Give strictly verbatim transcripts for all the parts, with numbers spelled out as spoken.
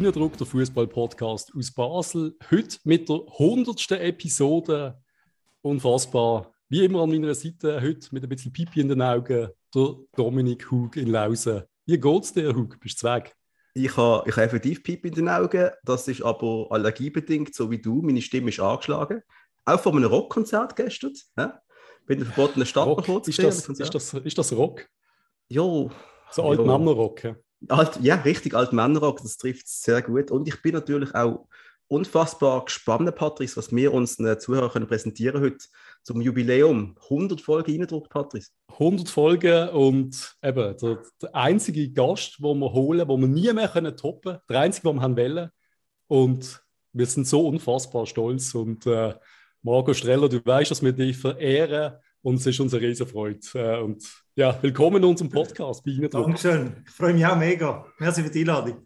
Bienendruck, der Fußball-Podcast aus Basel. Heute mit der hundertsten Episode. Unfassbar. Wie immer an meiner Seite, heute mit ein bisschen Pipi in den Augen, der Dominik Hug in Lausen. Wie geht's dir, Hug? Bist du weg? Ich habe ich ha effektiv Pipi in den Augen. Das ist aber allergiebedingt, so wie du. Meine Stimme ist angeschlagen. Auch vor einem Rockkonzert gestern. Ja? Bin in der verbotenen Stadt Rock. noch ist, das, ist, das, ist das Rock? Jo. So alt Männerrock, ja. Alt, ja, richtig, alt Männerrock, das trifft es sehr gut. Und ich bin natürlich auch unfassbar gespannt, Patrice, was wir uns den Zuhörern können präsentieren heute zum Jubiläum. hundert Folgen reingedruckt, Patrice. hundert Folgen und eben der, der einzige Gast, den wir holen, den wir nie mehr können toppen können. Der einzige, den wir haben wollen. Und wir sind so unfassbar stolz. Und äh, Marco Streller, du weißt, dass wir dich verehren. Und es ist unsere Riesenfreude. Äh, und ja, willkommen in unserem Podcast. Dankeschön. Ich freue mich auch mega. Merci für die Einladung.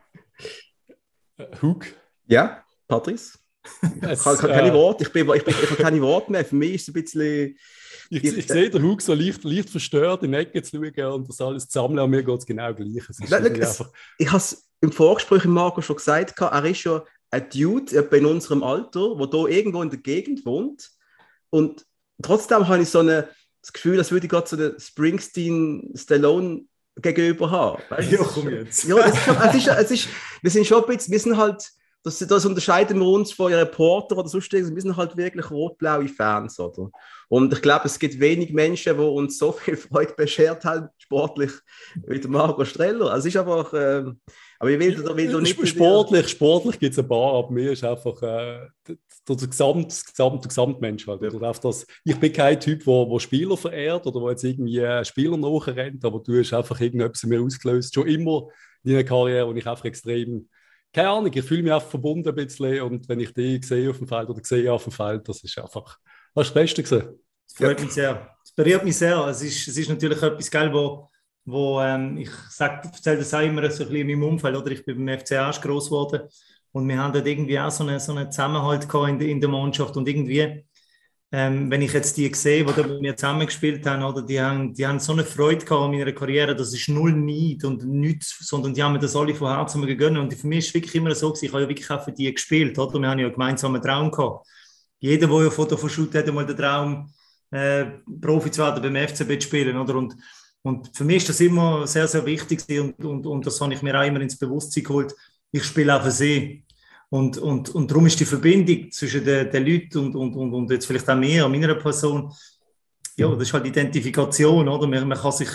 Äh, Hug? Ja, Patrice? Es, ich habe keine äh, Worte. Ich, bin, ich, bin, ich habe keine Worte mehr. Für mich ist es ein bisschen... Ich, ich, ich sehe den Hug so leicht, leicht verstört in die Ecke zu schauen und das alles zu sammeln. Und mir geht es genau gleich. Es ist Nein, es, ich habe es im Vorgespräch mit Marco schon gesagt. Er ist ja ein Dude in unserem Alter, der hier irgendwo in der Gegend wohnt. Und trotzdem habe ich so eine, das Gefühl, als würde ich gerade so den Springsteen-Stallone gegenüber haben. Weißt, ja, komm jetzt. Ja, es ist, es ist, es ist, wir sind schon ein bisschen, wir sind halt, das, das unterscheiden wir uns von Reporter oder sonst irgendwas, wir sind halt wirklich rot-blaue Fans, oder? Und ich glaube, es gibt wenig Menschen, die uns so viel Freude beschert haben, sportlich, wie der Marco Streller. Also es ist einfach, äh, aber ich will da will nicht... Sportlich, sportlich gibt es ein paar, aber mir ist einfach äh, der, der, Gesamt, Gesamt, der Gesamtmensch halt. Ja. Oder das, ich bin kein Typ, der Spieler verehrt oder der jetzt irgendwie äh, Spieler nachrennt, aber du hast einfach irgendetwas in mir ausgelöst, schon immer in deiner Karriere, und ich einfach extrem... Keine Ahnung, ich fühle mich einfach verbunden ein bisschen, und wenn ich dich sehe auf dem Feld oder sehe auf dem Feld, das ist einfach das Beste gewesen. Das freut mich sehr. Es berührt mich sehr. Es ist, es ist natürlich etwas, gell, wo, wo ähm, ich sage, erzähle das auch immer so ein bisschen in meinem Umfeld, oder? Ich bin beim F C erst gross geworden und wir haben dort irgendwie auch so einen so eine Zusammenhalt gehabt in, der, in der Mannschaft, und irgendwie, ähm, wenn ich jetzt die sehe, die da mit mir zusammengespielt haben, oder, die haben, die haben so eine Freude gehabt an meiner Karriere, das ist null Neid und nichts, sondern die haben mir das alle von Herzen gegönnt, und für mich ist es wirklich immer so gewesen, ich habe ja wirklich auch für die gespielt, oder? Wir haben ja einen gemeinsamen Traum gehabt. Jeder, der ja Foto von Shoot hat, mal den Traum, äh, Profi zu werden, beim F C B zu spielen, oder? Und, und für mich ist das immer sehr, sehr wichtig, und, und, und das habe ich mir auch immer ins Bewusstsein geholt. Ich spiele auch für sie. Und, und, und darum ist die Verbindung zwischen den, den Leuten und, und, und, und jetzt vielleicht auch mir, meiner Person, ja, das ist halt Identifikation, oder? Man, man kann sich,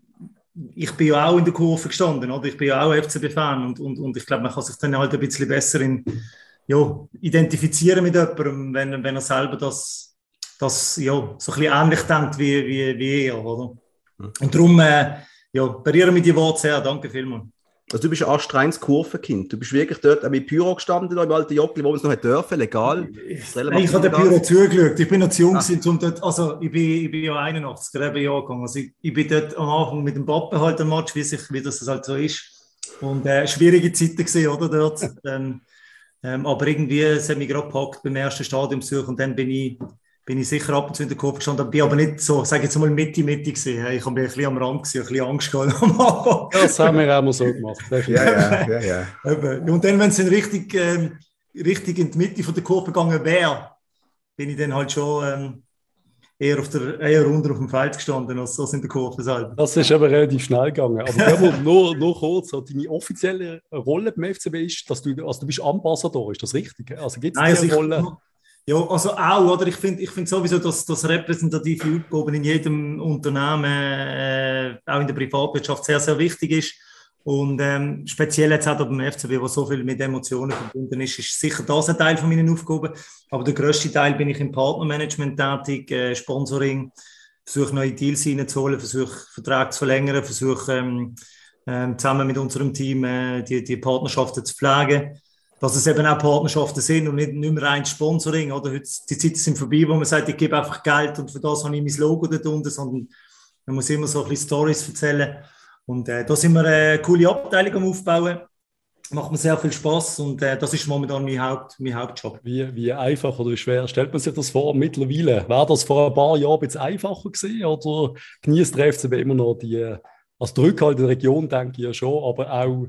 ich bin ja auch in der Kurve gestanden, oder? Ich bin ja auch F C B-Fan, und, und, und ich glaube, man kann sich dann halt ein bisschen besser in, ja, identifizieren mit jemandem, wenn, wenn er selber das, das ja, so ein bisschen ähnlich denkt wie, wie, wie er, oder? Und darum, äh, ja, berühren mich die Worte sehr, danke vielmals. Also du bist ein astreines Kurvenkind. Du bist wirklich dort mit Pyro gestanden, da im alten Jockli, wo man es noch dürfen, legal. Ich, ich habe den Pyro zugeschaut. Ich bin noch zu jung, um dort, also ich bin, ich bin ja einundachtzig Jahre gegangen. Also ich, ich bin dort am Anfang mit dem Pappen halt am Match, wie, sich, wie das halt so ist. Und äh, schwierige Zeiten gesehen, oder dort. ähm, ähm, aber irgendwie, es hat mich gerade gepackt beim ersten Stadionbesuch, und dann bin ich, bin ich sicher ab und zu in der Kurve gestanden, bin aber nicht so, sage jetzt mal, Mitte-Mitte gesehen. Ich habe ein bisschen am Rand gesehen, ein bisschen Angst gehabt. Ja, das haben wir auch mal so gemacht. ja, ja, ja, ja. Und dann, wenn es dann richtig, ähm, richtig in die Mitte von der Kurve gegangen wäre, bin ich dann halt schon ähm, eher, auf der, eher unten auf dem Feld gestanden, als, als in der Kurve selber. Das ist aber relativ schnell gegangen. Aber nur, nur kurz, deine offizielle Rolle beim F C B ist, dass du, also du bist Ambassador, ist das richtig? Also gibt es diese also Rolle? Ich, ja, also auch, oder? Ich finde ich find sowieso, dass das repräsentative Aufgaben in jedem Unternehmen, äh, auch in der Privatwirtschaft, sehr, sehr wichtig ist. Und ähm, speziell jetzt auch beim F C B, wo so viel mit Emotionen verbunden ist, ist sicher das ein Teil von meinen Aufgaben. Aber der grösste Teil bin ich im Partnermanagement tätig, äh, Sponsoring, versuche neue Deals reinzuholen, versuche Verträge zu verlängern, versuche ähm, ähm, zusammen mit unserem Team äh, die, die Partnerschaften zu pflegen. Dass es eben auch Partnerschaften sind und nicht, nicht mehr rein Sponsoring. Oder? Heute, die Zeiten sind vorbei, wo man sagt, ich gebe einfach Geld und für das habe ich mein Logo dort unten, sondern man muss immer so ein bisschen Storys erzählen. Und äh, da sind wir eine coole Abteilung am Aufbauen. Macht mir sehr viel Spass, und äh, das ist momentan mein, Haupt, mein Hauptjob. Wie, wie einfach oder wie schwer stellt man sich das vor mittlerweile? Wäre das vor ein paar Jahren ein bisschen einfacher gewesen, oder genießt der F C B immer noch die, also der Rückhalt in der Region, denke ich ja schon, aber auch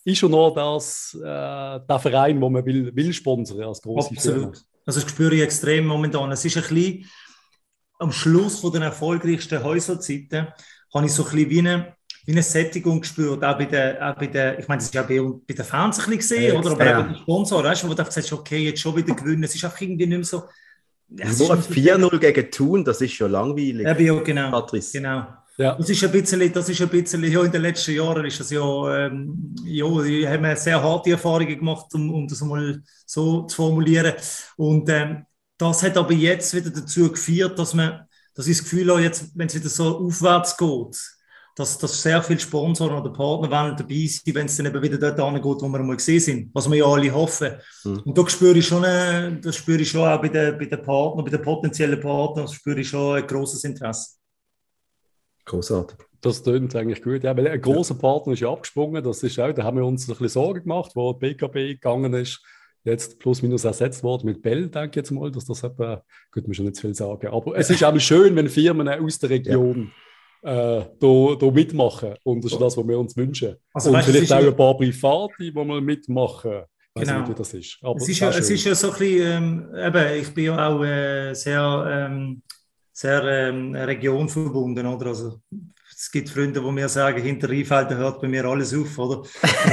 ist schon noch das, äh, der Verein, den man will, will sponsern als grosse Absolut. Firma. Also das spüre ich extrem momentan. Es ist ein bisschen am Schluss von den erfolgreichsten Häuserzeiten, habe ich so ein bisschen wie eine, wie eine Sättigung gespürt, auch bei der, auch bei der, ich meine, das ist ja bei, bei den Fans ein bisschen gesehen, Ja, oder? Aber ja. auch bei den Sponsoren, weißt du, wo du einfach sagst, okay, jetzt schon wieder gewinnen, es ist einfach irgendwie nicht mehr so... Es nur ein vier null gegen Thun, das ist schon langweilig. Ja, ja, genau. Patrice. Genau. Ja. Das ist ein bisschen, das ist ein bisschen, ja, in den letzten Jahren ist das ja, ähm, ja, die haben wir sehr harte Erfahrungen gemacht, um, um das mal so zu formulieren. Und ähm, das hat aber jetzt wieder dazu geführt, dass man, dass ich das Gefühl habe, jetzt, wenn es wieder so aufwärts geht, dass, dass sehr viele Sponsoren oder Partner wollen dabei sein, wenn es dann eben wieder dort hingeht, wo wir mal gesehen sind, was wir ja alle hoffen. Mhm. Und da spüre ich schon, äh, das spüre ich schon auch bei den, bei den Partnern, bei den potenziellen Partnern, spüre ich schon ein grosses Interesse. Großartig. Das klingt eigentlich gut. Ja, weil ein grosser Partner ist ja abgesprungen. Das ist auch, da haben wir uns ein bisschen Sorgen gemacht, wo die B K B gegangen ist. Jetzt plus minus ersetzt worden mit Bell, denke ich jetzt mal, dass das etwa, gut, muss ich nicht zu viel sagen. Aber es ist auch schön, wenn Firmen aus der Region ja. äh, da, da mitmachen. Und das ist das, was wir uns wünschen. Also, und weißt, vielleicht auch ein paar Private, die mal mitmachen. Ich weiß genau. nicht, wie das ist. Aber es, ist ja, es ist ja so ein bisschen, ähm, eben, ich bin ja auch äh, sehr... Ähm, sehr ähm, regionverbunden, oder? Also, es gibt Freunde, die mir sagen, hinter Rheinfelden hört bei mir alles auf, oder?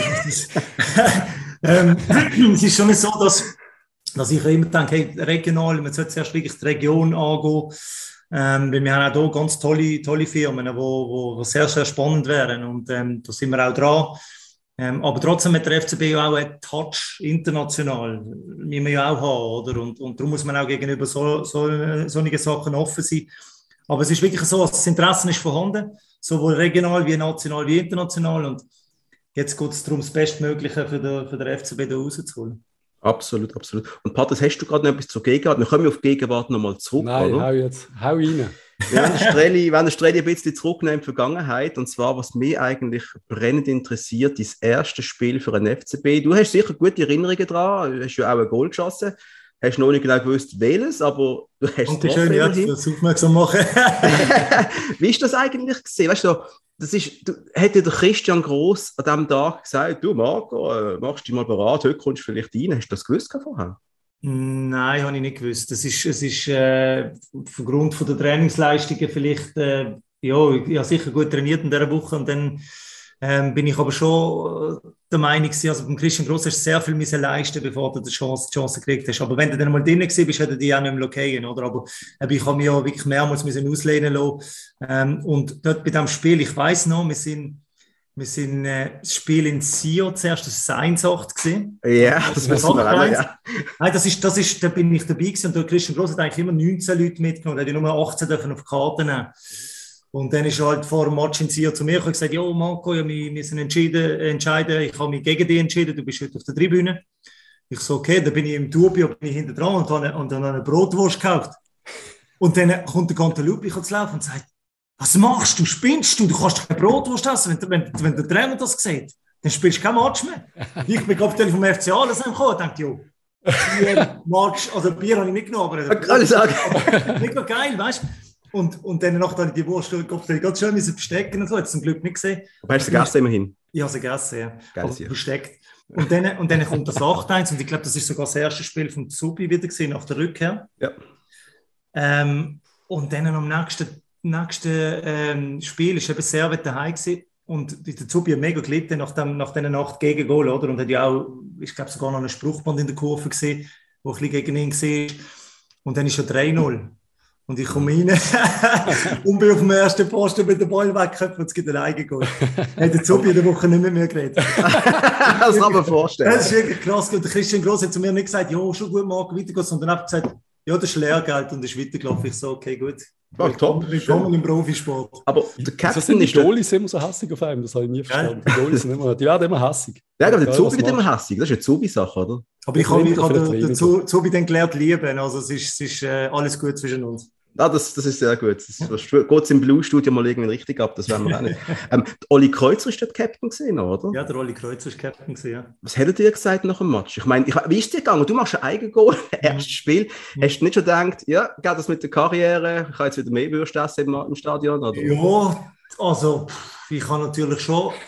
ähm, es ist schon nicht so, dass, dass ich immer denke, hey, regional, man sollte zuerst wirklich die Region angehen, ähm, weil wir haben auch hier ganz tolle, tolle Firmen, die wo, wo, wo sehr, sehr spannend wären und ähm, da sind wir auch dran. Ähm, aber trotzdem hat der F C B ja auch einen Touch international, wie wir ja auch haben, oder? Und, und darum muss man auch gegenüber so, so, solchen Sachen offen sein. Aber es ist wirklich so, das Interesse ist vorhanden, sowohl regional wie national wie international. Und jetzt geht es darum, das Bestmögliche für den, für den F C B da rauszuholen. Absolut, absolut. Und Patrice, hast du gerade noch etwas zur Gegenwart? Wir kommen auf die Gegenwart nochmal zurück, Nein, oder? hau jetzt, hau rein. Wir werden den Streli ein bisschen zurücknehmen in die Vergangenheit. Und zwar, was mich eigentlich brennend interessiert, das erste Spiel für den F C B. Du hast sicher gute Erinnerungen daran. Du hast ja auch ein Goal geschossen. Hast noch nicht genau gewusst, welches, aber du hast es getroffen. Ja, das aufmerksam machen. Wie ist das eigentlich gesehen? Weißt du, das ist, du, hätte der Christian Gross an diesem Tag gesagt, du Marco, äh, machst dich mal bereit, heute kommst du vielleicht rein. Hast du das gewusst vorher? Nein, habe ich nicht gewusst. Das ist, es ist äh, aufgrund von der Trainingsleistungen vielleicht, äh, ja, ich, ich habe sicher gut trainiert in dieser Woche und dann ähm, bin ich aber schon der Meinung, also beim Christian Gross hast du sehr viel müssen leisten, bevor du die Chance, die Chance gekriegt hast. Aber wenn du dann mal drin bist, hätte die auch nicht mehr lockieren, oder? Aber äh, ich habe mich ja wirklich mehrmals müssen auslehnen lassen. Ähm, und dort bei diesem Spiel, ich weiss noch, wir sind Wir sind äh, das Spiel in Sio zuerst, das war eins acht gewesen. Ja, das wissen wir alle, ja. Nein, das ist, das ist, da bin ich dabei gewesen und der Christian Gross hat eigentlich immer neunzehn Leute mitgenommen, der hat nur achtzehn dürfen auf die Karte nehmen. Und dann ist er halt vor dem Match in Sio zu mir und gesagt, ja Marco, ja, wir müssen entschieden, entscheiden, ich habe mich gegen dich entschieden, du bist heute auf der Tribüne. Ich so, okay, dann bin ich im Turbio, bin ich hinter dran und habe und dann eine Brotwurst gekauft. Und dann kommt der Cantaloupe zu laufen und sagt, was machst du? Spinnst du? Du kannst keine Brotwurst essen. Wenn, wenn, wenn der Trainer das sieht, dann spielst du kein Match mehr. Ich bin gerade vom F C A alles gekommen und dachte, jo, Bier, Match, also Bier habe ich nicht genommen, aber kann ich sagen. Nicht noch geil, weißt du? Und, und dann habe ich die Wurst ganz schön verstecken und so, jetzt zum Glück nicht gesehen. Aber hast du sie gegessen immerhin? Ich habe sie gegessen, ja. Geil, aber versteckt. Und dann, und dann kommt das acht eins und ich glaube, das ist sogar das erste Spiel von Zubi wieder gesehen, nach der Rückkehr. Ja. Ähm, und dann am nächsten nächste ähm, Spiel war eben Servet daheim gewesen. Und der Zubi hat mega gelitten nach, dem, nach diesen acht Gegengol, oder? Und hat ja auch, ich glaube, sogar noch einen Spruchband in der Kurve gesehen, wo ein bisschen gegen ihn war. Und dann ist er drei null. Und ich komme rein und bin auf dem ersten Posten mit dem Ball weggeköpft und es gibt ein Eigengol. Hat der Zubi in der Woche nicht mehr, mehr geredet. Das kann man vorstellen. Das ist wirklich krass. Und der Christian Gross hat zu mir nicht gesagt, ja, schon gut, Marco, weiter geht's, sondern einfach gesagt, ja, das ist Lehrgeld und das ist weitergelaufen. Ich so, okay, gut. Ja, top. Willkommen im Profisport. Aber der Captain sind die ist... Goalies immer so hässig auf einem, das habe ich nie verstanden. Die Goalies sind immer, die werden immer hässig. Ja, aber der Zubi wird immer hässig, das ist eine Zubi-Sache, oder? Aber ich habe hab den, den Zubi dann gelernt lieben, also es ist, es ist äh, alles gut zwischen uns. Ah, das, das ist sehr gut. Das, das geht es im Blue-Studio mal irgendwie richtig ab, das werden wir auch nicht. ähm, Olli Kreuzer ist dort Captain gesehen, oder? Ja, der Olli Kreuzer ist Captain gesehen, ja. Was hättet ihr gesagt nach dem Match? Ich meine, ich, wie ist es dir gegangen? Du machst ein Eigengoal, erstes Spiel. Mhm. Hast du nicht schon gedacht, ja, geht das mit der Karriere? Ich habe jetzt wieder mehr Würste essen im, im Stadion? Oder? Ja, also ich habe natürlich schon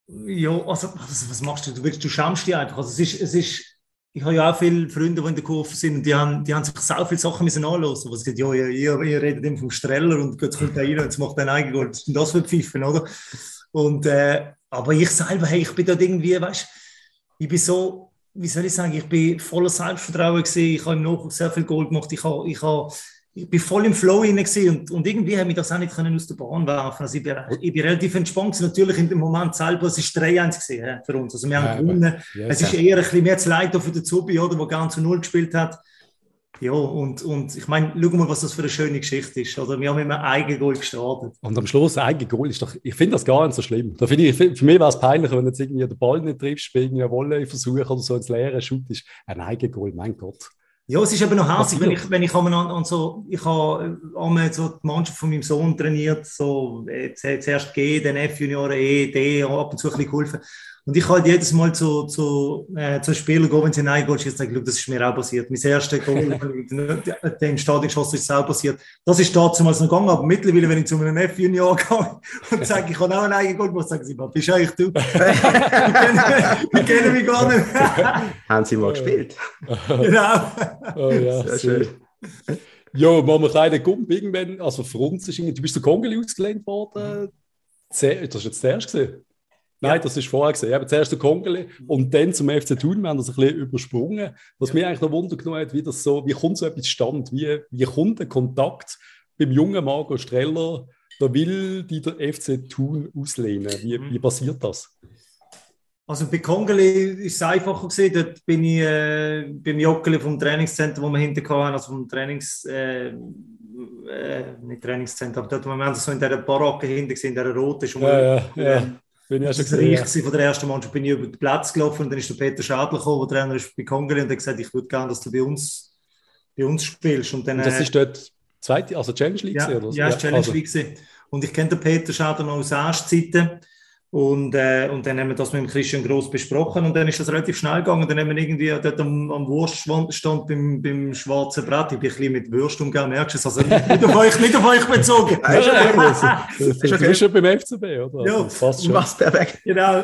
Ja, also was, was machst du? Du, willst, du schämst dich einfach. Also, es ist, es ist, ich habe ja auch viele Freunde, die in der Kurve sind und die haben, die haben sich so viele Sachen müssen anhören. Was gesagt, ja, ihr, ihr, ihr redet immer vom Streller und jetzt kommt der rein und jetzt macht er ein Eigengoal. Was ist denn das für Pfiffen, oder? Und, äh, aber ich selber, hey, ich bin dort irgendwie, weißt du, ich bin so, wie soll ich sagen, ich bin voller Selbstvertrauen gewesen, ich habe im Nachwuchs sehr viel Goal gemacht, ich, habe, ich, habe, ich bin voll im Flow hinein und, und irgendwie habe ich das auch nicht können aus der Bahn werfen. Also ich bin, ich bin relativ entspannt gewesen. Natürlich in dem Moment selber, es war drei eins gewesen, für uns, also wir haben ja, gewonnen. Ja, es ist eher ein bisschen mehr zu leid für den Zubi, oder, der ganz zu Null gespielt hat. Ja, und, und ich meine, schau mal, was das für eine schöne Geschichte ist. Oder? Wir haben immer ein Eigengoal gestartet. Und am Schluss ein Eigengoal ist doch, ich finde das gar nicht so schlimm. Da ich, für mich wäre es peinlicher, wenn du jetzt irgendwie den Ball nicht triffst, bei irgendeinem Volley-Versuch oder so ins Leere shootest. Ein Eigengoal, mein Gott. Ja, es ist eben noch herzig, wenn ich, wenn ich an, an so, ich habe einmal so die Mannschaft von meinem Sohn trainiert, so zuerst G, dann F Junioren, E, D, ab und zu ein bisschen geholfen. Und ich halt jedes Mal zu, zu, äh, zu Spielern gehen, wenn sie ein Goal schießen, sage, das ist mir auch passiert. Mein erstes Goal, der im Stadion geschossen ist, ist auch passiert. Das ist damals noch gegangen, aber mittlerweile, wenn ich zu einem F-Junior gehe und sage, ich habe auch ein eigenes Goal, sagen sie, was bist eigentlich du? Wir kennen mich gar nicht. Haben sie mal gespielt? Genau. Oh ja, sehr schön. Ja, machen wir einen kleinen Gump irgendwann, also für uns ist du bist zu Kongeli ausgelehnt worden. Das war jetzt der erste gewesen. Nein, ja. Das ist vorher gesehen. Aber zuerst der Kongeli und dann zum F C Thun. Wir haben das ein bisschen übersprungen. Was ja. mich eigentlich noch Wunder genommen hat, wie das so, wie kommt so etwas zustande? Wie, wie kommt der Kontakt beim jungen Marco Streller? Da will die der F C Thun auslehnen. Wie, wie passiert das? Also bei Kongeli ist es einfacher gewesen. Dort bin ich äh, beim Joggeli vom Trainingscenter, wo wir hinten hatten, also vom Trainings, äh, äh, nicht Trainingscenter, aber dort, wo wir so in dieser Baracke hinten gesehen, in dieser roten. Ja, ja, ja. Bin ich das Reich von der ersten Mannschaft, bin ich über den Platz gelaufen und dann ist der Peter Schadler gekommen, der Trainer ist bei Kongeli und hat gesagt, ich würde gerne, dass du bei uns, bei uns spielst. Und, dann, und das ist dort zweite, also Challenge League? Ja, oder? ja, ja Challenge also. League. Und ich kenne den Peter Schadler noch aus Erstzeiten und, äh, und dann haben wir das mit dem Christian Gross besprochen und dann ist das relativ schnell gegangen. Dann haben wir irgendwie dort am, am Wurststand beim, beim schwarzen Brett, ich bin ein bisschen mit Würst umgegangen, merkst du es? Also nicht auf euch, nicht auf euch bezogen. Du bist schon beim F C B, oder? Ja, das passt schon. Mach's perfekt. Genau.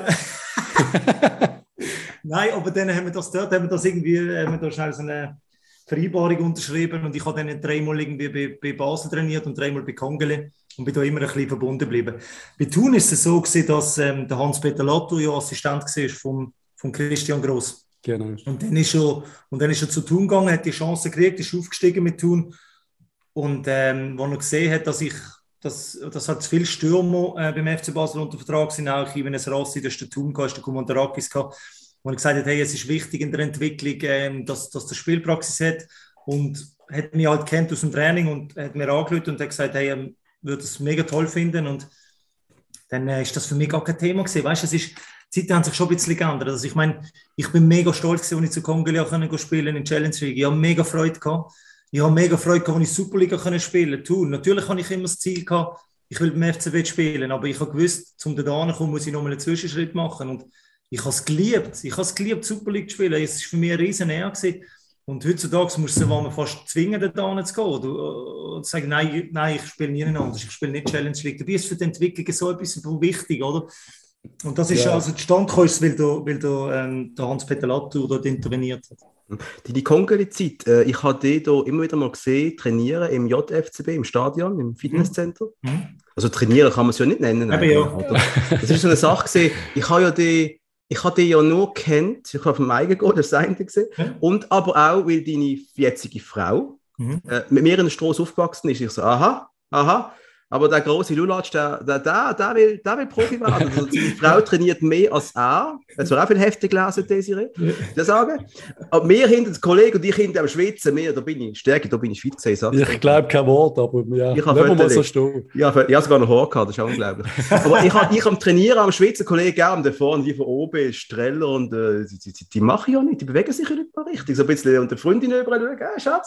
Nein, aber dann haben wir das dort, haben wir das irgendwie, haben wir da schnell so eine Vereinbarung unterschrieben und ich habe dann dreimal irgendwie bei, bei Basel trainiert und dreimal bei Kongeli und bin da immer ein bisschen verbunden geblieben. Bei Thun ist es so gewesen, dass ähm, der Hans-Peter Latto ja Assistent war vom, vom Christian Gross. Genau. Und dann ist er, und dann ist er zu Thun gegangen, hat die Chance gekriegt, ist aufgestiegen mit Thun und ähm, als er gesehen hat, dass ich dass, dass halt viele Stürmer äh, beim F C Basel unter Vertrag sind, auch Ivan Rassi, der ist der Thun gehabt, der Kumandarakis gehabt, wo er gesagt hat, hey, es ist wichtig in der Entwicklung, ähm, dass, dass der Spielpraxis hat und hat mich halt kennt aus dem Training und hat mir angerufen und hat gesagt, hey, er würde es mega toll finden und dann äh, ist das für mich gar kein Thema gewesen. Weißt, es ist, die Zeiten haben sich schon ein bisschen geändert. Also ich meine, ich bin mega stolz gewesen, als ich zu Kongeli spielen konnte in Challenge League. Ich habe mega Freude gehabt. Ich habe mega Freude gehabt, als ich Superliga spielen konnte. Natürlich habe ich immer das Ziel gehabt, ich will beim F C B spielen, aber ich habe gewusst, um da zu kommen, muss ich nochmal einen Zwischenschritt machen und ich habe es geliebt. Ich habe es geliebt, Superliga zu spielen. Es war für mich eine riesen Ehre gewesen. Und heutzutage musst du sie fast zwingen, da zu gehen. Oder, oder sagen, nein, nein, ich spiele nie anders, ich spiele nicht Challenge League. Dabei ist für die Entwicklung so etwas wichtig, oder? Und das ist ja. also zustande gekommen, weil, da, weil da, ähm, der Hans-Peter Lattur dort interveniert hat. Die, die Kongeli-Zeit, äh, ich habe die da immer wieder mal gesehen, trainieren im J F C B, im Stadion, im Fitnesscenter. Mhm. Also trainieren kann man es ja nicht nennen. Aber ja. Das ist so eine Sache gesehen. Ich habe ja die Ich habe dich ja nur kennt, ich habe vom eigenen Gott das eine gesehen, ja. Und aber auch, weil deine jetzige Frau mhm. äh, mit mir in der Straße aufgewachsen ist. Ich so, aha, aha, aber der große Lulatsch, der, der, der, der, will, der will Profi werden. Also, seine Frau trainiert mehr als er. Er hat auch viel Hefte gelesen, Desiree, ja. sagen. Aber wir hinter den Kollegen und ich hinter am Schwitzen, mehr, da bin ich stärker, da bin ich fit gesehen. Ich glaube kein Wort, aber ja, ich habe mal so stehen. Ja, ich habe sogar noch Haar gehabt, das ist unglaublich. Aber ich habe ich am Trainieren, am Schwitzen, Kollegen gerne da vorne, wie von oben, Streller und äh, die, die, die machen ja nicht, die bewegen sich ja nicht mal richtig. So ein bisschen und der Freundin überall schauen, äh, Schatz.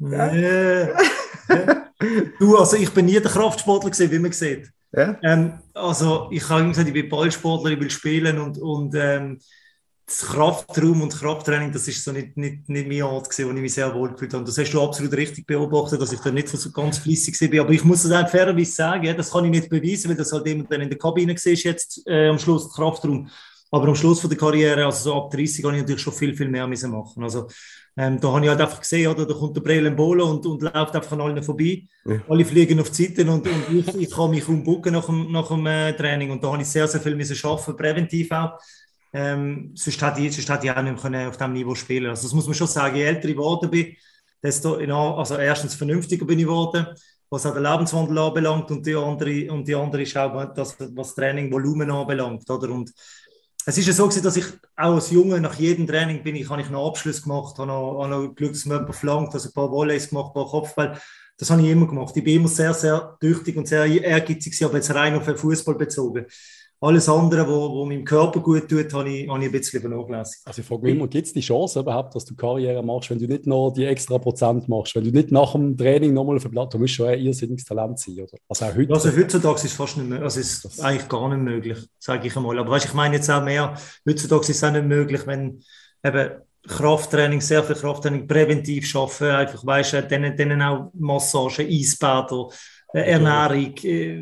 Ja. Ja. Du, also ich bin nie der Kraftsportler gewesen, wie man sieht. Ja. Ähm, also ich habe gesagt, ich bin Ballsportler, ich will spielen und, und ähm, das Kraftraum und Krafttraining, das ist so nicht, nicht, nicht mein Ort gewesen, wo ich mich sehr wohl gefühlt habe. Das hast du absolut richtig beobachtet, dass ich da nicht so ganz flüssig war. Aber ich muss es auch fairerweise sagen, ja, das kann ich nicht beweisen, weil das halt immer dann in der Kabine war, jetzt äh, am Schluss das Kraftraum. Aber am Schluss von der Karriere, also so ab dreißig, habe ich natürlich schon viel, viel mehr müssen machen. Also ähm, da habe ich halt einfach gesehen, oder, da kommt der Brel Mbolo und, und läuft einfach an allen vorbei. Ja. Alle fliegen auf die Seite und, und ich, ich kann mich umbucken nach dem, nach dem äh, Training. Und da habe ich sehr, sehr viel müssen arbeiten, präventiv auch. Ähm, sonst hätte ich, sonst hätte ich auch nicht mehr auf diesem Niveau spielen. Also das muss man schon sagen, je älter ich geworden bin, desto, also erstens vernünftiger bin ich geworden, was auch den Lebenswandel anbelangt, und die andere, und die andere ist auch das, was Trainingvolumen anbelangt. Oder? Und es ist ja so gewesen, dass ich auch als Junge nach jedem Training bin, ich habe ich noch Abschluss gemacht, habe noch, habe noch Glück, dass mir jemand verlangt, also ein paar Volleys gemacht, ein paar Kopfball. Das habe ich immer gemacht. Ich bin immer sehr, sehr tüchtig und sehr ehrgeizig, aber jetzt rein auf den Fußball bezogen. Alles andere, was meinem Körper gut tut, habe ich, habe ich ein bisschen vernachlässigt. Also ich frage mich immer, gibt es die Chance überhaupt, dass du Karriere machst, wenn du nicht noch die extra Prozent machst, wenn du nicht nach dem Training nochmal auf dem Blatt, du musst schon ein irrsinniges Talent sein, oder? Also auch heute. Also heutzutage ist es fast nicht möglich, also ist es eigentlich gar nicht möglich, sage ich einmal. Aber weißt, ich meine jetzt auch mehr, heutzutage ist es auch nicht möglich, wenn eben Krafttraining, sehr viel Krafttraining präventiv schaffen, einfach, weißt du, denen, denen auch Massagen, Eisbäder, Ernährung,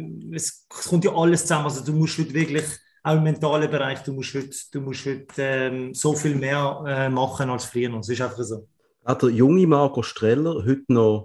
es kommt ja alles zusammen. Also du musst heute wirklich, auch im mentalen Bereich, du musst heute, du musst heute ähm, so viel mehr äh, machen als früher. Das ist einfach so. Hat der junge Marco Streller heute noch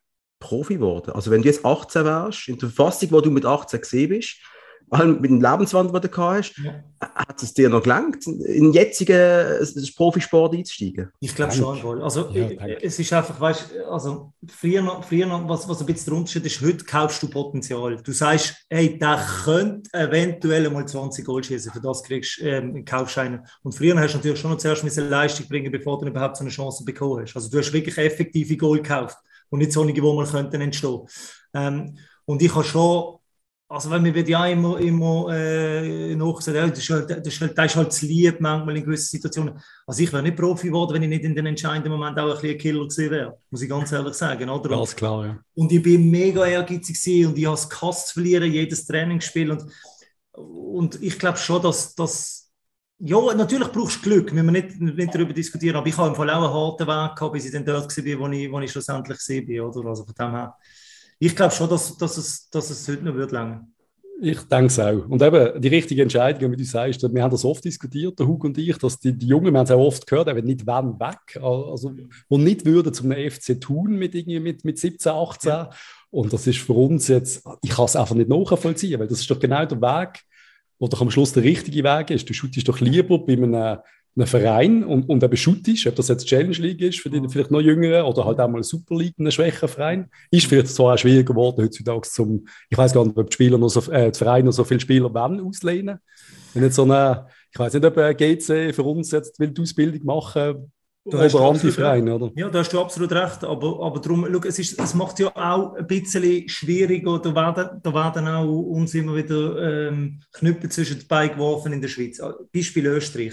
Profi geworden? Also wenn du jetzt achtzehn wärst, in der Verfassung, wo du mit achtzehn gesehen bist, mit dem Lebenswandel, den du gehabt hast, ja. Hat es dir noch gelangt, in den jetzigen Profisport einzusteigen? Ich glaube schon. Also, ja, es ist einfach, weißt du, also, früher, früher was, was ein bisschen drunter steht, ist, heute kaufst du Potenzial. Du sagst, hey, der könnte eventuell mal zwanzig Goal schießen, für das kriegst du ähm, einen Kaufschein. Und früher hast du natürlich schon noch zuerst eine Leistung bringen, bevor du überhaupt so eine Chance bekommen hast. Also, du hast wirklich effektive Goal gekauft und nicht solche, die mal könnten entstehen. Ähm, und ich habe schon. Also, weil mir wird ja immer, immer äh, nachgesagt, ja, das, ist halt, das, ist halt, das ist halt zu lieb manchmal in gewissen Situationen. Also, ich wäre nicht Profi geworden, wenn ich nicht in den entscheidenden Moment auch ein bisschen ein Killer gewesen wäre. Muss ich ganz ehrlich sagen. Oder? Ganz klar, ja. Und ich bin mega ehrgeizig und ich habe es gehasst zu verlieren, jedes Trainingsspiel. Und, und ich glaube schon, dass, dass ja, natürlich brauchst du Glück, müssen wir nicht, nicht darüber diskutieren. Aber ich habe im Fall auch einen harten Weg gehabt, bis ich dann dort war, wo ich, wo ich schlussendlich war. Oder? Also von dem her. Ich glaube schon, dass, dass, es, dass es heute noch wird länger. Ich denke es auch. Und eben die richtige Entscheidung, wie du sagst, wir haben das oft diskutiert, der Hugo und ich, dass die, die Jungen, wir haben es auch oft gehört, eben nicht wann weg, also und nicht würden zum F C tun mit, irgendwie mit, mit siebzehn, achtzehn. Ja. Und das ist für uns jetzt, ich kann es einfach nicht nachvollziehen, weil das ist doch genau der Weg, wo doch am Schluss der richtige Weg ist. Du shootest doch lieber bei einem einen Verein und, und eben schuttest, ob das jetzt Challenge League ist für die vielleicht noch Jüngeren oder halt auch mal Super League, einen schwächeren Verein, ist vielleicht zwar auch schwieriger geworden heutzutage zum, ich weiß gar nicht, ob die Spieler noch so, äh, die Vereine noch so viele Spieler wollen auslehnen. Wenn jetzt so eine, ich weiß nicht, ob ein G C für uns jetzt will die Ausbildung machen oder andere Vereine, oder? Ja, da hast du absolut recht, aber, aber darum, schau, es, ist, es macht ja auch ein bisschen schwieriger, da werden, da werden auch uns immer wieder ähm, Knüppel zwischen die Beine geworfen in der Schweiz. Beispiel Österreich.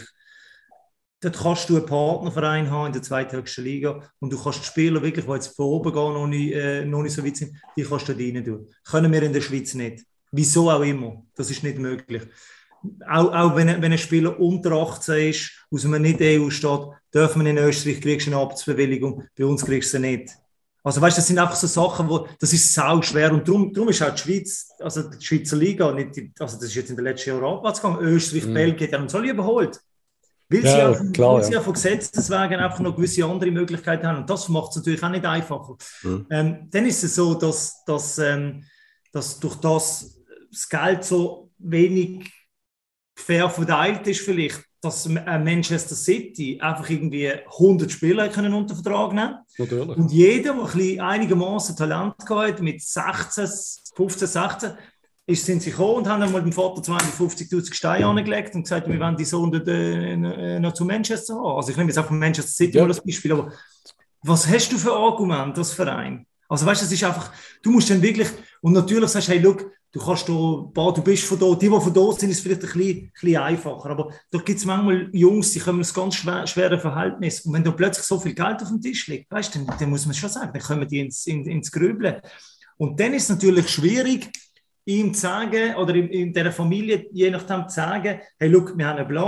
Dort kannst du einen Partnerverein haben in der zweithöchsten Liga und du kannst die Spieler wirklich, die jetzt von oben gehen, noch nicht, äh, noch nicht so weit sind, die kannst du dort rein tun. Können wir in der Schweiz nicht. Wieso auch immer. Das ist nicht möglich. Auch, auch wenn, wenn ein Spieler unter achtzehn ist, aus einem Nicht-E U-Staat, dürfen wir in Österreich, kriegst du eine Arbeitsbewilligung, bei uns kriegst du sie nicht. Also weißt, das sind einfach so Sachen, wo, das ist sau schwer und darum, darum ist auch die Schweiz, also die Schweizer Liga, nicht die, also das ist jetzt in den letzten Jahren abwärts gegangen, Österreich, mhm. Belgien, die haben uns alle überholt. Weil sie, ja, auch, klar, weil sie ja. von Gesetzeswegen einfach noch gewisse andere Möglichkeiten haben. Und das macht es natürlich auch nicht einfacher. Mhm. Ähm, dann ist es so, dass, dass, ähm, dass durch das das Geld so wenig fair verteilt ist vielleicht, dass Manchester City einfach irgendwie hundert Spieler können unter Vertrag nehmen. Natürlich. Und jeder, der ein bisschen einigermaßen Talent hat, mit sechzehn, fünfzehn, sechzehn, ist, sind sie gekommen und haben einmal dem Vater zweihundertfünfzigtausend Steine angelegt und gesagt, wir wollen die Sohn äh, noch zu Manchester haben. Also ich nehme jetzt auch von Manchester City ja. mal das Beispiel, aber was hast du für Argumente als Verein? Also weißt du, es ist einfach, du musst dann wirklich, und natürlich sagst du, hey, look, du kannst da, du bist von da, die, die von da sind, ist vielleicht ein bisschen, ein bisschen einfacher, aber da gibt es manchmal Jungs, die kommen aus ganz schwer, schweren Verhältnissen und wenn da plötzlich so viel Geld auf dem Tisch liegt, weißt du, dann, dann muss man schon sagen, dann kommen die ins, in, ins Grübeln. Und dann ist es natürlich schwierig, ihm zu sagen, oder in, in dieser Familie, je nachdem zu sagen, hey, look, wir haben einen Plan,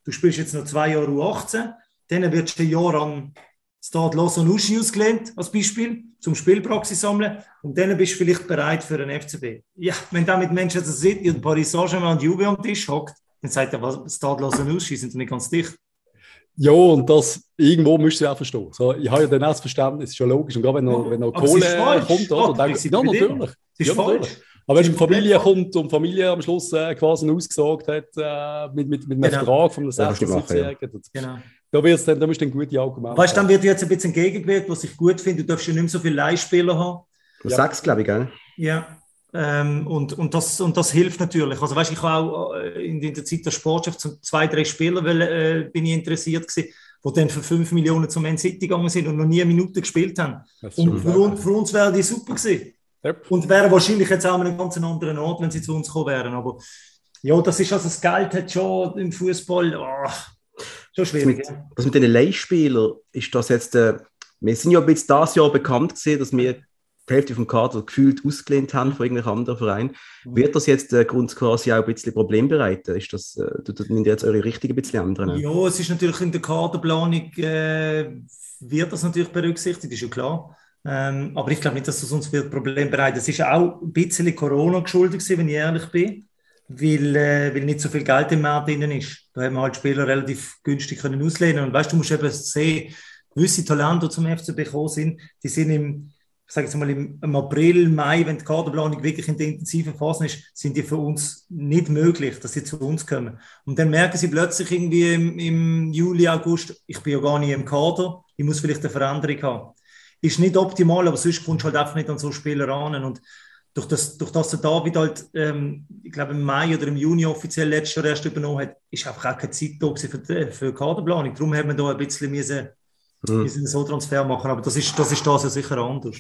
du spielst jetzt noch zwei Jahre U achtzehn, dann wirst du ein Jahr an Stade Lausanne Uschi ausgelehnt, als Beispiel, zum Spielpraxis sammeln und dann bist du vielleicht bereit für einen F C B. Ja, wenn da mit Manchester City und Paris Saint-Germain und Juve am Tisch hockt, dann sagt er, was Stade Lausanne Uschi sind nicht ganz dicht. Ja, und das irgendwo müsst ihr auch verstehen. So, ich habe ja dann auch das Verständnis, ist schon logisch. Und gerade wenn noch, wenn noch Kohle kommt, oder, dann denke ich, ja, natürlich. Das ist ja, falsch. Natürlich. Aber wenn die Familie kommt und die Familie am Schluss äh, quasi ausgesagt hat, äh, mit, mit, mit einem genau. Vertrag von einem Ja, sechzehn-Jährigen, ja. Genau. da, wird's dann, da musst du dann gute Argumente Weißt du, dann wird jetzt ein bisschen entgegengewirkt, was ich gut finde. Du darfst ja nicht mehr so viele Leihspieler haben. Ja. Sechs, glaube ich, gell? Ja. Ähm, und, und, das, und das hilft natürlich. Also weißt, ich habe auch in, in der Zeit der Sportchef zu zwei, drei Spielern weil, äh, bin ich interessiert gewesen, die dann für fünf Millionen zum Man City gegangen sind und noch nie eine Minute gespielt haben. Und für, uns, für uns wäre die super gewesen. Yep. Und wären wahrscheinlich jetzt auch an einem ganz anderen Ort, wenn sie zu uns gekommen wären. Aber ja, das ist also das Geld hat schon im Fußball oh, schon schwierig. Das mit, das mit den Leihspielern ist das jetzt. Äh, wir sind ja ein bisschen dieses Jahr bekannt gewesen, dass wir die Hälfte vom Kader gefühlt ausgelehnt haben von irgendwelchen anderen Vereinen. Mhm. Wird das jetzt äh, quasi auch ein bisschen Problem bereiten? Ist das, äh, tut ihr jetzt eure Richtung ein bisschen ändern? Ja, es ist natürlich in der Kaderplanung äh, wird das natürlich berücksichtigt, ist ja klar. Ähm, aber ich glaube nicht, dass das uns ein Problem bereitet. Es ist auch ein bisschen Corona geschuldet, wenn ich ehrlich bin, weil, äh, weil nicht so viel Geld im Markt drin ist. Da haben wir halt Spieler relativ günstig können auslehnen. Und weißt du, musst eben sehen, gewisse Talente, die zum F C B gekommen sind, die sind im, ich sage jetzt mal im, im April, Mai, wenn die Kaderplanung wirklich in der intensiven Phase ist, sind die für uns nicht möglich, dass sie zu uns kommen. Und dann merken sie plötzlich irgendwie im, im Juli, August, ich bin ja gar nicht im Kader, ich muss vielleicht eine Veränderung haben. Ist nicht optimal, aber sonst kommst du halt einfach nicht an so Spieler ran. Und durch das, durch das der David halt, ähm, ich glaube im Mai oder im Juni offiziell letztes Jahr erst übernommen hat, ist einfach auch keine Zeit da für, für Kaderplanung. Darum haben wir da ein bisschen müssen, mhm. müssen so Transfer machen. Aber das ist das, ist das ja sicher anders.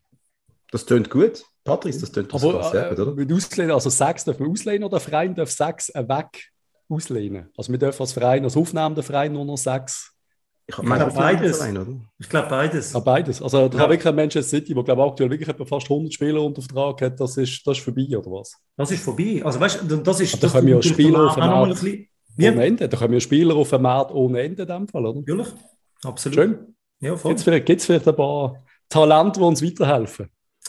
Das tönt gut. Patrice, das tönt aber, was, sehr äh, gut, oder? Mit auslehnen, also sechs dürfen wir auslehnen oder der Verein darf sechs weg auslehnen? Also wir dürfen als Verein, als aufnehmender Verein nur noch sechs. Ich glaube beides. Verein, ich glaube beides. Ja, beides. Also da ja. habe wirklich ein Manchester City, wo glaube aktuell wirklich etwa fast hundert Spieler unter Vertrag hat, das ist, das ist vorbei, oder was? Das ist vorbei. Also weißt du, das ist... Da können wir Spieler auf dem Markt ohne Ende. Da können wir Spieler auf dem Markt ohne Ende in dem Fall, oder? Natürlich, absolut. Schön. Ja, voll. Gibt es vielleicht ein paar Talente, die uns weiterhelfen?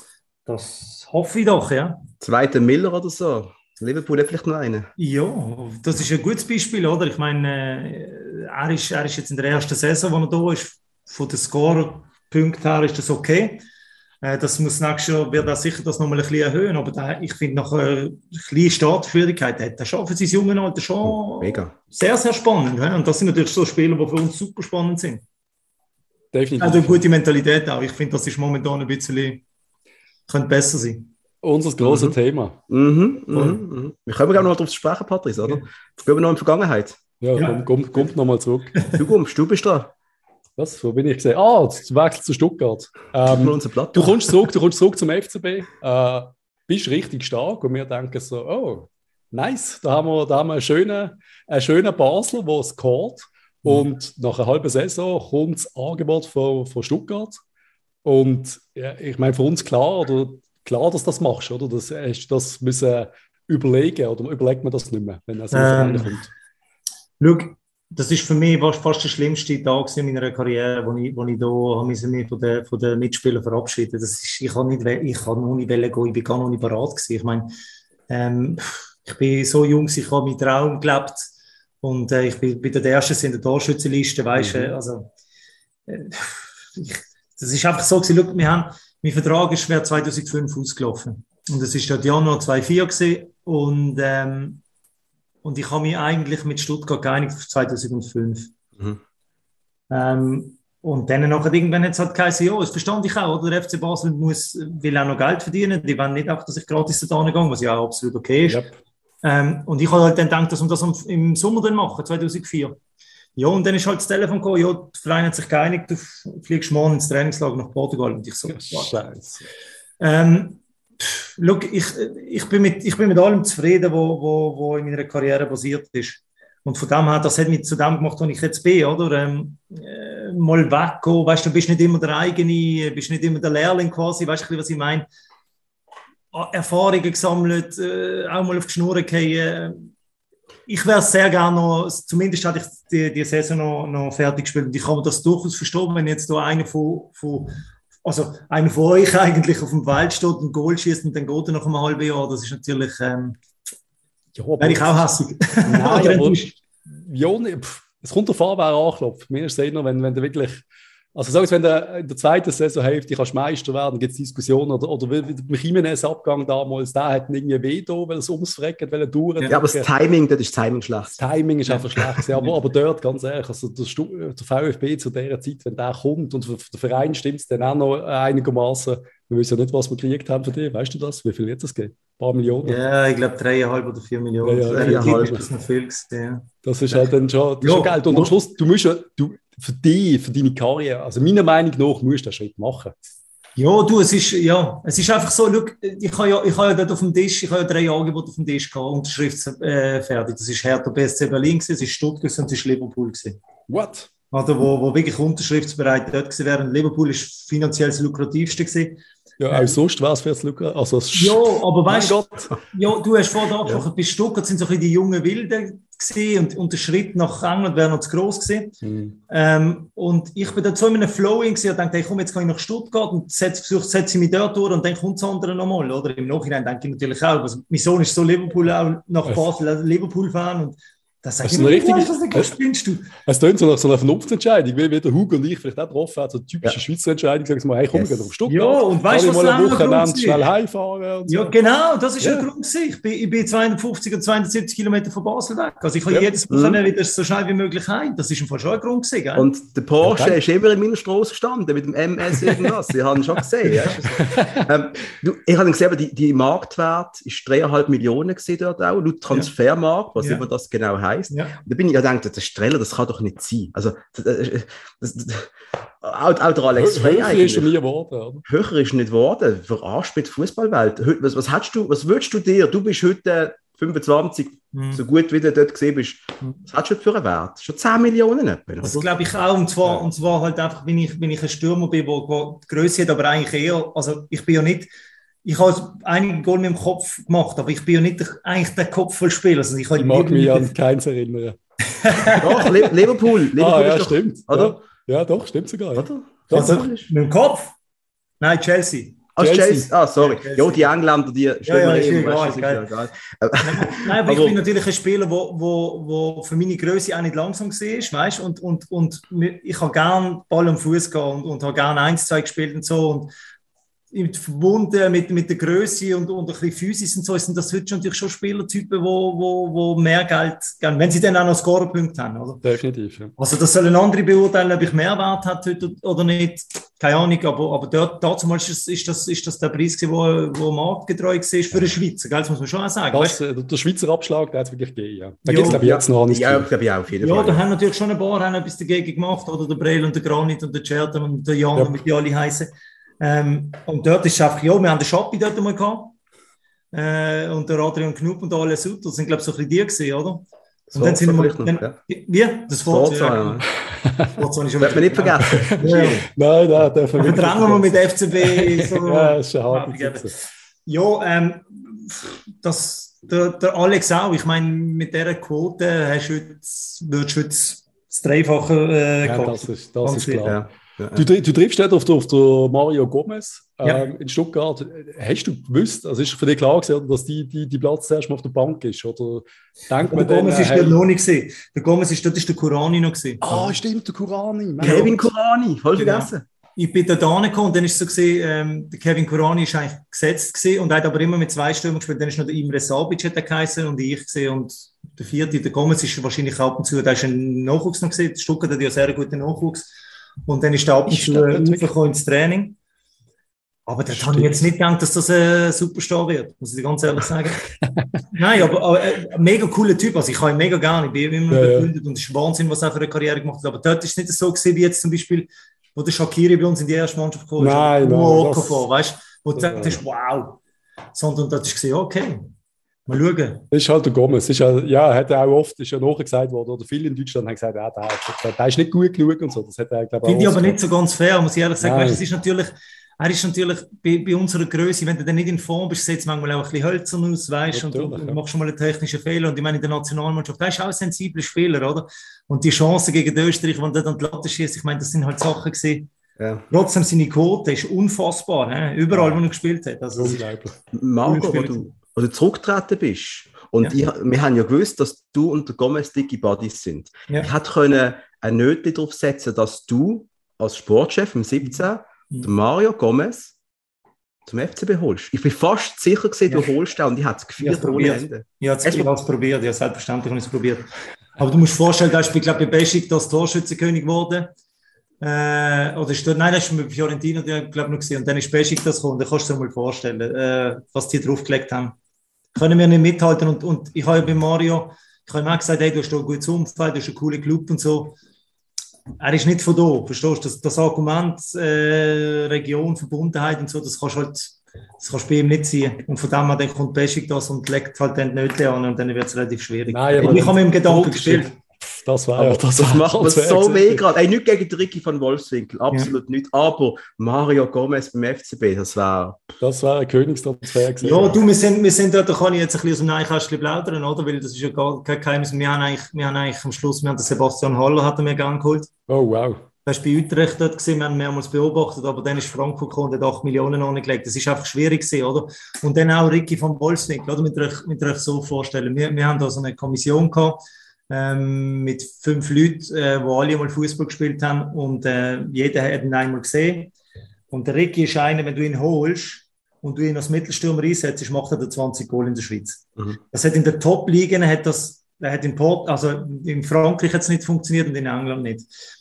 Das hoffe ich doch, ja. Zweiter Miller oder so. Liverpool hat vielleicht noch einen. Ja, das ist ein gutes Beispiel, oder? Ich meine, er ist, er ist jetzt in der ersten Saison, wo er da ist, von den Score-Punkten her ist das okay. Das muss nächstes Jahr, wird er sicher das nochmal ein bisschen erhöhen, aber da, ich finde, nach einer kleinen Startschwierigkeit hat er schon für sein junges Alter schon Mega. Sehr, sehr spannend. Und das sind natürlich so Spieler, die für uns super spannend sind. Definitiv. Also eine gute Mentalität auch. Ich finde, das ist momentan ein bisschen, könnte besser sein. Unser grosses mhm. Thema. Mhm, mhm, mhm. Wir können auch noch darauf sprechen, Patrice, oder? Ja. Gehen wir noch in die Vergangenheit. Ja, ja. komm, komm, komm nochmal zurück. Du kommst, du bist dran. Was? Wo bin ich gesehen? Ah, zum Wechsel zu Stuttgart. Ähm, du kommst zurück, du kommst zurück zum F C B, äh, bist richtig stark und wir denken so, oh, nice, da haben wir, da haben wir einen schönen, einen schönen Basler, der scoret. Mhm. Und nach einer halben Saison kommt das Angebot von, von Stuttgart. Und ja, ich meine, für uns klar, oder klar, dass du das machst, oder? Das, hast du das müssen überlegen, oder überlegt man das nicht mehr, wenn er so ähm, kommt? Schau, das ist für mich fast der schlimmste Tag in meiner Karriere, wo ich, wo ich da habe mich von den, von den Mitspielern verabschiedet. Das ist, ich kann nicht, ich kann noch nicht gehen, ich bin gar noch nicht bereit gewesen. Ich meine, ähm, ich bin so jung, ich habe meinen Traum gelebt und äh, ich bin bei der Ersten in der Torschützenliste, weißt du, mhm. also äh, ich, das ist einfach so gewesen, schau, wir haben mein Vertrag ist zweitausendfünf ausgelaufen. Und es war dort Januar zweitausendvier gewesen. Und, ähm, und ich habe mich eigentlich mit Stuttgart geeinigt auf zweitausendfünf. Mhm. Ähm, und dann nachher irgendwann hat es halt geheißen, ja, das verstand ich auch, oder? Der F C Basel muss, will auch noch Geld verdienen. Die wollen nicht auch, dass ich gratis da gehe, was ja auch absolut okay ist. Yep. Ähm, und ich habe halt dann gedacht, dass wir das im Sommer dann machen, zweitausendvier. Ja, und dann ist halt das Telefon gekommen, ja, der Verein hat sich geeinigt, du fliegst morgen ins Trainingslager nach Portugal. Und ich so, Scheiße. Ähm, pff, look, ich, ich, bin mit, ich bin mit allem zufrieden, was wo, wo, wo in meiner Karriere basiert ist. Und von dem her, das hat mich zu dem gemacht, wo ich jetzt bin, oder? Ähm, äh, mal weggehen, weißt du, du bist nicht immer der eigene, bist nicht immer der Lehrling quasi, weißt du, was ich meine? Erfahrungen gesammelt, äh, auch mal auf die Schnur gehen. ich wäre sehr gerne noch, zumindest hatte ich die, die Saison noch, noch fertig gespielt und ich kann mir das durchaus verstehen, wenn jetzt da einer von, von, also einer von euch eigentlich auf dem Feld steht und Goal schießt und dann geht er nach einem halben Jahr, das ist natürlich, ähm, ja, wäre ich auch hässig. Nein, aber, ja, pff, es kommt darauf an, wer anklopft. Mir ist es eher, wenn, wenn du wirklich, also sag jetzt, wenn du in der zweiten Saisonhälfte kannst Meister werden, gibt es Diskussionen, oder, oder wie der Jimenez-Abgang damals, der hat irgendwie Veto, weil es ums Frecken, weil er durch. Ja, aber das Timing, das ist Timing schlecht. Das Timing ist einfach schlecht. Aber, aber dort, ganz ehrlich, also der, der VfB zu dieser Zeit, wenn der kommt und für den Verein stimmt es dann auch noch einigermaßen. Wir wissen ja nicht, was wir gekriegt haben für dich. Weißt du das? Wie viel wird das geben? Ein paar Millionen? Ja, ich glaube dreieinhalb oder vier Millionen. Ja, ja, dreieinhalb ist das noch viel gewesen, ja. Das ist halt dann schon, das ist schon Geld. Und am Schluss, du musst ja, du, für dich, für deine Karriere, also meiner Meinung nach, musst du den Schritt machen. Ja, du, es ist, ja, es ist einfach so, schau, ich habe ja, ich habe ja dort auf dem Tisch, ich habe ja drei Angebote auf dem Tisch gehabt, Unterschrift äh, fertig. Das ist Hertha B S C Berlin gewesen, es ist Stuttgart und es ist Liverpool gewesen. What? Oder wo, wo wirklich unterschriftsbereit dort gewesen wären. Liverpool ist finanziell das lukrativste gewesen. Ja, auch sonst wäre es für das Lukas. Also, ja, aber weißt du, ja, du hast vorhin angesprochen, ja. Bei Stuttgart sind so ein bisschen die jungen Wilden gewesen und, und der Schritt nach England wäre noch zu gross gewesen. Mhm. Ähm, und ich bin dann so in einem Flowing gewesen und dachte, hey, komm, jetzt kann ich nach Stuttgart und setze, setze mich dort durch und dann kommt das andere nochmal, oder? Im Nachhinein denke ich natürlich auch, also, mein Sohn ist so Liverpool, auch nach Basel, also Liverpool-Fan und das sage ich mir, was spinnst du? Es tönt so nach so einer Vernunftsentscheidung, wie der Hugo und ich vielleicht auch getroffen haben, so eine typische ja. Schweizer Entscheidung, sagst du mal, hey, komm, yes. wir gehen auf Stuttgart. Ja, und weißt du, was mal eine Woche lang schnell heimfahren und so. Ja, genau, das ist ja der Grund. Ich bin, ich bin zweihundertfünfzig und zweihundertsiebzig Kilometer von Basel weg. Also ich kann ja. jedes Wochenende mhm. wieder so schnell wie möglich heim. Das ist im Fall schon ein Grund gewesen, gell? Und der Porsche ja, ist immer in meiner Straße gestanden, mit dem M S irgendwas. Ich habe ihn schon gesehen. ähm, du, ich habe gesehen, die, die Marktwert ist dreieinhalb Millionen gewesen dort auch, laut Transfermarkt, was ja. immer das genau heisst. Ja. Da bin ich ja gedacht, der Streller, das kann doch nicht sein. Also, das, das, das, auch, auch der Alex Frey Höher ist er nie geworden, oder? Höher ist nicht geworden. Verarscht mit Fußballwelt. Was, was, hast du, was würdest du dir? Du bist heute fünfundzwanzig, hm. so gut wie du dort gesehen bist. Was hast du für einen Wert? Schon zehn Millionen etwa? Das glaube ich auch. Und zwar, ja. und zwar halt einfach, wenn ich, wenn ich ein Stürmer bin, wo, wo die Größe hat, aber eigentlich eher, also ich bin ja nicht, ich habe einige Goal mit dem Kopf gemacht, aber ich bin ja nicht der, eigentlich der Kopfballspieler. Also ich, ich mag mich an keins erinnern. Doch, Le Liverpool. Liverpool ah, ja, ist doch, stimmt. Oder? Ja. ja, doch, stimmt sogar. Oder? Das das mit dem Kopf? Nein, Chelsea. Ah, Chelsea. Chelsea. Ah, sorry. Ja, ja, die Engländer, die ja, ja, ist eben, egal, weißt, ist egal. Nein, aber ich bin natürlich ein Spieler, wo, wo, wo für meine Größe auch nicht langsam war, weißt? Und, und, und ich habe gerne Ball am Fuß gehen und, und habe gerne eins zwei gespielt und so. Und verbunden mit, mit der Größe und, und ein bisschen Physis und so, sind das heute natürlich schon Spielertypen, wo, wo, wo mehr Geld geben, wenn sie dann auch noch Scorerpunkte haben, oder? Definitiv, ja. Also das sollen andere beurteilen, ob ich mehr Wert habe heute oder nicht, keine Ahnung, aber, aber dort, dazu ist das, ist, das, ist das der Preis, der wo, wo marktgetreu war für den Schweizer, gell? Das muss man schon auch sagen. Das, der Schweizer Abschlag, der hat es wirklich gegeben, ja. Da gibt es, glaube ich, jetzt noch nicht. Ja, glaube ich auch, auf jeden ja, Fall. da haben natürlich schon ein paar haben etwas dagegen gemacht, oder der Brel und der Granit und der Certan und der Jan, ja. Wie die alle heißen. Ähm, und dort ist es einfach, ja, wir haben den Schappi dort mal gehabt. Äh, und der Adrian Knupp und alle Sutter, das sind, glaube ich, so ein bisschen die gewesen, oder? Und so, dann sind wir. Dann, ja. Wie? Das Forza. Ja. Das wird man nicht vergessen. Ja. Nein, nein, dürfen wir nicht. Verdrängen wir mit F C B. So. Ja, das ist ein hart. Ja, ähm, das, der, der Alex auch. Ich meine, mit dieser Quote hast du heute, würdest du heute das Dreifache äh, ja, das ist, das ist klar. Ja. Ja. Du, du triffst nicht auf, auf der Mario Gomez ähm, ja. in Stuttgart. Hast du gewusst, also ist für dich klar gewesen, dass die, die, die Platz zuerst mal auf der Bank ist? Oder denkt man der Gomez ist hey, dort noch nicht gesehen. Der Gomez ist dort ist der Kurani noch gesehen. Ah, stimmt, der Kurani. Kevin Kurani, voll vergessen. Genau. Ich bin da hingekommen und dann ist es so gesehen, ähm, der Kevin Kurani ist eigentlich gesetzt gewesen und hat aber immer mit zwei Stürmern gespielt. Dann ist noch der Imre Sabic hat er geheißen und ich gesehen und der vierte, der Gomez ist wahrscheinlich ab und zu, da ist ein Nachwuchs noch gesehen. Stuttgart hat ja sehr guten Nachwuchs. Und dann ist der ab und zu raufgekommen ins Training. Aber das habe ich jetzt nicht gedacht, dass das ein Superstar wird, muss ich dir ganz ehrlich sagen. Nein, aber, aber ein mega cooler Typ. Also ich habe ihn mega gerne, ich bin immer ja, befreundet ja. Und es ist Wahnsinn, was er für eine Karriere gemacht hat. Aber dort ist es nicht so gewesen, wie jetzt zum Beispiel, wo der Shaqiri bei uns in die erste Mannschaft gekommen ist. Nein, nein. Das, vor, weißt, wo du sagst, ja. wow. Sondern dort ist es okay. Mal schauen. Das ist halt der Gomez. Ist ja, ja, hat er auch oft, ist ja nachgesagt worden, oder viele in Deutschland haben gesagt, ja, der, der ist nicht gut genug und so. Das hat er, glaube ich, finde ich aber nicht so ganz fair, muss ich ehrlich sagen. Weißt, es ist natürlich, er ist natürlich bei, bei unserer Größe, wenn du dann nicht in Form bist, sieht es manchmal auch ein bisschen hölzern aus, weißt, und du, du machst schon mal einen technischen Fehler. Und ich meine, in der Nationalmannschaft, der ist auch ein sensibler Spieler, oder? Und die Chancen gegen Österreich, wenn der dann die Latte schießt, ich meine, das sind halt Sachen gewesen. Ja. Trotzdem, seine Quote ist unfassbar, he? Überall, ja. wo er gespielt hat. Also, unglaublich. Marco, wo du, wo du zurückgetreten bist, und ja. ich, wir haben ja gewusst, dass du und der Gomez dicke Buddies sind. Ja. Ich hätte können ein Nötchen darauf setzen, dass du als Sportchef im siebzehn mhm. Mario Gomez zum F C B holst. Ich bin fast sicher gewesen, du ja. holst den, und ich habe es gefeiert ohne Ende. Ich habe es probiert, ja, selbstverständlich habe ich es probiert. Aber du musst dir vorstellen, da ist, ich glaube, bei Beschik das Torschützenkönig geworden. Äh, oder ist dort, nein, das ist mit Fiorentina, die, glaube ich, noch gesehen. Und dann ist Beschik das gekommen. Da kannst du dir mal vorstellen, äh, was die draufgelegt haben. Können wir nicht mithalten. Und, und ich habe ja bei Mario, ich habe ihm auch gesagt, hey, du hast da ein gutes Umfeld, du hast einen coolen Club und so. Er ist nicht von da, verstehst du? Das, das Argument, äh, Region, Verbundenheit und so, das kannst du halt, das kannst du bei ihm nicht ziehen. Und von dem her, dann kommt Beschik das und legt halt dann die Nöte an, und dann wird es relativ schwierig. Nein, aber ich habe mit dem Gedanken gespielt. Das war ja, das, das macht man so mega. Ey, nicht gegen den Ricky von Wolfswinkel, absolut ja. nicht. Aber Mario Gomez beim F C B, das war... Das war ein Königstransfer gewesen. Ja, du, wir sind, wir sind da, da kann ich jetzt ein bisschen aus dem Neinkästchen plaudern, oder? Weil das ist ja gar kein Geheimnis. Wir haben eigentlich, wir haben eigentlich am Schluss, wir haben den Sebastian Haller, hat er mir gern geholt. Oh, wow. Das war bei Utrecht dort gewesen, wir haben mehrmals beobachtet, aber dann ist Frankfurt gekommen und hat acht Millionen angelegt. Das ist einfach schwierig gewesen, oder? Und dann auch Ricky von Wolfswinkel, oder? Mit euch, mit euch so vorstellen. Wir, wir haben da so eine Kommission gehabt, Ähm, mit fünf Leuten, äh, die alle mal Fußball gespielt haben, und äh, jeder hat ihn einmal gesehen. Und der Ricky ist einer, wenn du ihn holst und du ihn als Mittelstürmer einsetzt, macht er zwanzig Goal in der Schweiz. Mhm. Das hat in der Top-Ligen, hat das, er hat in Port, also in Frankreich hat es nicht funktioniert und in England nicht.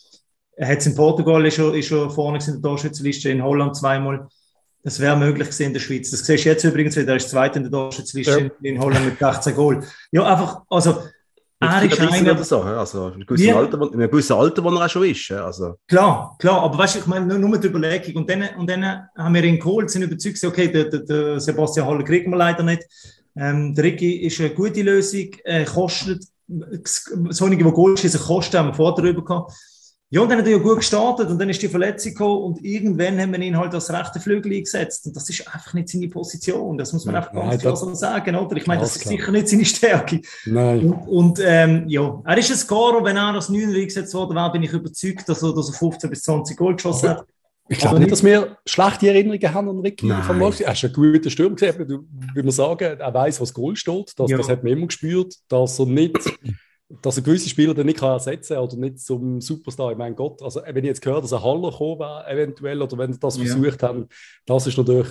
Er hat es in Portugal, ist schon, ist schon vorne in der Torschützenliste, in Holland zweimal. Das wäre möglich gewesen in der Schweiz. Das siehst du jetzt übrigens wieder, er ist Zweiter in der Torschützenliste, ja. in, in Holland mit achtzehn Goal. Ja, einfach, also Er ist einer, so, also in einem gewissen ja. Alter, in einem gewissen Alter, wo er auch schon ist. Also. Klar, klar, aber weißt du, ich meine, nur, nur die Überlegung. Und dann, und dann haben wir ihn geholt, sind überzeugt, okay, der, der, der Sebastian Haller kriegen wir leider nicht. Ähm, der Ricky ist eine gute Lösung, äh, kostet, solche, die Goal schießen, kosten, haben wir vorher darüber gehabt. Ja, und dann hat er ja gut gestartet, und dann ist die Verletzung gekommen, und irgendwann haben wir ihn halt als rechten Flügel eingesetzt. Und das ist einfach nicht seine Position. Das muss man einfach ganz klar so sagen, oder? Ich meine, das ist sicher nicht seine Stärke. Nein. Und, und ähm, ja, er ist ein Scorer. Wenn er als Neuner eingesetzt worden wäre, bin ich überzeugt, dass er, dass er fünfzehn bis zwanzig Goal geschossen hat. Ich glaube nicht, dass wir schlechte Erinnerungen haben an Ricky von Wolfswinkel. Er ist ein guter Stürmer gesehen, wie man sagen, er weiß, was Goal steht. Das, ja. das hat man immer gespürt, dass er nicht... dass er gewisse Spieler dann nicht kann ersetzen kann oder nicht zum Superstar. Ich meine Gott, also wenn ich jetzt höre, dass ein Haller gekommen wäre, eventuell, oder wenn sie das ja. versucht haben, das ist natürlich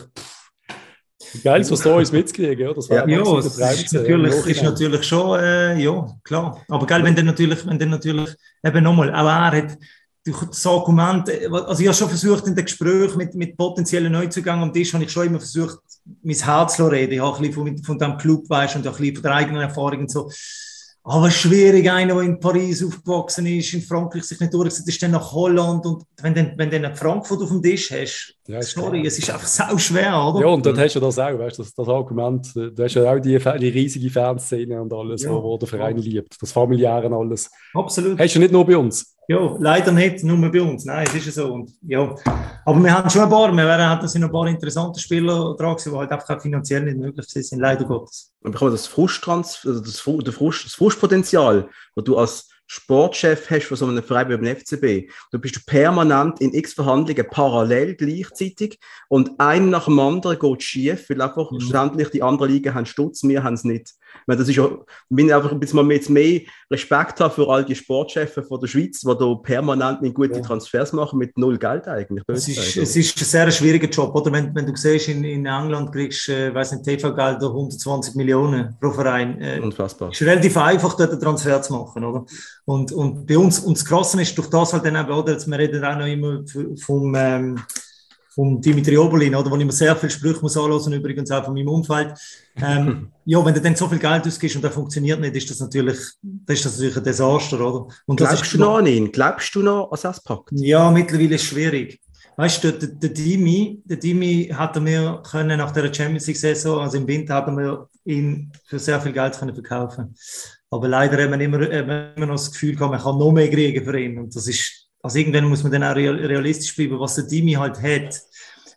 pff, geil, was da uns mitzukriegen. Ja, das war ja, ja, es ist natürlich, ja, ist natürlich schon, äh, ja, klar. Aber geil, wenn der natürlich, wenn der natürlich, eben nochmal, auch er hat das Argument, also ich habe schon versucht in den Gesprächen mit, mit potenziellen Neuzugängen am Tisch, habe ich schon immer versucht, mein Herz zu reden. Ich habe ein bisschen von, von dem Club, weißt, und auch ein bisschen von der eigenen Erfahrung und so. Aber schwierig, einer, der in Paris aufgewachsen ist, in Frankreich sich nicht durchgesetzt ist, dann nach Holland. Und wenn du wenn dann Frankfurt auf dem Tisch hast, ja, sorry, klar. Es ist einfach sau schwer, oder? Ja, und dort hast du das auch, weißt du, das, das Argument, du hast ja auch die, die riesige Fanszene und alles, ja. wo, wo der Verein ja. liebt, das Familiäre und alles. Absolut. Hast du nicht nur bei uns? Ja, leider nicht nur bei uns, nein, es ist ja so. Und, ja. Aber wir haben schon ein paar, wir hatten sind ein paar interessante Spieler dran, die halt einfach finanziell nicht möglich sind, leider Gottes. Und das Frusttrans, also das, Frust, das Frustpotenzial, das du als Sportchef hast von so einem Verein wie beim F C B, du bist permanent in x Verhandlungen parallel gleichzeitig, und ein nach dem anderen geht schief, weil einfach mhm. schlussendlich die anderen Ligen haben Stutz, wir haben es nicht. Ich meine, das ist ja, wenn ich einfach ein bisschen mehr, jetzt mehr Respekt habe für all die Sportchefs von der Schweiz, die da permanent mit gute ja. Transfers machen, mit null Geld eigentlich. Es ist, es ist ein sehr schwieriger Job, oder? Wenn, wenn du siehst, in, in England kriegst du, äh, weiss nicht, T V-Gelder hundertzwanzig Millionen pro Verein. Äh, Unfassbar. Es ist relativ einfach, dort einen Transfer zu machen, oder? Und, und bei uns, und das Krasse ist, durch das halt dann eben, oder? Jetzt, wir reden auch noch immer vom, ähm, vom Dimitri Oberlin, oder? Wo ich mir sehr viel Sprüche muss anhören, übrigens auch von meinem Umfeld. Ähm, ja, wenn du dann so viel Geld ausgibst und das funktioniert nicht, ist das natürlich, das ist das natürlich ein Desaster, oder? Und das Glaubst ist du noch an ihn? Glaubst du noch, dass er es packt? Ja, mittlerweile ist es schwierig. Weißt du, der, der Dimi, der Dimi hat mir können nach der Champions League-Saison, also im Winter, hat er mir ihn für sehr viel Geld können verkaufen. Aber leider haben wir immer, immer noch das Gefühl gehabt, man kann noch mehr kriegen für ihn. Und das ist, also irgendwann muss man dann auch realistisch bleiben, was der Dimi halt hat.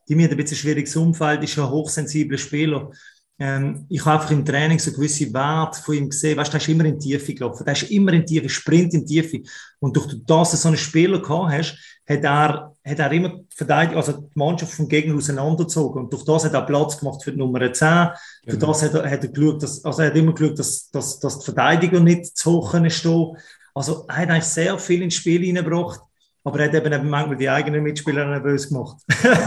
die mir ein bisschen ein schwieriges Umfeld, ist ein hochsensibler Spieler. Ähm, ich habe einfach im Training so gewisse Werte von ihm gesehen. Weißt du, der ist immer in die Tiefe gelaufen. Der ist immer in die Tiefe, Sprint in die Tiefe. Und durch das, dass du so einen Spieler gehabt hast, hat er, hat er immer verteidigt, also die Mannschaft vom Gegner auseinandergezogen. Und durch das hat er Platz gemacht für die Nummer zehn. Für genau. das hat er, hat er geschaut, dass, also er hat immer geschaut, dass, dass, dass die Verteidiger nicht zu hoch stehen. Also er hat eigentlich sehr viel ins Spiel hineingebracht. Aber er hat eben manchmal die eigenen Mitspieler nervös gemacht.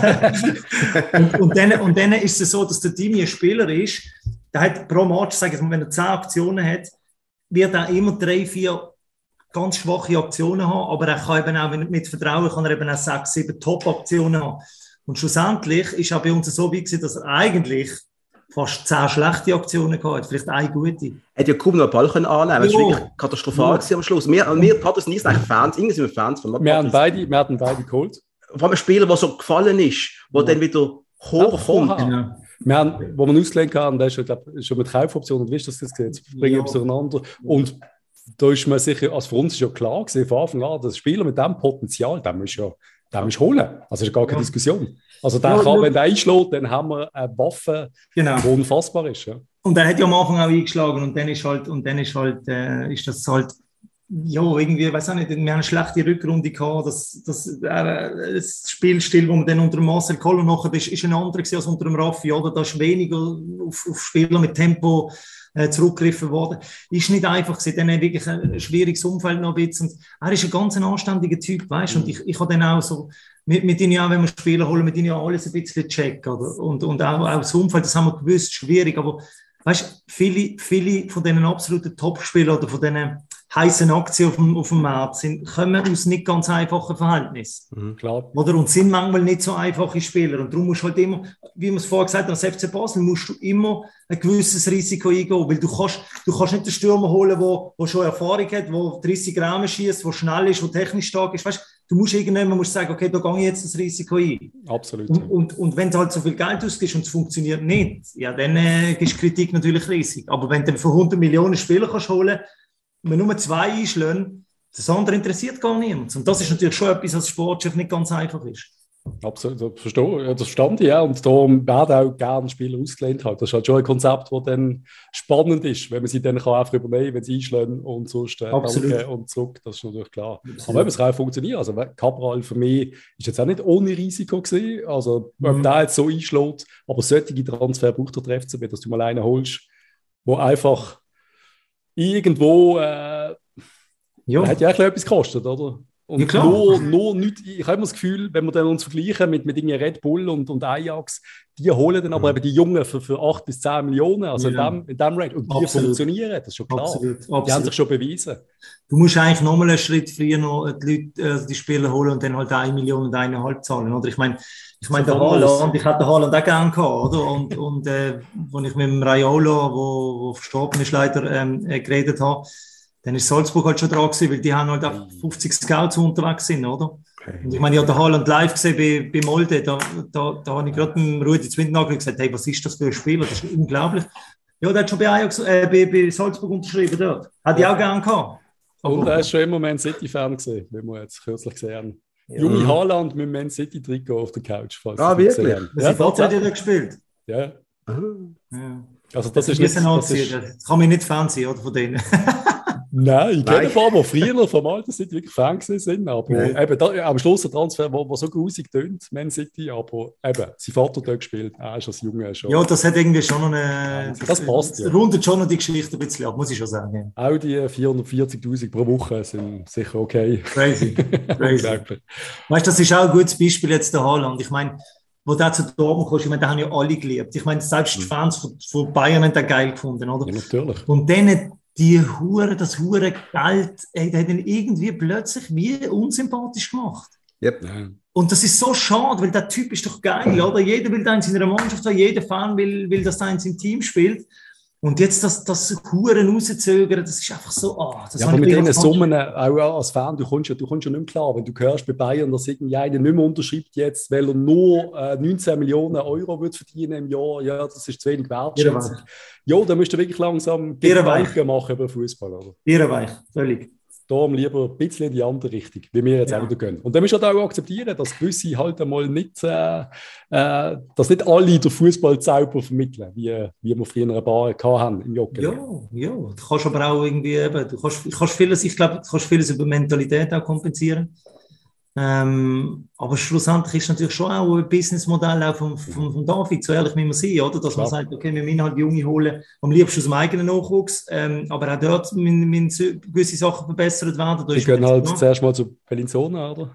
und, und, dann, und dann ist es so, dass der Team ein Spieler ist, der hat pro Match, sagen wir, wenn er zehn Aktionen hat, wird er immer drei, vier ganz schwache Aktionen haben, aber er kann eben auch mit Vertrauen kann er eben auch sechs, sieben Top-Aktionen haben. Und schlussendlich ist er bei uns so weit gewesen, dass er eigentlich fast zehn schlechte Aktionen gehabt hat, vielleicht eine gute. Er hätte ja kaum noch einen Ball können annehmen können. Es war wirklich katastrophal ja. am Schluss. Wir, wir Patrick nie sind eigentlich Fans, irgendwie sind wir Fans von wir haben beide, wir hatten beide geholt. Vor allem ein Spieler, der so gefallen ist, der ja. dann wieder hochkommt. Genau. Wir haben, wo wir ausgelegt haben, das ist glaub, schon mit Kaufoptionen, und wie ist das gesehen? Jetzt bringen wir es durcheinander. Und da ist man sicher, also für uns ist ja klar gewesen, von Anfang an, dass Spieler mit diesem Potenzial, dem ist ja Den musst du holen. Also das ist gar keine ja. Diskussion. Also der ja, kann, ja. wenn der einschlägt, dann haben wir eine Waffe, genau. die unfassbar ist. Ja. Und er hat ja am Anfang auch eingeschlagen und dann ist halt, und dann ist halt, äh, ist das halt, ja, irgendwie, weiß auch nicht, wir haben eine schlechte Rückrunde gehabt, das, das, äh, das Spielstil, wo man dann unter Marcel Koller nachher ist, ist ein anderer als unter dem Raffi, oder? Da ist weniger auf, auf Spieler mit Tempo äh, zurückgegriffen worden. Ist nicht einfach gewesen, dann hat wirklich ein schwieriges Umfeld noch ein bisschen. Und er ist ein ganz anständiger Typ, weißt du, und ich, ich habe dann auch so, mit, mit ihnen ja, wenn wir Spieler holen, mit ihnen ja alles ein bisschen checken, oder? Und, und auch, auch das Umfeld, das haben wir gewusst, schwierig, aber weißt du, viele, viele von diesen absoluten Top-Spielern oder von diesen heißen Aktien auf dem, auf dem Markt sind, kommen aus nicht ganz einfachen Verhältnissen. Mhm, klar. Oder? Und sind manchmal nicht so einfache Spieler. Und darum musst du halt immer, wie wir es vorher gesagt haben, als F C Basel musst du immer ein gewisses Risiko eingehen. Weil du kannst, du kannst nicht den Stürmer holen, der schon Erfahrung hat, der dreißig Rahmen schießt, der schnell ist, der technisch stark ist. Weißt, du musst irgendwann musst sagen, okay, da gehe ich jetzt das Risiko ein. Absolut. Und, und, und wenn du halt so viel Geld ausgibst und es funktioniert nicht, ja, dann äh, ist Kritik natürlich riesig. Aber wenn du für hundert Millionen Spieler kannst holen, wenn wir nur zwei einschlagen, das andere interessiert gar niemand. Und das ist natürlich schon etwas, was als Sportchef nicht ganz einfach ist. Absolut, das verstehe, das verstand ich, ja. Und darum werden auch gerne Spieler ausgelehnt haben. Das ist halt schon ein Konzept, das dann spannend ist, wenn man sie dann einfach übernehmen kann, wenn sie einschlagen und sonst äh, und zurück. Das ist natürlich klar. Absolut. Aber eben, es kann auch funktionieren. Also Cabral für mich ist jetzt auch nicht ohne Risiko gewesen. Also ob mhm. der jetzt so einschlägt, aber solche Transfer braucht der F C B, dass du mal einen holst, wo einfach irgendwo äh, ja. hat ja auch etwas gekostet, oder? Und ja, nur, nur nicht, ich habe immer das Gefühl, wenn wir dann uns vergleichen mit, mit Red Bull und, und Ajax, die holen dann aber mhm. eben die Jungen für, für acht bis zehn Millionen, also ja. in dem, in dem Rate. Und die Absolut. funktionieren, das ist schon klar. Absolut. Absolut. Die haben sich schon bewiesen. Du musst eigentlich nochmal einen Schritt früher noch die, Leute, also die Spieler holen und dann halt eine Million und eineinhalb zahlen, oder? Ich meine, ich meine, so der Haaland, ich hätte den Haaland auch gerne gehabt, oder? Und, und äh, als ich mit dem Raiola, wo, wo verstorben ist, leider ähm, äh, geredet habe, dann ist Salzburg halt schon dran gewesen, weil die haben halt auch fünfzig Scouts unterwegs sind, oder? Okay. Und ich meine, ich habe den Haaland live gesehen bei, bei Molde, da, da, da habe ich gerade mit Rudi Zwindenagel gesagt, hey, was ist das für ein Spieler? Das ist unglaublich. Ja, der hat schon bei, Ajax, äh, bei, bei Salzburg unterschrieben dort. Hat ich auch gerne gehabt. Und er ist schon immer Man City-Fan gesehen, wie wir jetzt kürzlich gesehen haben. Ja. Junge Haaland mit Man City-Trikot auf der Couch. Ah, wirklich? Ja, Vater hat ja da gespielt. Ja. ja. Also das, das ist nicht... Das, ist, das kann mich nicht Fan sein, oder, von denen. Nein, ich kenne ein paar, die früher vom Alter sind, wirklich Fan sind, aber Nein. eben da, am Schluss ein Transfer, der so grusig tönt, Man City, aber eben, sein Vater dort gespielt, er ist als Junge schon. Ja, das hat irgendwie schon noch eine... Das, das passt, ja. Rundet schon noch die Geschichte ein bisschen ab, muss ich schon sagen. Auch die vierhundertvierzigtausend pro Woche sind sicher okay. Crazy, crazy. Weißt du, das ist auch ein gutes Beispiel jetzt der Haaland. Ich meine, wo der zu Dortmund kam, ich meine, den haben ja alle geliebt. Ich meine, selbst die Fans von, von Bayern haben den geil gefunden, oder? Ja, natürlich. Und dann die Hure, das Hure Geld, ey, der hat ihn irgendwie plötzlich wie unsympathisch gemacht. Yep. Und das ist so schade, weil der Typ ist doch geil, oder? Jeder will da in seiner Mannschaft haben, jeder Fan will, will, dass er in seinem Team spielt. Und jetzt das, das Huren rauszögern, das ist einfach so, ah, oh, das ja, aber mit diesen Summen, auch als Fan, du kommst ja, du kommst ja nicht mehr klar, wenn du hörst bei Bayern, dass irgendwie einer nicht mehr unterschreibt jetzt, weil er nur äh, neunzehn Millionen Euro wird verdienen im Jahr, ja, das ist zu wenig Wertschätzung. Ja, da musst du wirklich langsam Gedanken machen über Fußball, oder? Irrweich, völlig. darum lieber ein bisschen in die andere Richtung, wie wir jetzt Ja. auch wieder gehen. Und dann müssen wir auch akzeptieren, dass gewisse halt einmal nicht, äh, äh, dass nicht alle den Fußballzauber vermitteln, wie, wie wir früher ein paar hatten im Joggeli. Ja, ja. Du kannst aber auch irgendwie eben, du kannst, du kannst vieles, ich glaube, du kannst vieles über Mentalität auch kompensieren. Ähm, aber schlussendlich ist natürlich schon auch ein Businessmodell auch von, von, von David, so ehrlich wie man sieht, oder? Dass man Klar. sagt, okay, wir müssen halt Junge holen, am liebsten aus dem eigenen Nachwuchs, ähm, aber auch dort müssen, müssen gewisse Sachen verbessert werden. Da Die ist gehen man halt jetzt noch- zuerst mal zu Bellinzona, oder?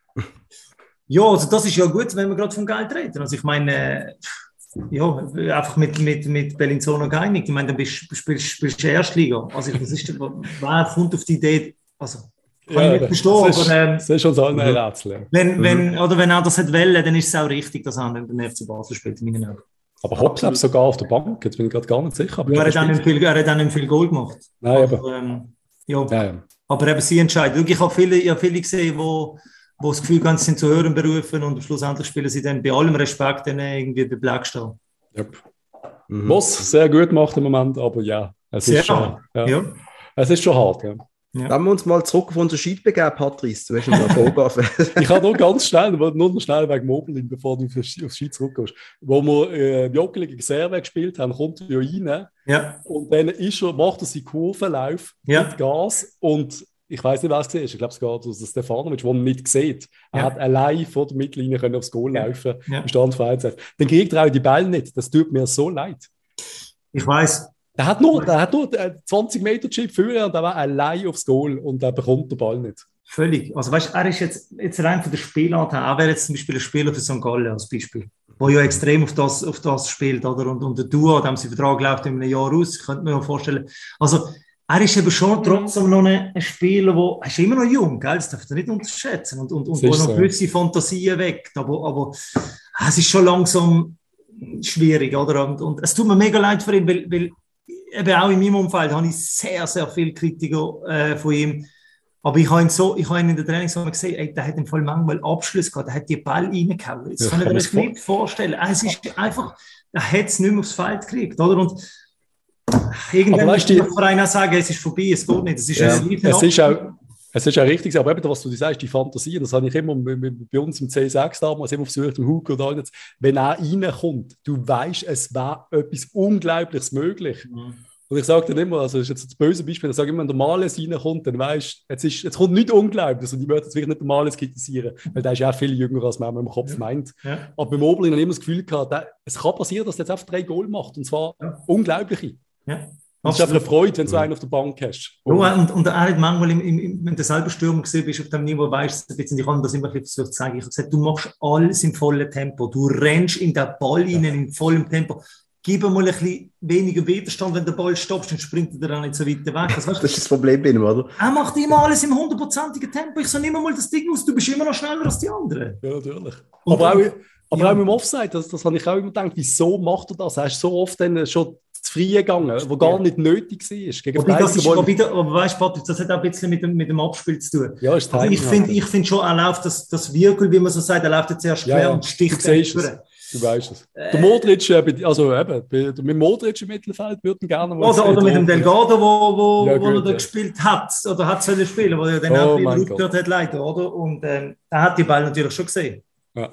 Ja, also das ist ja gut, wenn wir gerade vom Geld reden. Also ich meine, äh, ja, einfach mit, mit, mit Bellinzona geeinigt. Ich meine, dann bist du spielst, spielst du Erstliga. Also das ist, wer kommt auf die Idee, also kann ich nicht verstehen, das ist, aber ähm, das ist schon so ein Mhm. Rätsel. Ja. wenn, wenn, oder wenn er das hat wollen, dann ist es auch richtig, dass er den F C Basel spielt, in meinen Augen. Aber Hopp glaube sogar auf der Bank, jetzt bin ich gerade gar nicht sicher. Aber Ja, er ich hat glaube, dann viel, er hat dann nicht viel Goal gemacht. Nein, eben. Aber, ähm, ja. Ja, ja. aber eben sie entscheiden. Ich habe viele, ich habe viele gesehen, wo, wo das Gefühl haben, sie sind zu höheren Berufen und schlussendlich spielen sie dann bei allem Respekt dann irgendwie bei Blackstone. Yep. Mhm. Was sehr gut macht im Moment, aber ja, es Sehr ist schon, ja. Ja. Es ist schon hart. Ja. Lassen wir uns mal zurück auf unseren Schied begeben, Patrice. Du hast noch eine Vorgabe. Ich habe nur ganz schnell, nur noch schnell wegen Moblin, bevor du aufs Ski zurückgehst. Wo wir äh, im Joggeli gegen Serve gespielt haben, kommt er ja rein Ja. und dann ist er, macht er seinen Kurvenlauf Ja. mit Gas und ich weiß nicht, wer es war. Ich glaube, es geht aus Stefanovic, der ihn nicht sieht. Er Ja. hat allein vor der Mittellinie können aufs Goal Ja. laufen, Ja. im Stand verheizt. Dann kriegt er auch die Bälle nicht. Das tut mir so leid. Ich weiß. Der hat nur, der hat nur zwanzig Meter Chip führen und er war allein aufs Goal und er bekommt den Ball nicht. Völlig. Also weißt, er ist jetzt, jetzt rein von der Spielart her, er wäre jetzt zum Beispiel ein Spieler für Sankt Gallen als Beispiel, wo ja extrem auf das, auf das spielt, oder? Und, und der Duo, dem sein Vertrag läuft in einem Jahr aus, ich könnte mir ja vorstellen. Also er ist eben schon trotzdem noch ein, ein Spieler, wo, er ist immer noch jung, gell? Das darf man nicht unterschätzen und, und, und Das wo ist noch so. gewisse Fantasien weckt, aber, aber es ist schon langsam schwierig, oder? Und, und es tut mir mega leid für ihn, weil, weil eben auch in meinem Umfeld habe ich sehr, sehr viele Kritiker äh, von ihm. Aber ich habe ihn, so, ich habe ihn in der Trainingszone gesehen, ey, der hat im Fall manchmal Abschluss gehabt, der hat die Ball reingehauen. Das Ja, kann ich kann mir man's vor- nicht vorstellen. Es ist einfach, er hat es nicht mehr aufs Feld gekriegt, oder? Und irgendwann Aber muss weißt du, der Verein auch sagen, es ist vorbei, es geht nicht. Es ist Ja, ein riesen Es ist, Abschluss. auch, es ist auch richtig, aber eben, was du sagst, die Fantasie, das habe ich immer mit- mit- bei uns im C sechs damals immer versucht, im Hugo und alles. Wenn er reinkommt, du weißt, es war etwas Unglaubliches möglich. Mhm. Und ich sage dann immer, also das ist jetzt das böse Beispiel, ich sage immer, wenn der Males reinkommt, dann weißt du, jetzt, ist, jetzt kommt nichts Unglaubliches und ich würde jetzt wirklich nicht den Males kritisieren, weil der ist ja auch viel jünger, als man im Kopf Ja. meint. Ja. Aber beim Oberlin habe ich immer das Gefühl gehabt, der, es kann passieren, dass er jetzt einfach drei Goal macht und zwar Ja. unglaubliche. Ja. Das ist einfach eine Freude, wenn du einen auf der Bank hast. Ja, und, und er hat manchmal, im, im, wenn du selber Stürmer gesehen bist, auf dem Niveau, weißt du, ich habe das immer ein bisschen versucht zu sagen. Ich habe gesagt, du machst alles im vollen Tempo. Du rennst in den Ball rein, ja. in vollem Tempo. Gib ihm mal ein bisschen weniger Widerstand, wenn der Ball stoppst, dann springt er dann auch nicht so weit weg. Also, weißt, Das ist das Problem bei ihm, oder? er macht immer alles im hundertprozentigen Tempo. Ich sage immer mal das Ding aus, du bist immer noch schneller als die anderen. Ja, natürlich. Und aber dann, auch, aber ja. auch im Offside, das, das habe ich auch immer gedacht, wieso macht er das? Er ist so oft dann schon zu früh gegangen, wo gar nicht nötig war. Gegen wobei, das ist, Fleißer, wobei, aber weißt du, Patrick, das hat auch ein bisschen mit dem, mit dem Abspiel zu tun. Ja, ist also ich finde halt. ich find schon, er läuft das, das Wirkung, wie man so sagt, er läuft jetzt erst Ja, quer ja. und sticht Du siehst dann es. durch. Du weißt es. Der Modric, äh, bei- also eben, bei- mit Modric im Mittelfeld würden gerne mal Oder, oder mit dem Delgado, wo, wo, Ja, wo gut, er da ja. gespielt hat, oder hat sollen spielen, wo er dann Oh, auch ein mein bisschen aufgehört hat, leider, oder? Und ähm, er hat die Ball natürlich schon gesehen. Ja.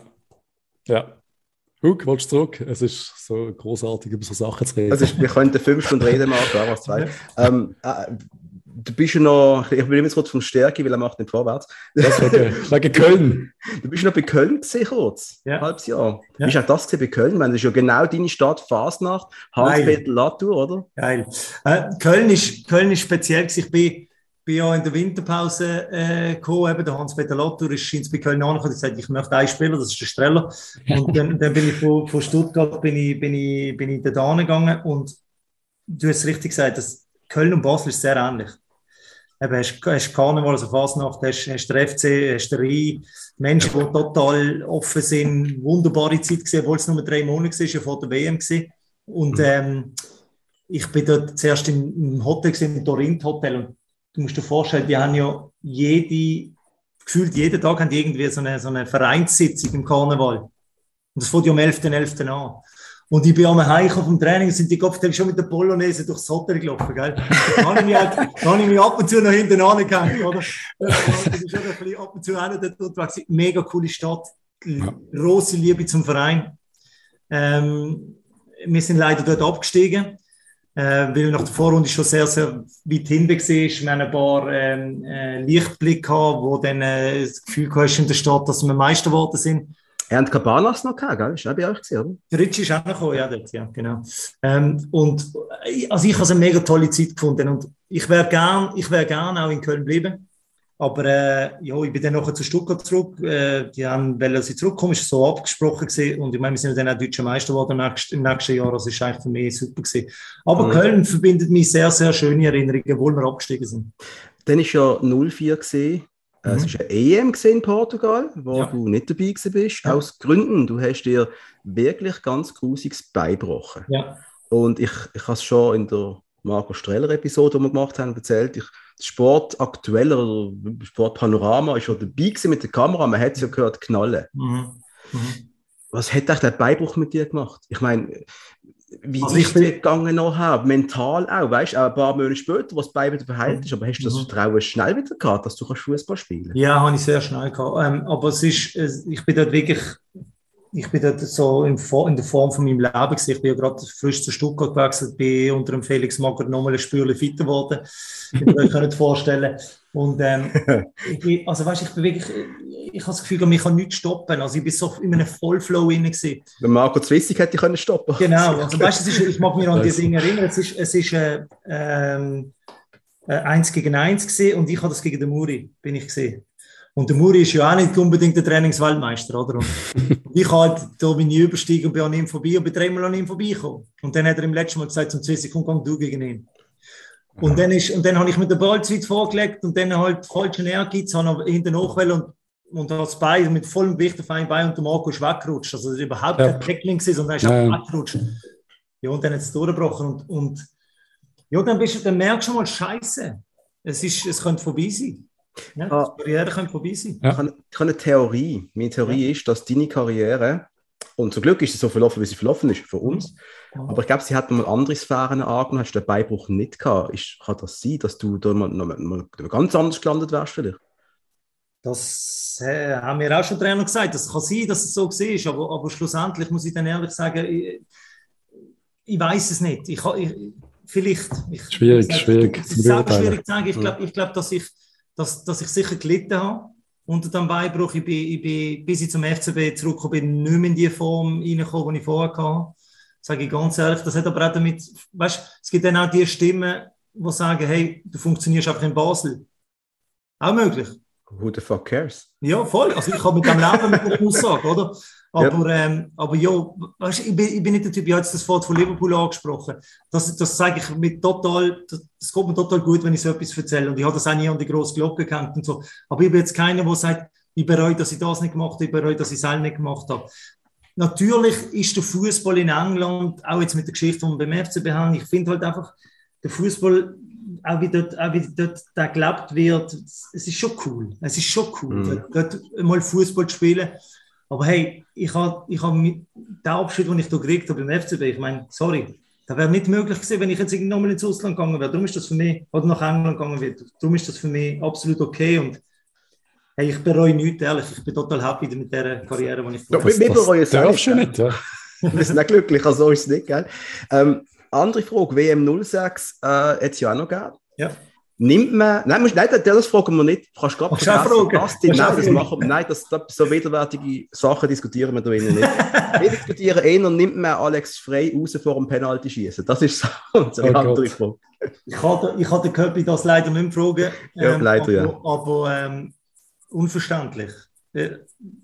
Ja. Huck, willst du zurück? Es ist so großartig, über so Sachen zu reden. Also ich, wir könnten fünf Stunden reden, Marco, was zwei. Ähm, äh, du bist ja noch, ich bin jetzt kurz vom Stärke, weil er macht nicht vorwärts. Das wegen, wegen Köln. Du bist noch bei Köln gesehen, kurz. Ja. Ein halbes Jahr. Ja. Wie ist auch das gesehen bei Köln? Ich meine, das ist ja genau deine Stadt, Fasnacht, Hans-Peter Latour, oder? Geil. Äh, Köln, ist, Köln ist speziell. Ich bin, bin ja in der Winterpause äh, gekommen. Eben, der Hans-Peter Latour ist ins bei Köln angekommen und gesagt, ich möchte einen Spieler, das ist der Streller. Und dann, dann bin ich von, von Stuttgart bin ich, bin ich, bin ich da hingegangen und du hast es richtig gesagt, dass Köln und Basel ist sehr ähnlich. Eben, hast, hast Karneval, also Fasnacht, hast, hast der F C, hast der Rhein, Menschen, die total offen sind, wunderbare Zeit gesehen, obwohl es nur drei Monate war, ja vor der W M gewesen. Und ähm, ich bin dort zuerst im, im Hotel gewesen, im Dorint Hotel, und du musst dir vorstellen, die haben ja jede, gefühlt jeden Tag haben die irgendwie so eine, so eine Vereinssitzung im Karneval. Und das fängt ja am elften elften an. Und ich bin am Heimkommen vom Training, sind die Kopfteile schon mit der Polonaise durchs Hotel gelaufen, gell? Da habe ich mich, halt, da habe ich mich ab und zu noch hinten angehängt, oder? Ich bin schon ein bisschen ab und zu hin dort war. Mega coole Stadt, grosse Liebe zum Verein. Ähm, wir sind leider dort abgestiegen, äh, weil nach der Vorrunde schon sehr, sehr weit hinten war. Wir haben ein paar ähm, äh, Lichtblicke gehabt, wo dann äh, das Gefühl hast in der Stadt, dass wir Meister geworden sind. Er hat Cabanas noch gehabt, gell? Ist auch bei euch gewesen, oder? Der Ritchie ist auch noch gekommen, ja, dort, ja, genau. Ähm, und also ich habe eine mega tolle Zeit gefunden und ich wäre gern, ich wäre gern auch in Köln geblieben. Aber äh, ja, ich bin dann nachher zu Stuttgart zurück. Äh, die haben, weil sie zurückkommen, ist so abgesprochen gewesen. Und ich meine, wir sind dann auch deutscher Meister geworden im nächsten, im nächsten Jahr. Das ist eigentlich für mich super gewesen. Aber mhm. Köln verbindet mich sehr, sehr schöne Erinnerungen, obwohl wir abgestiegen sind. Dann war ja null vier gesehen. Mhm. Es war eine E M in Portugal, wo ja. du nicht dabei bist. Ja. Aus Gründen, du hast dir wirklich ganz grusiges Bein gebrochen. Ja. Und ich, ich habe es schon in der Marco Streller-Episode, die wir gemacht haben, erzählt. Ich, Sport aktuell oder Sport Panorama ist schon dabei gewesen mit der Kamera, man hat es ja gehört knallen. Mhm. Mhm. Was hat eigentlich der Beinbruch mit dir gemacht? Ich meine, wie also ist es dir gegangen nachher? Mental auch, weißt du, auch ein paar Monate später, wo das Bein wieder verheilt ist, aber hast du das Vertrauen schnell wieder gehabt, dass du Fußball spielen kannst? Ja, habe ich sehr schnell gehabt. Ähm, aber es ist, ich bin dort wirklich, ich bin dort so in, in der Form von meinem Leben gewesen. Ich bin ja gerade frisch zu Stuttgart gewechselt, bin unter dem Felix Magath nochmal ein Spürchen fitter geworden. Ich kann mir nicht vorstellen. Und ähm, ich bin, also weißt, ich bin wirklich, ich habe das Gefühl, ich kann nichts stoppen. Also ich bin so in einem Vollflow inne gewesen. Der Marco Zwissig hätte ich können stoppen. Genau. Also weißt, es ist, ich mag mich an die Dinge erinnern. Es ist, es ist äh, ähm, äh, eins gegen eins gewesen und ich habe das gegen den Muri, bin ich gesehen. Und der Muri ist ja auch nicht unbedingt der Trainingsweltmeister, oder? Und ich halt da bin ich übersteigen und bin an ihm vorbei und bin dreimal an ihm vorbeigekommen. Und dann hat er im letzten Mal gesagt zum Zwissig, komm, komm du gegen ihn. Und dann, ist, und dann habe ich mit der Ball zu weit vorgelegt und dann halt falschen Ehrgeiz, habe hinten hochwählen und, und das Bein mit vollem Gewicht auf ein Bein und der Marco ist weggerutscht. Also das war überhaupt ja. kein Tackling, sondern er ist ja. einfach weggerutscht. Ja, und dann hat es durchgebrochen. Und, und ja, dann, bist, dann merkst du mal, Scheiße, es, ist, es könnte vorbei sein. Ja, ah, die Karriere könnte vorbei sein. Ja. Ich, habe, ich habe eine Theorie. Meine Theorie ja. ist, dass deine Karriere, und zum Glück ist sie so verlaufen, wie sie verlaufen ist für uns, ja. aber ich glaube, sie hat mal andere Sphären angenommen, hast du den Beinbruch nicht gehabt. Ist, kann das sein, dass du da mal, mal, mal ganz anders gelandet wärst vielleicht? Das äh, haben mir auch schon Trainer gesagt. Das kann sein, dass es so war, aber, aber schlussendlich muss ich dann ehrlich sagen, ich, ich weiß es nicht. Ich, ich, vielleicht. Ich, schwierig, ich, schwierig. Es ist selber schwierig zu sagen. Ich glaube, ich glaub, dass, ich, dass, dass ich sicher gelitten habe unter dem Beinbruch. Ich bin, ich bin, bis ich zum F C B zurückgekommen bin, nicht mehr in die Form reingekommen, die ich vorher hatte. Sage ich ganz ehrlich. Das hat aber auch damit, weißt, es gibt dann auch die Stimmen, die sagen, hey, du funktionierst einfach in Basel. Auch möglich. Who the fuck cares? Ja, voll. Also ich habe mit dem Leben mit der Aussage, oder? Aber, ja, ähm, aber ja, weißt, ich, bin, ich bin nicht der Typ, ich habe jetzt das Wort von Liverpool angesprochen. Das, das sage ich mit total, das, das kommt mir total gut, wenn ich so etwas erzähle. Und ich habe das auch nie an die grosse Glocke gehängt und so. Aber ich bin jetzt keiner, der sagt, ich bereue, dass ich das nicht gemacht habe, ich bereue, dass ich es auch nicht gemacht habe. Natürlich ist der Fußball in England, auch jetzt mit der Geschichte, die wir beim F C B haben, ich finde halt einfach, der Fußball, auch wie dort, auch wie dort der gelebt wird, es ist schon cool. Es ist schon cool, mm. dort, dort mal Fußball zu spielen. Aber hey, ich habe ich hab den Abschied, den ich da gekriegt habe beim F C B, ich meine, sorry, das wäre nicht möglich gewesen, wenn ich jetzt nochmal ins Ausland gegangen wäre. Darum ist das für mich, oder nach England gegangen wäre, darum ist das für mich absolut okay. Und hey, ich bereue nichts, ehrlich. Ich bin total happy mit dieser Karriere, die ich habe. Wir bereuen es auch nicht. Ja. Wir sind nicht glücklich, also ist es nicht, gell? Ähm, andere Frage, W M null sechs äh, hat es ja auch noch gegeben. Ja. Nimmt man, nein, musst, nein, das fragen wir nicht. Du kannst gerade vergessen, das, nein, das machen wir, nein, das, das, so widerwärtige Sachen diskutieren wir da innen nicht. Wir diskutieren eher, nimmt man Alex Frey raus vor dem Penalty-Schießen. Das ist so unsere oh andere Frage. Ich hatte, ich hatte Köppi das leider nicht fragen. Ähm, ja, leider, aber, ja. Aber ähm, unverständlich. Äh,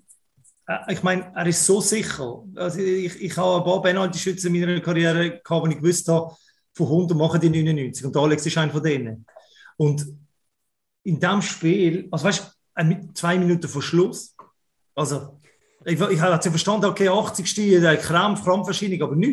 ich meine, er ist so sicher. Also ich, ich habe ein paar Penalty-Schützen in meiner Karriere gehabt, wo ich gewusst habe, von hundert machen die neunundneunzig. Und Alex ist einer von denen. Und in diesem Spiel, also weißt du, mit zwei Minuten vor Schluss, also ich, ich habe verstanden, okay, achtzig Stiche, Krampf, Krampferscheinung, aber nichts.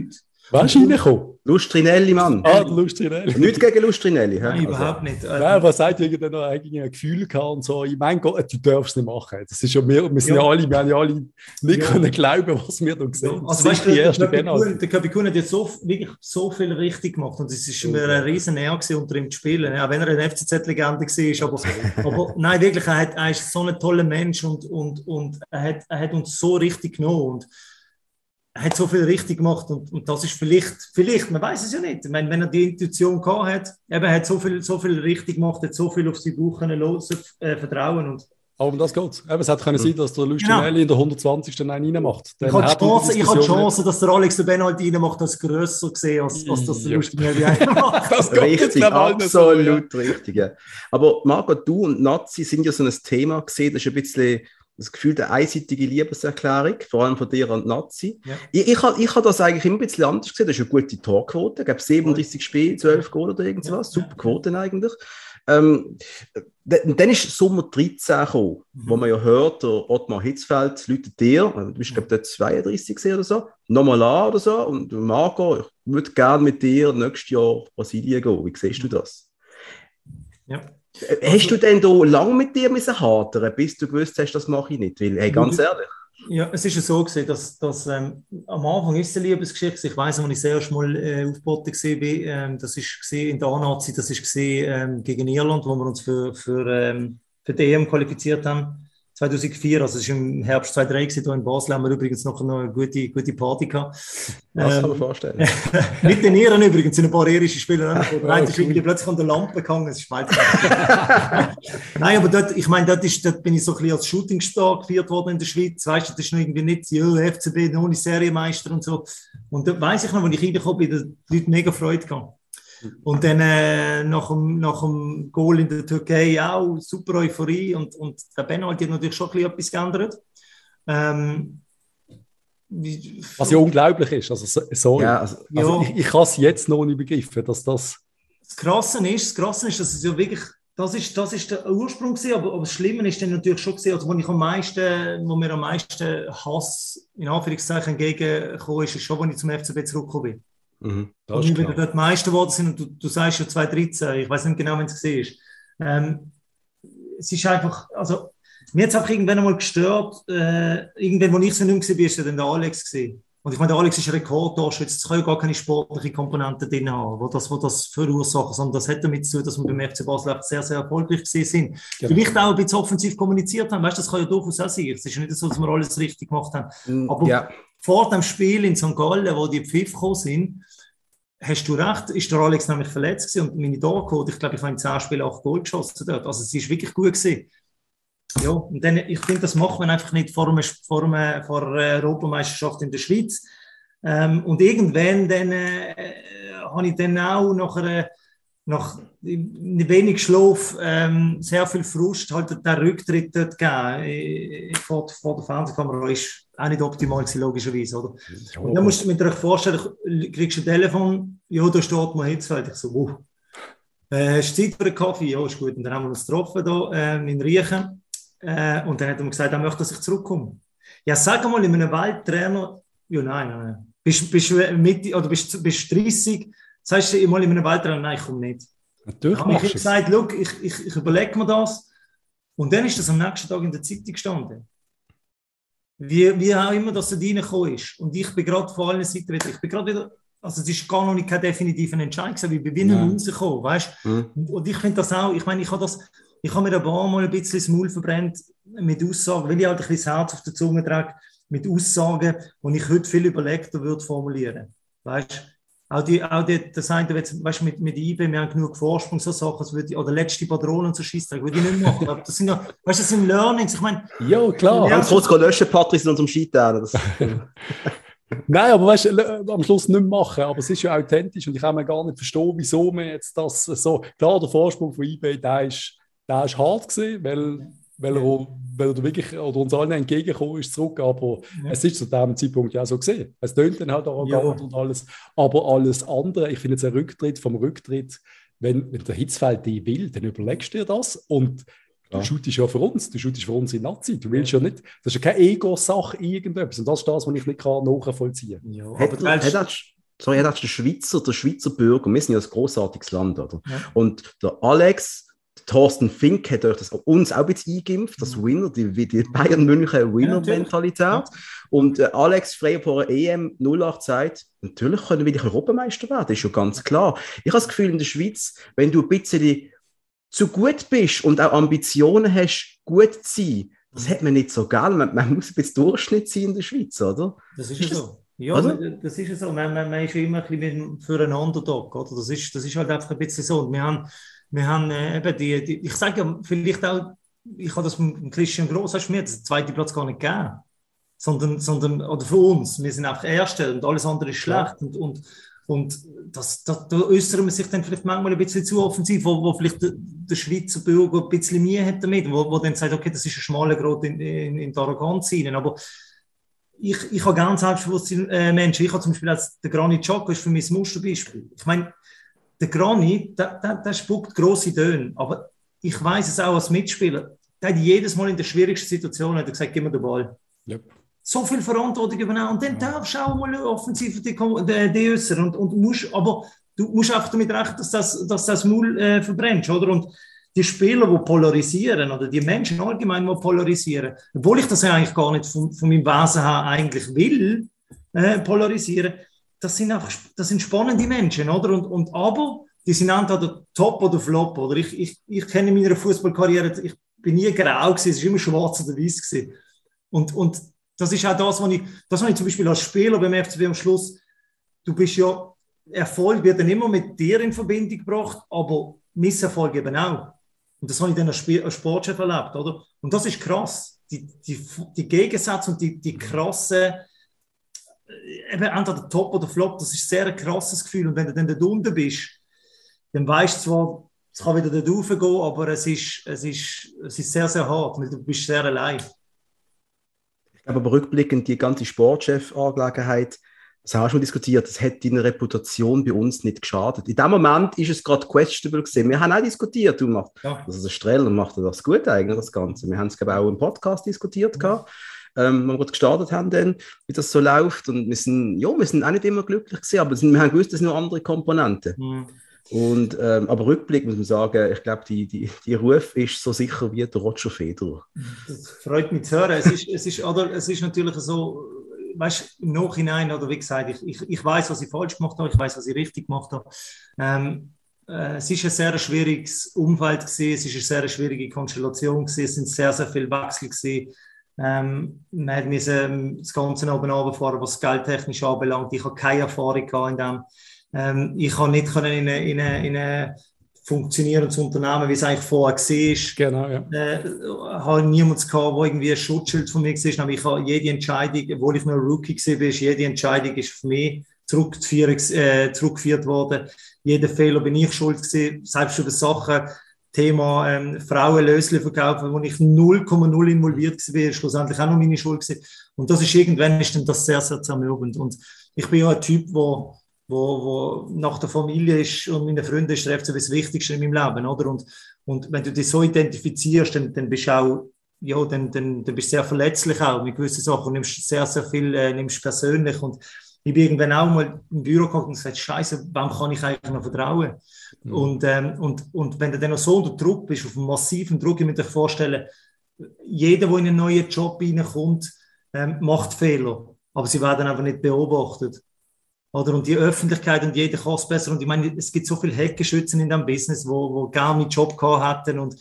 Weißt du, reingekommen? Lustrinelli, Mann. Ah, der Lustrinelli. Nicht gegen Lustrinelli. Hä? Nein, Also. überhaupt nicht. Nein, was sagt wegen dann noch eigentlich ein Gefühl gehabt und so, ich meine Gott, du darfst es nicht machen. Das ist ja, wir, wir sind ja, Ja. alle, wir haben ja alle nicht Ja. können glauben, was wir da gesehen haben. Ja, also Das weißt ist die du, erste der Penalty. der Köpikun hat jetzt so, wirklich so viel richtig gemacht und es ist mir ein riesen Nähe gewesen, unter ihm zu spielen, auch wenn er eine F C Z-Legende war, aber, aber nein, wirklich, er, hat, er ist so ein toller Mensch und, und, und er, hat, er hat uns so richtig genommen und er hat so viel richtig gemacht und, und das ist vielleicht, vielleicht, man weiß es ja nicht, ich meine, wenn er die Intuition gehabt hat, eben, er hat so viel, so viel richtig gemacht, hat so viel auf seine Bauch können los, äh, vertrauen und Aber um das geht es. Es hätte können sein, dass der Lustrinelli Genau. in der hundertzwanzigsten einen reinmacht. Ich habe die Chance, ich habe die Chance, dass der Alex den Penalty reinmacht, das grösser gesehen, als, als dass der Ja. Lustrinelli reinmacht. Das geht Richtig, mittlerweile absolut so, ja. richtig. Ja. Aber Marco, du und Nazi sind ja so ein Thema gesehen, das ist ein bisschen das Gefühl der einseitigen Liebeserklärung, vor allem von dir an Nazi. Ja. Ich, ich habe ich ha das eigentlich immer ein bisschen anders gesehen, das ist eine gute Torquote, ich glaube siebenunddreißig Spiele, zwölf Goal oder irgendwas, Ja. super Quoten eigentlich. Ähm, d- dann ist Sommer dreizehn gekommen, Mhm. wo man ja hört, der Ottmar Hitzfeld läutet dir, du bist glaube ich zweiunddreißig gesehen oder so, nochmal an oder so, und Marco, ich würde gerne mit dir nächstes Jahr Brasilien gehen. Wie siehst du das? Ja. Hast du denn da lange mit dir müssen hadern, bis du gewusst hast, das mache ich nicht? Weil, hey, ganz ehrlich. Ja, es ist ja so gewesen, dass, dass ähm, am Anfang ist es eine Liebesgeschichte. Ich weiss, als ich das erste Mal äh, aufgeboten war, ähm, das war in der A-Nazi, das war ähm, gegen Irland, wo wir uns für, für, ähm, für die E M qualifiziert haben. zweitausendvier, also es war im Herbst zweitausenddrei, hier in Basel haben wir übrigens noch eine gute, gute Party gehabt. Das Ähm, kann man vorstellen. Mit den Iren übrigens, sind ein paar irische Spieler. Ne? Der eine ist cool. irgendwie plötzlich an der Lampe gehangen. Das ist falsch. Nein, aber dort, ich meine, dort, ist, dort bin ich so ein bisschen als Shootingstar geführt worden in der Schweiz. Weißt du, das ist noch irgendwie nicht, ja, F C B, noch nicht Serienmeister und so. Und dort weiss ich noch, als ich reingekommen bin, dass die Leute mega Freude gehabt. Und dann äh, nach, dem, nach dem Goal in der Türkei auch super Euphorie. Und, und der Penalty hat natürlich schon ein bisschen etwas geändert. Ähm, wie- Was ja unglaublich ist. Also, so- sorry. Ja, also, Also, Ja. ich, ich habe es jetzt noch nicht begriffen, dass das. Das Krasse ist, das Krasse ist, dass es ja wirklich, das ist, das ist der Ursprung gewesen, aber, aber das Schlimme ist dann natürlich schon gewesen, also wo ich am meisten, wo mir am meisten Hass in Anführungszeichen entgegengekommen ist, ist schon, als ich zum F C B zurückgekommen bin. mhm. Das Und ist wir wieder klar. dort Meister geworden sind und du, du sagst ja zweitausenddreizehn, ich weiß nicht genau, wenn es gesehen ist. Ähm, es ist einfach, also mir hat es auch irgendwann einmal gestört, äh, irgendwann, wo ich so nicht mehr war, ist ja dann der Alex gewesen. Und ich meine, der Alex ist ein Rekordtorschütze, es kann ja gar keine sportliche Komponente drin haben, wo das, wo das verursachen, sondern das hat damit zu tun, dass wir beim F C Basel sehr, sehr erfolgreich gewesen sind. Genau. Vielleicht auch ein bisschen offensiv kommuniziert haben, weißt du, das kann ja durchaus auch sein. Es ist ja nicht so, dass wir alles richtig gemacht haben. Aber ja. vor dem Spiel in Sankt Gallen, wo die Pfiff gekommen sind, hast du recht, ist der Alex nämlich verletzt gewesen und meine Torquote, ich glaube, ich habe in zehn Spielen acht Goal geschossen dort. Also es ist wirklich gut gewesen. Ja, und dann, ich finde, das macht man einfach nicht vor, einem, vor, einem, vor einer Europameisterschaft in der Schweiz. Ähm, und irgendwann dann, äh, habe ich dann auch nach, einer, nach wenig Schlaf ähm, sehr viel Frust, halt den Rücktritt dort gegeben. Äh, vor, vor der Fernsehkamera ist auch nicht optimal gewesen, logischerweise, oder? Und dann musst du dir vorstellen, kriegst du ein Telefon, ja, da steht mal Hitzfeld. Ich so, wow. Äh, hast du Zeit für einen Kaffee? Ja, ist gut. Und dann haben wir uns getroffen hier äh, in Riechen. Äh, und dann hat er mir gesagt, er möchte, dass ich zurückkomme. Ja, sag mal, in einem Welttrainer, ja, nein, nein, nein. Bist, bist, Mitte, oder bist, bist dreißig, sagst du mal in einem Welttrainer, nein, ich komme nicht. Natürlich Dann habe ich machst ihm du es. gesagt, schau, ich, ich, ich überlege mir das. Und dann ist das am nächsten Tag in der Zeitung gestanden. Wie, wie auch immer das da reingekommen ist. Und ich bin gerade von allen Seiten wieder, ich bin gerade wieder, also es ist gar noch nicht kein definitiver Entscheid gewesen, wie ich bin nicht mehr rausgekommen, weißt du? Mhm. Und, und ich finde das auch, ich meine, ich habe das, ich habe mir ein paar Mal ein bisschen das Maul verbrennt mit Aussagen, weil ich halt ein bisschen das Herz auf der Zunge trage, mit Aussagen, die ich heute viel überlegter würde formulieren. Weißt du? Auch, die, auch die, das eine, weißt du, mit, mit I B, wir haben genug Vorsprung, so Sachen, das würde ich, oder letzte Patronen und so Scheissdreck, würde ich nicht machen. Aber das sind ja, weißt du, das sind Learnings. Ich meine, Ja, klar. Ja. Ganz kurz löschen, Patrick, in unserem Skitern. Nein, aber weißt du, am Schluss nicht machen. Aber es ist ja authentisch und ich kann mir gar nicht verstehen, wieso man jetzt das so. Klar, der Vorsprung von eBay, der ist, der ist hart gewesen, weil, weil, er, weil er wirklich oder uns allen entgegengekommen ist zurück. Aber Ja. es ist zu diesem Zeitpunkt ja so gesehen. Es tönt dann halt arrogant Ja. und alles. Aber alles andere, ich finde jetzt ein Rücktritt vom Rücktritt, wenn, wenn der Hitzfeld die will, dann überlegst du dir das und du Ja. shootest ja für uns, du shootest für uns in Nazi. Du willst ja nicht, das ist ja keine Ego-Sache, irgendetwas. Und das ist das, was ich nicht kann nachvollziehen kann. ja, Hat, aber hat, du hat, sorry, er ist der Schweizer, der Schweizer Bürger, wir sind ja ein grossartiges Land, oder? Ja. Und der Alex, der Thorsten Fink hat euch das uns auch ein bisschen eingeimpft, das Winner, die, die Bayern München Winner-Mentalität. Ja, und äh, Alex Frey vor der E M null acht sagt, natürlich können wir Europameister werden, das ist schon ganz klar. Ich habe das Gefühl, in der Schweiz, wenn du ein bisschen zu gut bist und auch Ambitionen hast, gut zu sein, das hat man nicht so gern. Man, man muss ein bisschen Durchschnitt sein in der Schweiz, oder? Das ist ja so. Ja, oder? Das ist ja so. Man, man, man ist ja immer ein bisschen für einen Underdog, oder? Das ist, das ist halt einfach ein bisschen so. Und wir haben, wir haben äh, eben die, die, ich sage ja vielleicht auch, ich habe das mit Christian Gross, hast du mir den zweiten Platz gar nicht gegeben. Sondern, sondern, oder für uns, wir sind einfach Erste und alles andere ist schlecht. Ja. Und, und, und das, das, da äußern wir sich dann vielleicht manchmal ein bisschen zu offensiv, wo, wo vielleicht der, der Schweizer Bürger ein bisschen Mühe hat damit, wo, wo dann sagt, okay, das ist ein schmaler Grad in, in, in der Arroganz hinein. Aber ich, ich habe ganz selbstbewusste äh, Menschen. Ich habe zum Beispiel als der Granit Xhaka ist für mich ein Musterbeispiel. Ich meine, der Granit, der, der, der spuckt grosse Töne, aber ich weiss es auch als Mitspieler, der hat jedes Mal in der schwierigsten Situation hat er gesagt, gib mir den Ball. Yep. So viel Verantwortung übernehmen und dann ja. darfst du auch mal offensiv die, die, die äußern und, und musst, aber du musst einfach damit rechnen, dass das, dass das Maul äh, verbrennst, oder? Und die Spieler, die polarisieren, oder die Menschen allgemein, die polarisieren, obwohl ich das ja eigentlich gar nicht von, von meinem Wesen her eigentlich will, äh, polarisieren, das sind einfach, das sind spannende Menschen, oder? Und, und aber, die sind entweder top oder flop, oder? Ich, ich, ich kenne in meiner Fußballkarriere, ich bin nie grau gewesen, es war immer schwarz oder weiß gewesen. Und, und das ist auch das, was ich, das, was ich zum Beispiel als Spieler beim F C B am Schluss, du bist ja, Erfolg wird dann immer mit dir in Verbindung gebracht, aber Misserfolg eben auch. Und das habe ich dann als, Spiel, als Sportchef erlebt, oder? Und das ist krass. Die, die, die Gegensätze und die, die krasse, eben entweder Top oder Flop, das ist sehr ein krasses Gefühl. Und wenn du dann da unten bist, dann weißt du zwar, es kann wieder da raufgehen, aber es ist, es, ist, es ist sehr, sehr hart, weil du bist sehr allein. Ich glaube aber rückblickend, die ganze Sportchef-Angelegenheit, das haben wir schon diskutiert, das hat deiner Reputation bei uns nicht geschadet. In dem Moment ist es gerade questionable gewesen. Wir haben auch diskutiert, du machst, ja. also der Streller macht das gut eigentlich, das Ganze. Wir haben es, glaube ich, auch im Podcast diskutiert, ja. ähm, wo wir gerade gestartet haben, dann, wie das so läuft. Und wir sind, ja, wir sind auch nicht immer glücklich gewesen, aber wir haben gewusst, das sind noch andere Komponenten. Mhm. Und, ähm, aber Rückblick muss man sagen, ich glaube, die, die, die Ruf ist so sicher wie der Roger Federer. Das freut mich zu hören. Es ist, es ist, oder, es ist natürlich so, weißt du, im Nachhinein, oder wie gesagt, ich, ich, ich weiß, was ich falsch gemacht habe, ich weiß, was ich richtig gemacht habe. Ähm, äh, es ist ein sehr schwieriges Umfeld gewesen, es ist eine sehr schwierige Konstellation gewesen, es sind sehr, sehr viele Wechsel gewesen. Ähm, man hat müssen das Ganze oben runterfahren, was geldtechnisch anbelangt. Ich habe keine Erfahrung gehabt in dem. Ähm, ich kann nicht können in ein in eine, in eine funktionierendes Unternehmen, wie es eigentlich vorher war. Genau, ja. Äh, habe niemanden gehabt, der irgendwie ein Schutzschild von mir war. Aber ich habe jede Entscheidung, obwohl ich noch ein Rookie war, jede Entscheidung ist für mich zurückgeführt, äh, zurückgeführt worden. Jeder Fehler bin ich schuld gewesen. Selbst über Sachen, Thema ähm, Frauenlösli verkaufen, wo ich null Komma null involviert war, schlussendlich auch noch meine Schuld gewesen. Und das ist irgendwann ist dann das sehr, sehr zermürbend. Und ich bin ja ein Typ, der Wo, wo nach der Familie ist und meinen Freunden ist der F C B das Wichtigste in meinem Leben, oder? Und, und wenn du dich so identifizierst, dann, dann bist du auch, ja, dann, dann, dann bist du sehr verletzlich auch mit gewissen Sachen und nimmst sehr, sehr viel, äh, nimmst persönlich. Und ich bin irgendwann auch mal im Büro gekommen und gesagt, Scheiße, wem kann ich eigentlich noch vertrauen? Mhm. Und, ähm, und, und wenn du dann noch so unter Druck bist, auf einem massiven Druck, ich muss dir vorstellen, jeder, der in einen neuen Job reinkommt, ähm, macht Fehler, aber sie werden einfach nicht beobachtet. Oder? Und die Öffentlichkeit und jeder kann es besser. Und ich meine, es gibt so viele Heckenschützen in diesem Business, wo, wo gar nicht Job gehabt hätten. Und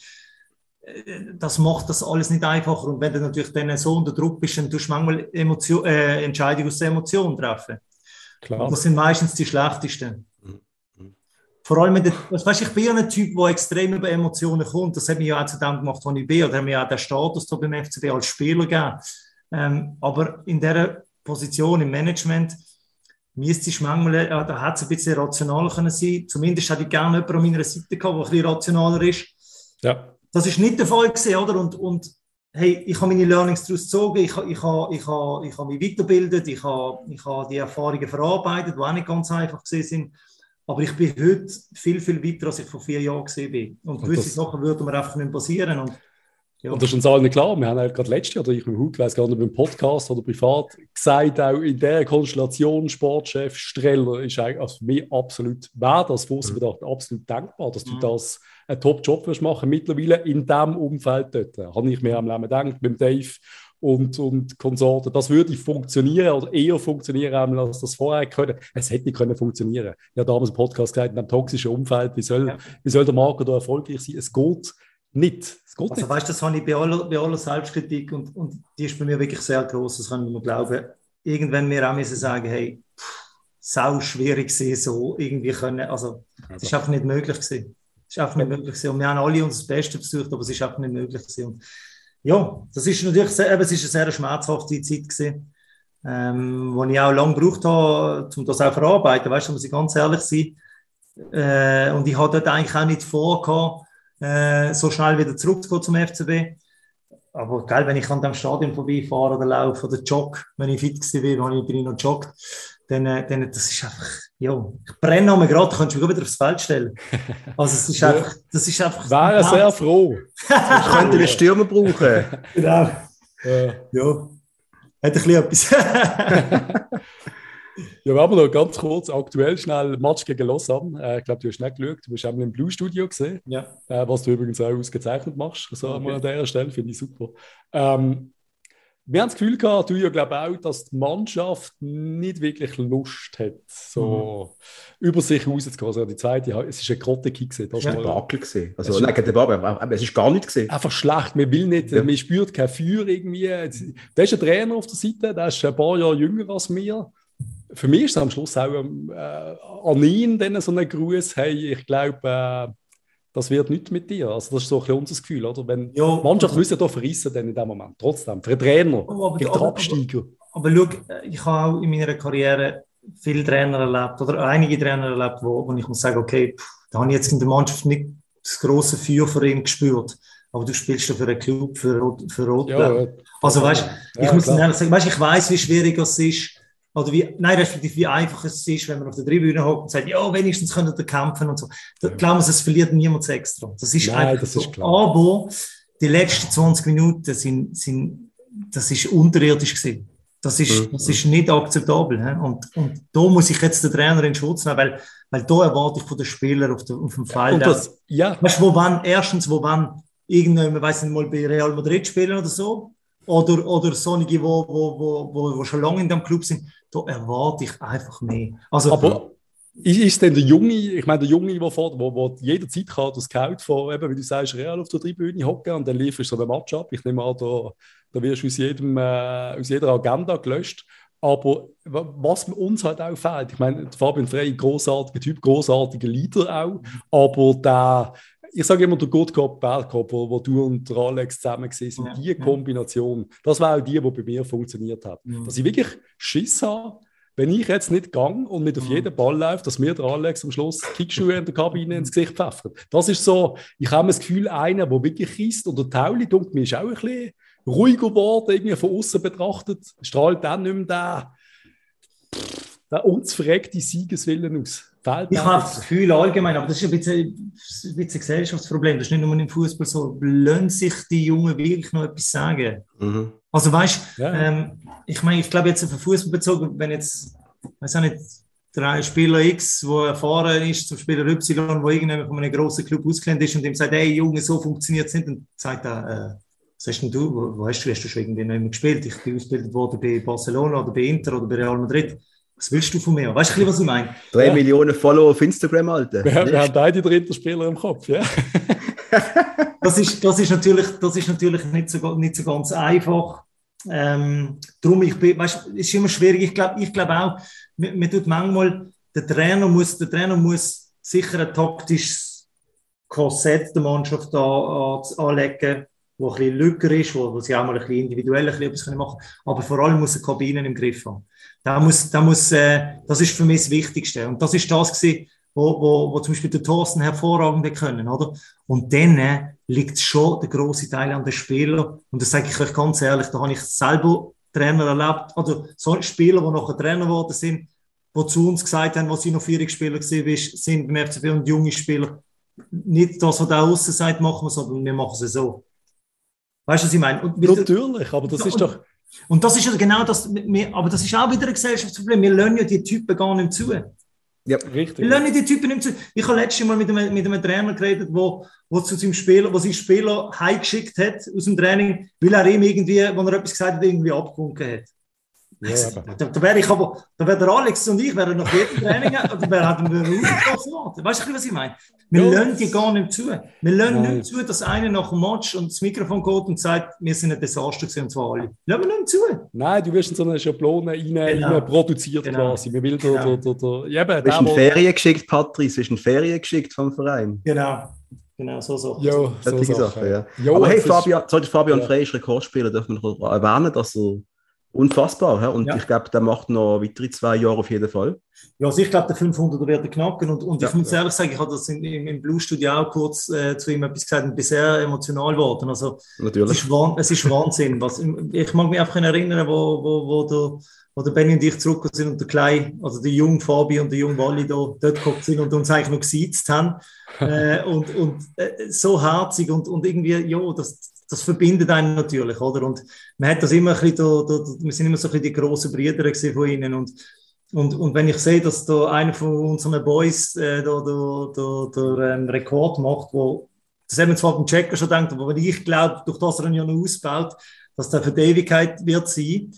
äh, das macht das alles nicht einfacher. Und wenn du natürlich dann so unter Druck bist, dann tust du manchmal Emotion, äh, Entscheidungen aus der Emotion treffen. Klar. Und das sind meistens die schlechtesten. Mhm. Vor allem, wenn du, weißt, ich bin ja ein Typ, der extrem über Emotionen kommt. Das hat mich ja auch zu dem gemacht, wo ich bin. Oder hat mir ja auch den Status da beim F C B als Spieler gegeben. Ähm, aber in dieser Position im Management müsste ich manchmal, ja, da hätte es ein bisschen rationaler können sein. Zumindest hätte ich gerne jemanden an meiner Seite gehabt, der ein bisschen rationaler ist. Ja. Das ist nicht der Fall gewesen, oder? Und, und hey, ich habe meine Learnings daraus gezogen, ich, ich, habe, ich, habe, ich habe mich weitergebildet, ich habe, ich habe die Erfahrungen verarbeitet, die auch nicht ganz einfach gewesen sind. Aber ich bin heute viel, viel weiter, als ich vor vier Jahren gewesen bin. Und gewisse Sachen würden mir einfach nicht passieren. Und Ja. Und das ist uns allen klar. Wir haben halt gerade letztes Jahr, oder ich mit Hut, weiss gar nicht, beim Podcast oder privat, gesagt, auch in dieser Konstellation, Sportchef Streller ist eigentlich also für mich absolut, wäre das Vorbedacht, absolut denkbar, dass du Mhm. das einen Top-Job wirst machen mittlerweile in diesem Umfeld dort. Habe ich mir am Leben gedacht, mit Dave und, und Konsorten. Das würde funktionieren oder eher funktionieren, als das vorher können. Es hätte nicht können funktionieren. Ich habe damals im Podcast gesagt, in einem toxischen Umfeld, wie soll, Ja. wie soll der Markt da erfolgreich sein? Es geht nicht. Es geht Also nicht. weißt du, das habe ich bei aller, bei aller Selbstkritik und, und die ist bei mir wirklich sehr groß, das kann ich mir glauben. Irgendwann mir auch müssen sagen, hey, pff, sau schwierig gewesen, so irgendwie können, also es ist einfach nicht möglich gewesen. Es ist einfach nicht möglich gewesen. Und wir haben alle unser Bestes versucht, aber es ist einfach nicht möglich gewesen. Und ja, das ist natürlich sehr, eben, es ist eine sehr schmerzhafte Zeit gewesen, ähm, wo ich auch lange gebraucht habe, um das auch zu verarbeiten, weißt du, muss ich ganz ehrlich sein. Äh, und ich hatte dort eigentlich auch nicht vor, gehabt, äh, so schnell wieder zurückzugehen zum F C B. Aber geil, wenn ich an dem Stadion vorbeifahre oder laufe oder jogge, wenn ich fit war, bin ich noch joggt, dann, äh, dann das ist einfach, ja, ich brenne mir gerade, könntest du mich wieder aufs Feld stellen. Also es ist einfach, das ist einfach... Wäre sehr froh. Ich könnte einen Stürmer brauchen. Genau. Äh, Ja, hat ein bisschen etwas. Ja, wir haben noch ganz kurz aktuell schnell Match gegen Lausanne. Äh, ich glaube, du hast nicht geschaut. Du bist eben im Blue Studio gesehen, Ja. äh, was du übrigens auch ausgezeichnet machst. So Okay. einmal an dieser Stelle, finde ich super. Ähm, wir haben das Gefühl gehabt, du ja glaube auch, dass die Mannschaft nicht wirklich Lust hat, so über sich rauszugehen. Also die zweite, es ist eine Grotte-Kick gesehen. Das Ja. ist mal Debakel gesehen. Also, Es ist- nein, kein Debakel, aber, aber es ist gar nicht gesehen. einfach schlecht. Man will nicht, Ja. man spürt kein Feuer irgendwie. Da ist ein Trainer auf der Seite, der ist ein paar Jahre jünger als mir. Für mich ist es am Schluss auch ähm, äh, an ihn dann so ein Gruß, hey, ich glaube, äh, das wird nichts mit dir. Also das ist so ein bisschen unser Gefühl, oder? Wenn Ja, die Mannschaft also- müsste ja da verrissen dann in dem Moment. Trotzdem, für einen Trainer, Aber- gegen den aber- Absteiger. Aber schau, ich habe auch in meiner Karriere viele Trainer erlebt oder einige Trainer erlebt, wo, wo ich muss sagen, okay, pff, da habe ich jetzt in der Mannschaft nicht das grosse Feuer für ihn gespürt. Aber du spielst ja für einen Club, für, Rot- für Rot-Blau. Ja, Also weißt, ja, ich muss klar. dann ehrlich sagen, weißt, ich weiß, wie schwierig es ist, oder wie, nein, respektive wie einfach es ist, wenn man auf der Tribüne hockt und sagt, ja, wenigstens können wir kämpfen und so. Da, Ja. glauben Sie, es verliert niemand extra. Das ist Nein, einfach das so. ist klar. Aber die letzten zwanzig Minuten sind, sind das ist unterirdisch gewesen. Das ist, Mhm. das ist nicht akzeptabel. He? Und, und da muss ich jetzt den Trainer in Schutz nehmen, weil, weil da erwarte ich von den Spielern auf, der, auf dem Feld. Und das, ja, Weißt du, wo wann, erstens, wo wann irgendjemand, weiß nicht mal, bei Real Madrid spielen oder so, oder, oder solche, die wo, wo, wo, wo, wo schon lange in dem Club sind, da erwarte ich einfach mehr. Also, aber ist, ist denn der Junge, ich meine, der Junge, der vor, wo, wo jederzeit kann, der Scout von, eben, wie du sagst, Real auf der Tribüne hocken und dann lieferst du so einen Match ab. Ich nehme an, da, da wirst du aus, jedem, äh, aus jeder Agenda gelöscht. Aber wa- was uns halt auch fehlt, ich meine, Fabian Frey, großartiger Typ, großartiger Leader auch, aber der, ich sage immer, der Good Cop, Bad Cop, wo, wo du und der Alex zusammen gesehen sind, Ja, die ja. Kombination, das war auch die, die bei mir funktioniert hat. Ja. Dass ich wirklich Schiss habe, wenn ich jetzt nicht gang und nicht auf Mhm. jeden Ball läuft, dass mir der Alex am Schluss Kickschuhe in der Kabine ins Gesicht pfeffert. Das ist so, ich habe das Gefühl, einer, der wirklich isst, und der Tauli, denkt mir, ist auch ein bisschen ruhiger geworden, irgendwie von außen betrachtet, strahlt dann nicht mehr der, der unzufregte Siegeswillen aus. Fehlt ich dem habe jetzt. das Gefühl allgemein, aber das ist ein bisschen, ein bisschen ein Gesellschaftsproblem. Das ist nicht nur im Fußball so. Lassen sich die Jungen wirklich noch etwas sagen? Mhm. Also weißt du, Ja. ähm, ich meine, ich glaube jetzt auf den Fußball bezogen, wenn jetzt, weiß auch nicht, der Spieler X, der erfahren ist, zum Spieler Y, der irgendjemand von einem grossen Club ausgelernt ist und ihm sagt, hey Junge, so funktioniert es nicht, dann sagt er, äh, was hast denn du, wo, wo hast du, hast du schon irgendwie noch immer gespielt? Ich bin ausgebildet worden bei Barcelona oder bei Inter oder bei Real Madrid. Was willst du von mir? Weißt du, was ich meine? Drei Ja. Millionen Follower auf Instagram, Alter. Wir, wir haben beide dritten Spieler im Kopf, ja. Das ist, das ist, natürlich, das ist natürlich nicht, so, nicht so ganz einfach. Ähm, darum, ich bin, weißt, es ist immer schwierig. Ich glaube ich glaub auch, man, man tut manchmal, der Trainer muss, der Trainer muss sicher ein taktisches Korsett der Mannschaft an, an, anlegen, wo ein bisschen lücker ist, wo, wo sie auch mal ein bisschen individuell ein bisschen etwas machen können. Aber vor allem muss er Kabinen im Griff haben. Da muss, da muss, äh, das ist für mich das Wichtigste. Und das ist das gewesen, wo, wo, wo zum Beispiel der Thorsten hervorragend können, oder? Und dann äh, liegt schon der grosse Teil an den Spielern. Und das sage ich euch ganz ehrlich, da habe ich selber Trainer erlebt, oder so Spieler, die nachher Trainer geworden sind, die zu uns gesagt haben, was sie noch Führungsspieler gewesen sind beim F C B und junge Spieler. Nicht das, was der Aussen sagt, machen wir, sondern wir machen es so. Weißt du, was ich meine? Und natürlich, aber das ist und, doch... Und das ist ja genau das, wir, aber das ist auch wieder ein Gesellschaftsproblem. Wir lernen ja die Typen gar nicht zu. Ja, richtig. Wir lernen die Typen nicht zu. Ich habe letztes Mal mit einem, mit einem Trainer geredet, wo, wo zu seinem Spieler, wo sein Spieler heimgeschickt hat aus dem Training, weil er ihm irgendwie, wenn er etwas gesagt hat, irgendwie abgewunken hat. Ja, da, da wäre ich aber, da wäre der Alex und ich wären nach jedem Training, da wäre halt ein Wort. Weißt du, was ich meine? Wir ja. lernen die gar nicht zu. Wir lernen Nein. nicht zu, dass einer nach dem Match und das Mikrofon geht und sagt, wir sind ein Desaster gewesen, und zwar alle. Lernen wir nicht zu. Nein, du wirst in so eine Schablone rein, genau. rein produziert genau. quasi. Wir will genau. da, da, da, ja, du bist in Ferien geschickt, Patrice, du bist in Ferien geschickt vom Verein. Genau. Genau, so Sachen. Ja, so Sachen, Sachen, ja. Ja, aber hey, Fabian, ist... Fabian ja. Frey ist Rekordspieler, darf man noch erwähnen, dass er unfassbar, he? Und ja. ich glaube, der macht noch weitere zwei Jahre auf jeden Fall. Ja, also ich glaube, der fünfhunderter wird er knacken und, und ja, ich muss ja. ehrlich sagen, ich habe das in, im, im Blue-Studio auch kurz äh, zu ihm etwas gesagt und bin sehr emotional geworden. Also, Natürlich. Es ist, es ist Wahnsinn. Was, ich mag mich einfach erinnern, wo, wo, wo, der, wo der Benny und ich zurückgekommen sind und der Kleine, also der junge Fabi und der junge Wally da, dort gekommen sind und uns eigentlich noch gesiezt haben. äh, und und äh, so herzig und, und irgendwie, ja, das Das verbindet einen natürlich, oder? Und man hat das immer ein bisschen, da, da, wir sind immer so ein bisschen die grossen Brüder von ihnen. Und, und, und wenn ich sehe, dass da einer von unseren Boys äh, da, da, da, da einen Rekord macht, wo, das haben wir zwar beim Checker schon gedacht, aber ich glaube, durch das er ihn ja noch ausbaut, dass der für die Ewigkeit wird sein,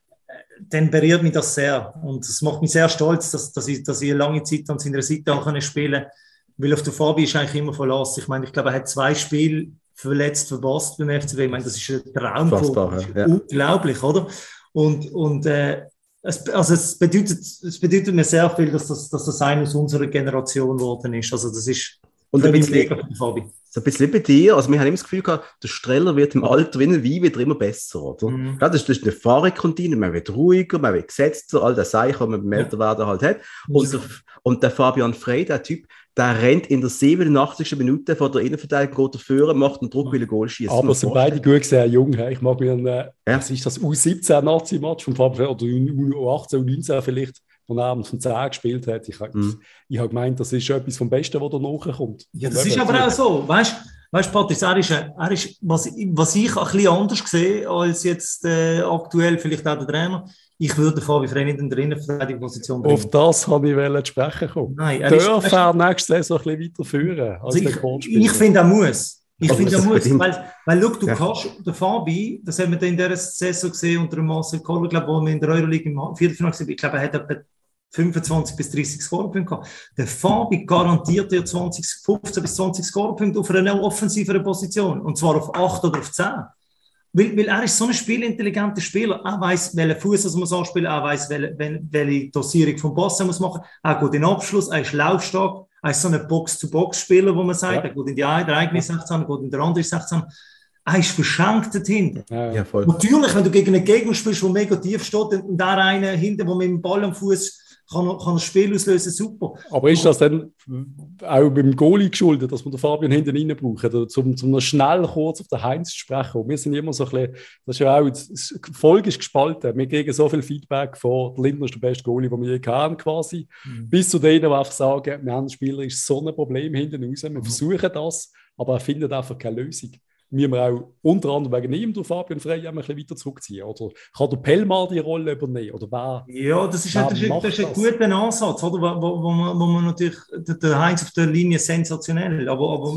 dann berührt mich das sehr. Und es macht mich sehr stolz, dass, dass, ich, dass ich eine lange Zeit an seiner Seite auch spielen kann. Weil auf der Fabi ist eigentlich immer Verlass. Ich meine, ich glaube, er hat zwei Spiele verletzt, verpasst beim F C B. Ich meine, das ist ein Traum. Das ist ja. unglaublich, oder? Und, und äh, es, also es, bedeutet, es bedeutet mir sehr viel, dass das, dass das einer aus unserer Generation geworden ist. Also das ist und ein bisschen, Fabi. So ein bisschen bei dir, also wir haben immer das Gefühl gehabt, der Streller wird im Alter wie ein Wein wieder immer besser, oder? Mhm. Ja, das, das ist eine Fahrradkantine, man wird ruhiger, man wird gesetzter, all das Seich, was man beim Älterwerden halt hat. Und der, und der Fabian Frey, der Typ, der rennt in der siebenundachtzigsten Minute vor der Innenverteidigung, geht führen, macht einen Druck, will ein Goal schießen. Aber sind beide gut sehr jung. Ich mag mir einen, ja. was ist das, U siebzehn-Nazi-Match von Fabian oder U achtzehn, U neunzehn vielleicht, wo er abends von zehn gespielt hat. Ich habe mm. hab gemeint, das ist etwas vom Besten, was da nachkommt. Ja, das ist aber auch so. Weißt du, Patrice, er ist, er ist was, was ich ein bisschen anders sehe als jetzt äh, aktuell vielleicht auch der Trainer. Ich würde Fabi Frey nicht in der Innenverteidigungsposition bringen. Auf das habe ich zu sprechen kommen. Nein, er darf ist, er nächste Saison ein bisschen weiterführen als also der Ich, ich finde, er muss. Ich also finde, er muss. Weil, weil look, du ja. kannst, der Fabi, das haben wir in dieser Saison gesehen unter dem Marcel Koller, glaube wo wir in der Euroleague im Viertelfinale waren, ich glaube, er hat etwa fünfundzwanzig bis dreißig Scorerpunkte gehabt. Der Fabi garantiert dir zwanzig, fünfzehn bis zwanzig Scorerpunkte auf einer offensiveren Position. Und zwar auf acht oder auf zehn. Weil, weil er ist so ein spielintelligenter Spieler. Er weiss, welchen Fuß er muss anspielen, er weiss, welche, welche Dosierung vom Pass er muss machen. Er geht in den Abschluss, er ist laufstark, er ist so ein Box-to-Box-Spieler, wo man sagt, ja. Er geht in die eine, der eigene sechzehn, er geht in der andere sechzehn. Er ist verschenkt dort hinten. Ja, ja, voll. Natürlich, wenn du gegen einen Gegner spielst, der mega tief steht, und der eine hinten, der mit dem Ball am Fuß kann, kann das Spiel auslösen, super. Aber ist das dann auch beim Goalie geschuldet, dass wir den Fabian hinten rein brauchen, um, um noch schnell kurz auf den Heinz zu sprechen? Und wir sind immer so ein bisschen, das ist ja auch, das Volk ist gespalten. Wir kriegen so viel Feedback von, der Lindner ist der beste Goalie, den wir je haben, quasi. Mhm. Bis zu denen, die einfach sagen, wir haben einen Spieler, ist so ein Problem hinten raus. Wir mhm. versuchen das, aber er findet einfach keine Lösung. Müssen wir auch unter anderem wegen ihm durch Fabian Frey ein bisschen weiter zurückziehen? Oder kann der Pellmar die Rolle übernehmen? Oder wer, ja, das ist, das ist, das ist ein guter Ansatz, oder? Wo, wo, wo, man, wo man natürlich, der Heinz auf der Linie sensationell, aber, aber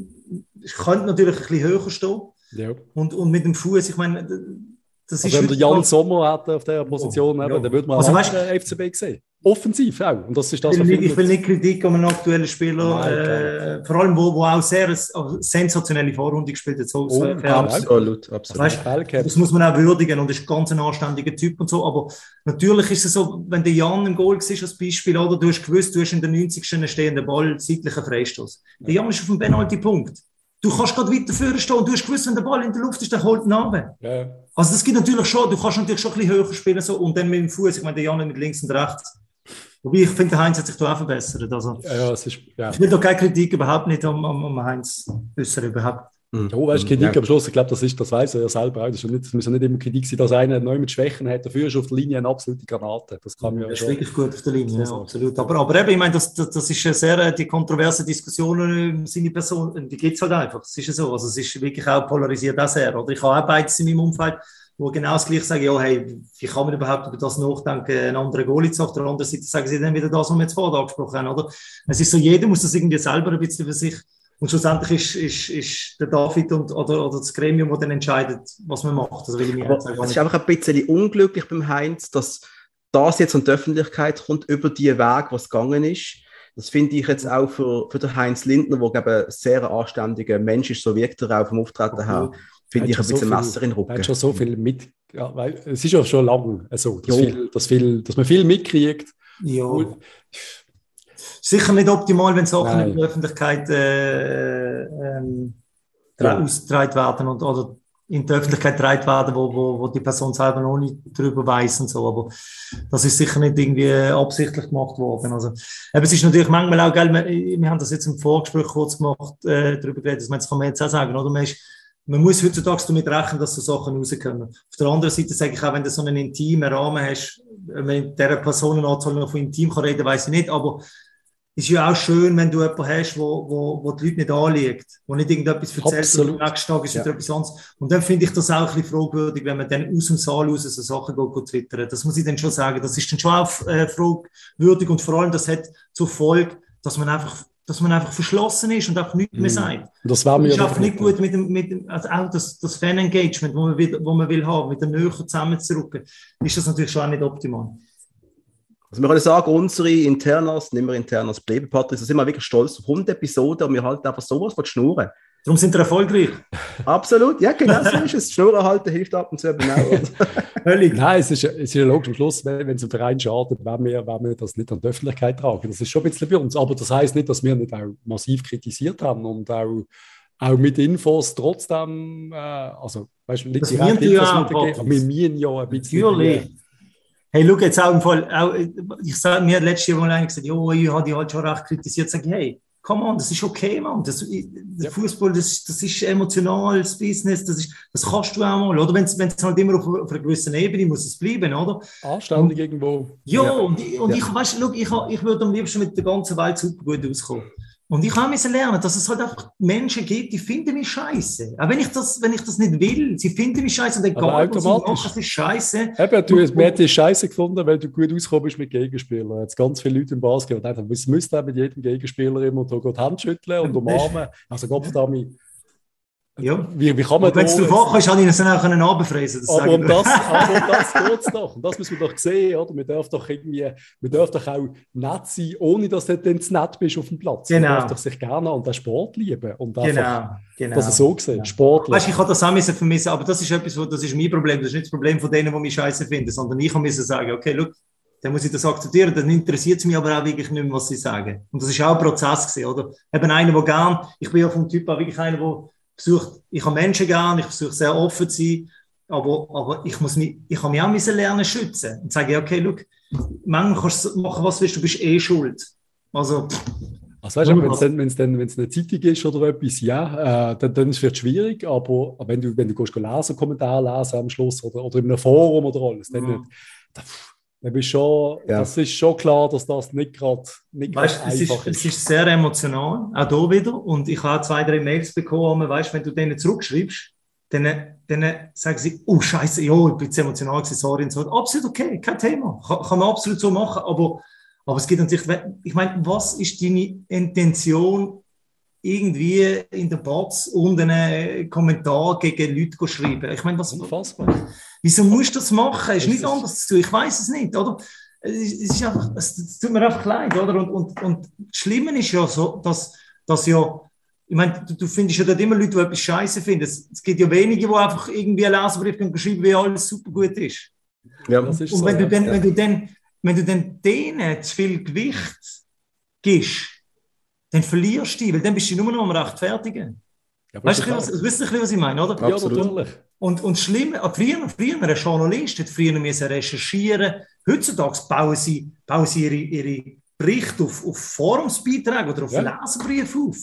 ich könnte natürlich ein bisschen höher stehen. Ja. Und, und mit dem Fuß, ich meine, das also ist... Wenn der Jan Sommer hätte auf dieser Position, oh, ja. dann würde man also, weißt, den F C B sehen. Offensiv auch. Und das ist das, ich, will, ich will nicht Kritik an einen aktuellen Spieler, Nein, äh, vor allem, wo, wo auch sehr eine sensationelle Vorrunde gespielt hat. So, oh, absolut, absolut. Weißt, das muss man auch würdigen und ist ein ganz ein anständiger Typ und so. Aber natürlich ist es so, wenn der Jan im Goal war als Beispiel, oder du hast gewusst, du hast in der neunzigsten einen stehenden Ball, seitlichen Freistoß. Der Jan ist auf dem Penalty-Punkt. Du kannst gerade weiter vorne stehen und du hast gewusst, wenn der Ball in der Luft ist, dann holt ihn runter. Ja. Also das gibt natürlich schon, du kannst natürlich schon ein bisschen höher spielen so, und dann mit dem Fuß, ich meine, der Jan mit links und rechts. Wobei ich finde, der Heinz hat sich da auch verbessert. Also, ja, ja, es ist, ja. Ich will da keine Kritik überhaupt nicht am, am, am Heinz äußern, überhaupt. Mhm. Ja, weißt du, Kritik ja. am Schluss, ich glaube, das ist, das weiß er ja selber auch. Das, ist nicht, das muss ja nicht immer Kritik sein, dass einer neu mit Schwächen hat. Dafür ist auf der Linie eine absolute Granate. Das kann ja, das schon. ist wirklich gut auf der Linie, ja, absolut. Aber, aber eben, ich meine, das, das, das ist eine sehr, die kontroverse Diskussion über seine Person, die gibt es halt einfach. Das ist ja so. Also, es ist wirklich auch polarisiert auch sehr. Oder ich habe auch beides in meinem Umfeld, wo genau das Gleiche sagen, ja, hey, wie kann man überhaupt über das nachdenken, einen anderen Goalie zu haben? Auf der anderen Seite sagen sie dann wieder das, was wir jetzt vorher angesprochen haben, oder? Es ist so, jeder muss das irgendwie selber ein bisschen für sich. Und schlussendlich ist, ist, ist der David und, oder, oder das Gremium, das dann entscheidet, was man macht. Das will ich mir Aber es ist einfach ein bisschen unglücklich beim Heinz, dass das jetzt an die Öffentlichkeit kommt, über die Weg, was gegangen ist. Das finde ich jetzt auch für, für den Heinz Lindner, der glaube ein sehr anständiger Mensch ist, so wirkt er auch vom Auftreten her, finde ich ein bisschen so Messer in den Rücken. Er hat schon so viel mit, ja, weil es ist ja schon lange so, dass, viel, dass, viel, dass man viel mitkriegt. Ja. Und, sicher nicht optimal, wenn Sachen Nein. in der Öffentlichkeit äh, ähm, ja. ausgetragen werden und, oder in der Öffentlichkeit getragen werden, wo, wo, wo die Person selber noch nicht darüber weiss und so. Aber das ist sicher nicht irgendwie absichtlich gemacht worden. Also, eben, es ist natürlich manchmal auch, gell, wir, wir haben das jetzt im Vorgespräch kurz gemacht, äh, darüber geredet, das, das kann man jetzt auch sagen, oder? Man, ist, man muss heutzutage damit rechnen, dass so Sachen rauskommen. Auf der anderen Seite sage ich auch, wenn du so einen intimen Rahmen hast, wenn mit dieser Personenanzahl noch von intim kann reden, weiss ich nicht, aber es ist ja auch schön, wenn du jemanden hast, wo, wo, wo die Leute nicht anliegt, wo nicht irgendetwas erzählt Absolut. und am nächsten Tag ist ja. wieder etwas anderes. Und dann finde ich das auch ein bisschen fragwürdig, wenn man dann aus dem Saal raus so Sachen geht, geht twittern. Das muss ich dann schon sagen. Das ist dann schon auch äh, fragwürdig und vor allem das hat zur Folge, dass man einfach, dass man einfach verschlossen ist und einfach nichts mehr sagt. Das war mir ist einfach nicht gut mit dem, mit dem also auch das, das Fan-Engagement, wo man will, wo man will haben, mit der Nähe zusammenzurücken, ist das natürlich schon auch nicht optimal. Also wir können sagen, unsere Internas, nicht mehr Internas bleiben, Patrick, da sind wir wirklich stolz auf hundert Episoden und wir halten einfach sowas von Schnurren. Darum sind wir erfolgreich. Absolut, ja genau so ist es. Schnurren halten hilft ab und zu eben auch. Völlig. Nein, es ist, es ist ja logisch, am Schluss, wenn es dem Verein schadet, wenn wir, wenn wir das nicht an die Öffentlichkeit tragen. Das ist schon ein bisschen bei uns, aber das heisst nicht, dass wir nicht auch massiv kritisiert haben und auch, auch mit Infos trotzdem, äh, also weißt du, nicht das direkt Infos ja, mitgegeben, aber wir müssen ja ein bisschen... Natürlich. Hey, schau jetzt auch im Fall, auch, ich sage mir letztes Jahr mal einer gesagt, jo, ich habe die halt schon recht kritisiert, sage ich, hey, come on, das ist okay, Mann, das, der ja. Fußball, das, das ist emotionales Business, das, ist, das kannst du auch mal, oder, wenn es halt immer auf, auf einer gewissen Ebene muss es bleiben, oder? Anständig irgendwo. Ja, ja. und, und ja. ich, weißt, schau, ich, ich würde am liebsten mit der ganzen Welt super gut auskommen. Und ich habe müssen lernen, dass es halt einfach Menschen gibt, die finden mich scheiße. Auch wenn ich das, wenn ich das nicht will, sie finden mich scheiße und egal, was sie machen, es ist scheiße. Eben, du hast mir die Scheiße gefunden, weil du gut ausgekommen bist mit Gegenspielern. Jetzt ganz viele Leute im Basketball und dann müsst ihr mit jedem Gegenspieler immer da die Hand schütteln und umarmen. Also Gott verdammt. Ja. Wie, wie kann man wenn du darauf ankommst, habe ich es dann auch runterfräsen können. Aber um das, aber um das geht es doch. Und das müssen wir doch sehen, oder? Wir dürfen doch irgendwie, wir dürfen doch auch nett sein, ohne dass du dann zu nett bist auf dem Platz. Genau. Man darf doch sich gerne und den Sport lieben. Und genau, einfach, genau. dass er so gesehen, genau. Sport. Weißt du, ich habe das auch müssen vermissen, aber das ist etwas, das ist mein Problem. Das ist nicht das Problem von denen, die mich scheiße finden, sondern ich musste sagen, okay, look, dann muss ich das akzeptieren, dann interessiert es mich aber auch wirklich nicht mehr, was sie sagen. Und das ist auch ein Prozess gewesen, oder? Eben einer, der gern, ich bin ja vom Typ auch wirklich einer, der versucht, ich habe Menschen gern, ich versuche sehr offen zu sein, aber, aber ich muss mich, ich habe mich auch müssen lernen schützen und sagen, okay, look, manchmal kannst du machen, was willst, du bist eh schuld. Also, also weißt du, wenn es dann, wenn's dann, wenn's eine Zeitung ist oder etwas, ja, äh, dann, dann ist es schwierig, aber wenn du, wenn du gehst lesen, Kommentare lesen am Schluss oder, oder in einem Forum oder alles, dann, mhm. dann, dann bist schon, ja. das ist schon klar, dass das nicht gerade nicht weißt, es einfach ist. Es ist sehr emotional, auch hier wieder, und ich habe zwei, drei Mails bekommen, weißt, wenn du denen zurückschreibst, dann, dann sagen sie, oh Scheiße, ja, ich bin zu emotional gewesen, sorry und so. Absolut okay, kein Thema, kann, kann man absolut so machen, aber, aber es geht natürlich, ich meine, was ist deine Intention, irgendwie in der Box und einen Kommentar gegen Leute zu schreiben? Ich meine, was... Unfassbar. Wieso musst du das machen? Es ist nichts anderes zu tun. Ich weiß es nicht, oder? Es, ist einfach, es tut mir einfach leid, oder? Und, und, und das Schlimme ist ja so, dass, dass ja, ich meine, du, du findest ja dort immer Leute, die etwas Scheiße finden. Es, es gibt ja wenige, die einfach irgendwie einen Leserbrief schreiben, wie alles super gut ist. Ja, das ist und so, wenn, ja. du dann, wenn du dann, wenn du dann denen zu viel Gewicht gibst, dann verlierst du dich, weil dann bist du nur noch am Rechtfertigen. Ja, weißt du, was, weißt du, was ich meine, oder? Ja, natürlich. Und, und schlimm, früher, früher, ein Journalist hat früher müssen recherchieren. Heutzutage bauen sie, bauen sie ihre, ihre Berichte auf, auf Forumsbeiträge oder auf ja. Leserbriefe auf.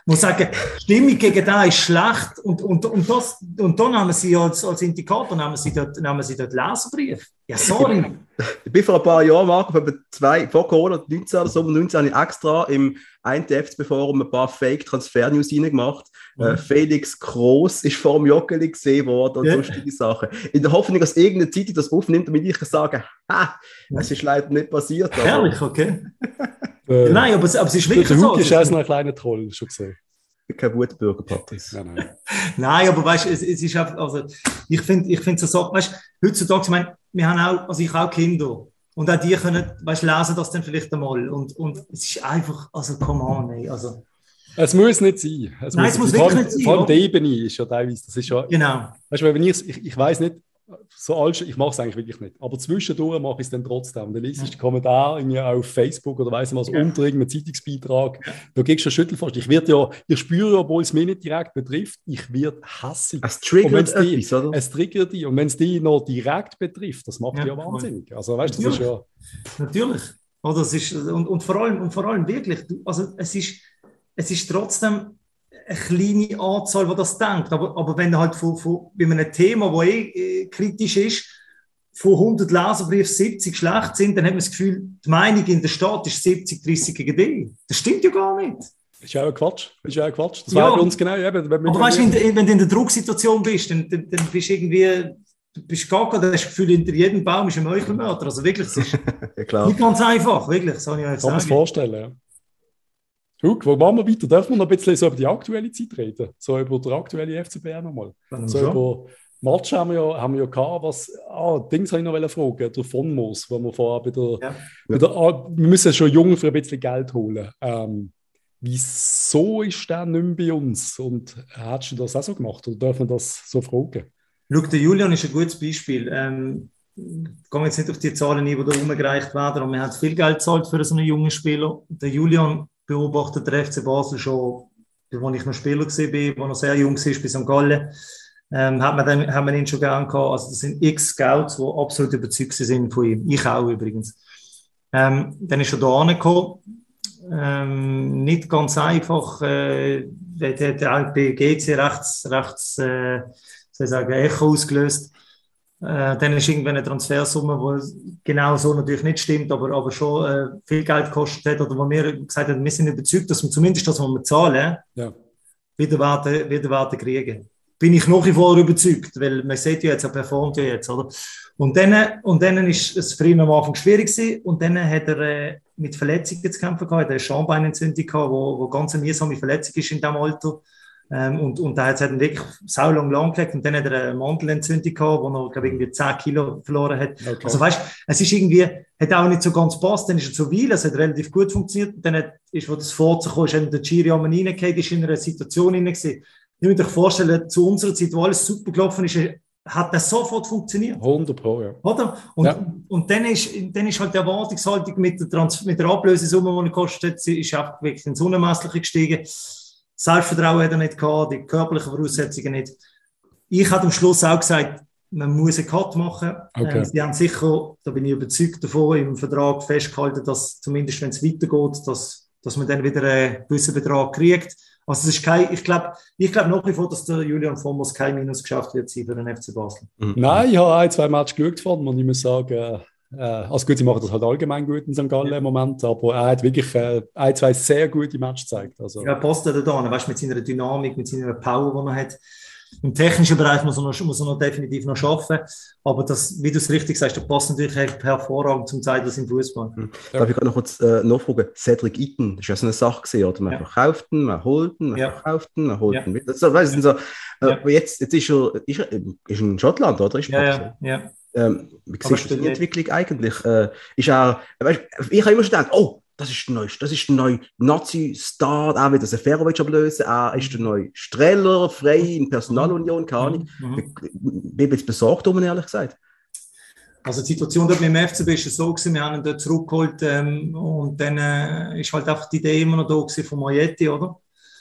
muss sagen, die Stimmung gegen den ist schlecht und, und, und, das, und da nehmen sie als, als Indikator nehmen sie dort, nehmen sie dort Leserbrief. Ja, sorry. Ich bin vor ein paar Jahren, Marco, zwei, vor Corona neunzehn oder so, neunzehn habe ich extra im einen F C B-Forum ein paar Fake-Transfer-News reingemacht. Mhm. Äh, Felix Gross ist vor dem Joggeli gesehen worden und ja. lustige Sachen. In der Hoffnung, dass irgendeine Zeitung das aufnimmt, damit ich kann sagen, ha, es ist leider nicht passiert. Aber. Herrlich, okay. äh, nein, aber, aber es ist wirklich der so. Der ist erst noch ein kleiner Troll, schon gesehen. Kein Wutbürger, Patrice. Nein, nein. Nein, aber weißt du, es, es ist einfach, also ich finde ich find so Sachen, weißt du, heutzutage, ich meine, wir haben auch, also ich auch Kinder. Und auch die können, weißt, lesen das dann vielleicht einmal. Und, und es ist einfach, also come on, ey. Also. Es muss nicht sein. Es Nein, muss, es muss wirklich nicht sein. Vor allem die Ebene ist ja teilweise, das ist ja... Genau. Weißt du, wenn ich, ich, ich weiss nicht, so alt, ich mache es eigentlich wirklich nicht, aber zwischendurch mache ich es dann trotzdem. Dann liest ich den Kommentar irgendwie auf Facebook oder weiss nicht was, ja. unter irgendeinem Zeitungsbeitrag. Ja. Da kriegst du Schüttelfrost. Ich werde ja, ich spüre, obwohl es mich nicht direkt betrifft, ich werde hassig. Es triggert die, etwas, oder? Es triggert die. Und wenn es die noch direkt betrifft, das macht ja, ja wahnsinnig. Also weißt du, das ist ja... Natürlich. Oder es ist, und, und, vor allem, und vor allem wirklich, also es ist, es ist trotzdem eine kleine Anzahl, die das denkt. Aber, aber wenn halt von, von, bei einem Thema, das eh, eh kritisch ist, von hundert Leserbriefen siebzig schlecht sind, dann hat man das Gefühl, die Meinung in der Stadt ist siebzig dreißig gegen die. Das stimmt ja gar nicht. Das ist ja auch Quatsch. Das ist ja auch Quatsch. Das ja. war bei uns genau. Eben, wenn aber weißt du, wenn, wenn du in der Drucksituation bist, dann, dann, dann bist du irgendwie... Du bist gar kein, das Gefühl, hinter jedem Baum ist ein Meuchelmörder. Also wirklich, es ist ja, klar. Nicht ganz einfach, wirklich. Das kann ich euch sagen. Kann man sich vorstellen, ja. Huck, wo machen wir weiter? Dürfen wir noch ein bisschen so über die aktuelle Zeit reden? So über den aktuellen F C B nochmal. So schon. Über Match haben wir ja, haben wir ja gehabt, was, ah, Dings habe ich noch fragen, der von Moos, wo wir vorher bei der, ja. bei der, wir müssen schon jung für ein bisschen Geld holen. Ähm, wieso ist der nicht mehr bei uns? Und hast du das auch so gemacht? Oder dürfen wir das so fragen? Schau, der Julian ist ein gutes Beispiel. Ähm, ich gehe jetzt nicht auf die Zahlen ein, die da umgereicht werden, aber wir haben viel Geld gezahlt für so einen jungen Spieler. Der Julian beobachtet der F C Basel schon, als ich noch Spieler war, als er noch sehr jung war, bis am Gallen. Ähm, hat man dann, haben wir ihn schon gern gehabt. Also das sind x Scouts, die absolut überzeugt sind von ihm. Ich auch übrigens. Ähm, dann ist er da angekommen. Ähm, nicht ganz einfach. Äh, der hat bei G C rechts, rechts äh, soll ich sagen, Echo ausgelöst. Äh, dann ist irgendwann eine Transfersumme, die genau so natürlich nicht stimmt, aber, aber schon äh, viel Geld gekostet hat. Oder wo wir gesagt haben, wir sind überzeugt, dass wir zumindest das, was wir zahlen, ja. wieder, werden, wieder werden kriegen. Bin ich nach wie vor überzeugt, weil man sieht ja jetzt, er performt ja jetzt, oder? Und dann, und dann ist es für ihn am Anfang schwierig gewesen, und dann hat er äh, mit Verletzungen zu kämpfen gehabt, er hat eine Schambeinentzündung gehabt, wo, wo ganz eine mühsame Verletzung ist in diesem Alter. Ähm, und, und da hat es halt wirklich sau lang lang gelegt, und dann hat er eine Mandelentzündung gehabt, wo er, glaube ich, irgendwie zehn Kilo verloren hat. Okay. Also weißt, es ist irgendwie, hat auch nicht so ganz gepasst, dann ist er zu Weil, es hat relativ gut funktioniert, und dann hat, ist, wo das vorzukommen ist, hat der Giri einmal reingehauen, ist in einer Situation rein gewesen. Ich muss euch vorstellen, zu unserer Zeit, wo alles super gelaufen ist, hat das sofort funktioniert. hundert Pro, ja. Oder? Und, ja. und dann, ist, dann ist halt die Erwartungshaltung mit der, Trans- mit der Ablösesumme, die er gekostet hat, ist einfach wirklich ins Unermessliche gestiegen. Selbstvertrauen hat er nicht gehabt, die körperlichen Voraussetzungen nicht. Ich habe am Schluss auch gesagt, man muss einen Cut machen. Okay. Sie haben sicher, da bin ich überzeugt davon, im Vertrag festgehalten, dass zumindest, wenn es weitergeht, dass, dass man dann wieder einen gewissen Betrag kriegt. Also es ist kein, ich glaube ich glaub nach wie vor, dass der Julian Fomos kein Minus geschafft wird sein für den F C Basel. Mhm. Nein, ich habe ein, zwei Matches geschaut von und ich muss sagen, äh, also gut, sie machen das halt allgemein gut in Sankt Gallen im Moment, aber er hat wirklich äh, ein, zwei sehr gute Matches gezeigt. Also. Ja, passt er da, weißt, mit seiner Dynamik, mit seiner Power, die er hat. Im technischen Bereich muss er noch, muss er noch definitiv noch arbeiten, aber das, wie du es richtig sagst, das passt natürlich hervorragend zum Zeitalter im Fußball. Mhm. Ja. Darf ich noch kurz äh, nachfragen? Cedric Itten, das ist ja so eine Sache gewesen, oder? Man ja. verkauft ihn, man holt ihn, man ja. verkauft ihn, man holt ja. ihn wieder. Das, weißt du, so, äh, ja. jetzt, jetzt ist er, ist er ist in Schottland, oder? Ist ja, ja, ja. Ähm, wie siehst du die Entwicklung nicht. Eigentlich? Äh, ist er, weißt, ich habe immer schon gedacht, oh, das ist der neue, das ist der neue Nazi-Star, auch wieder Seferovic ablösen, er ist der neue Streller, frei in Personalunion, keine Ahnung. Mhm. Ich bin jetzt besorgt, um ehrlich gesagt. Also die Situation dort mit dem F C B ist so gewesen, wir haben ihn dort zurückgeholt ähm, und dann äh, ist halt einfach die Idee immer noch da gewesen von Majetti, oder?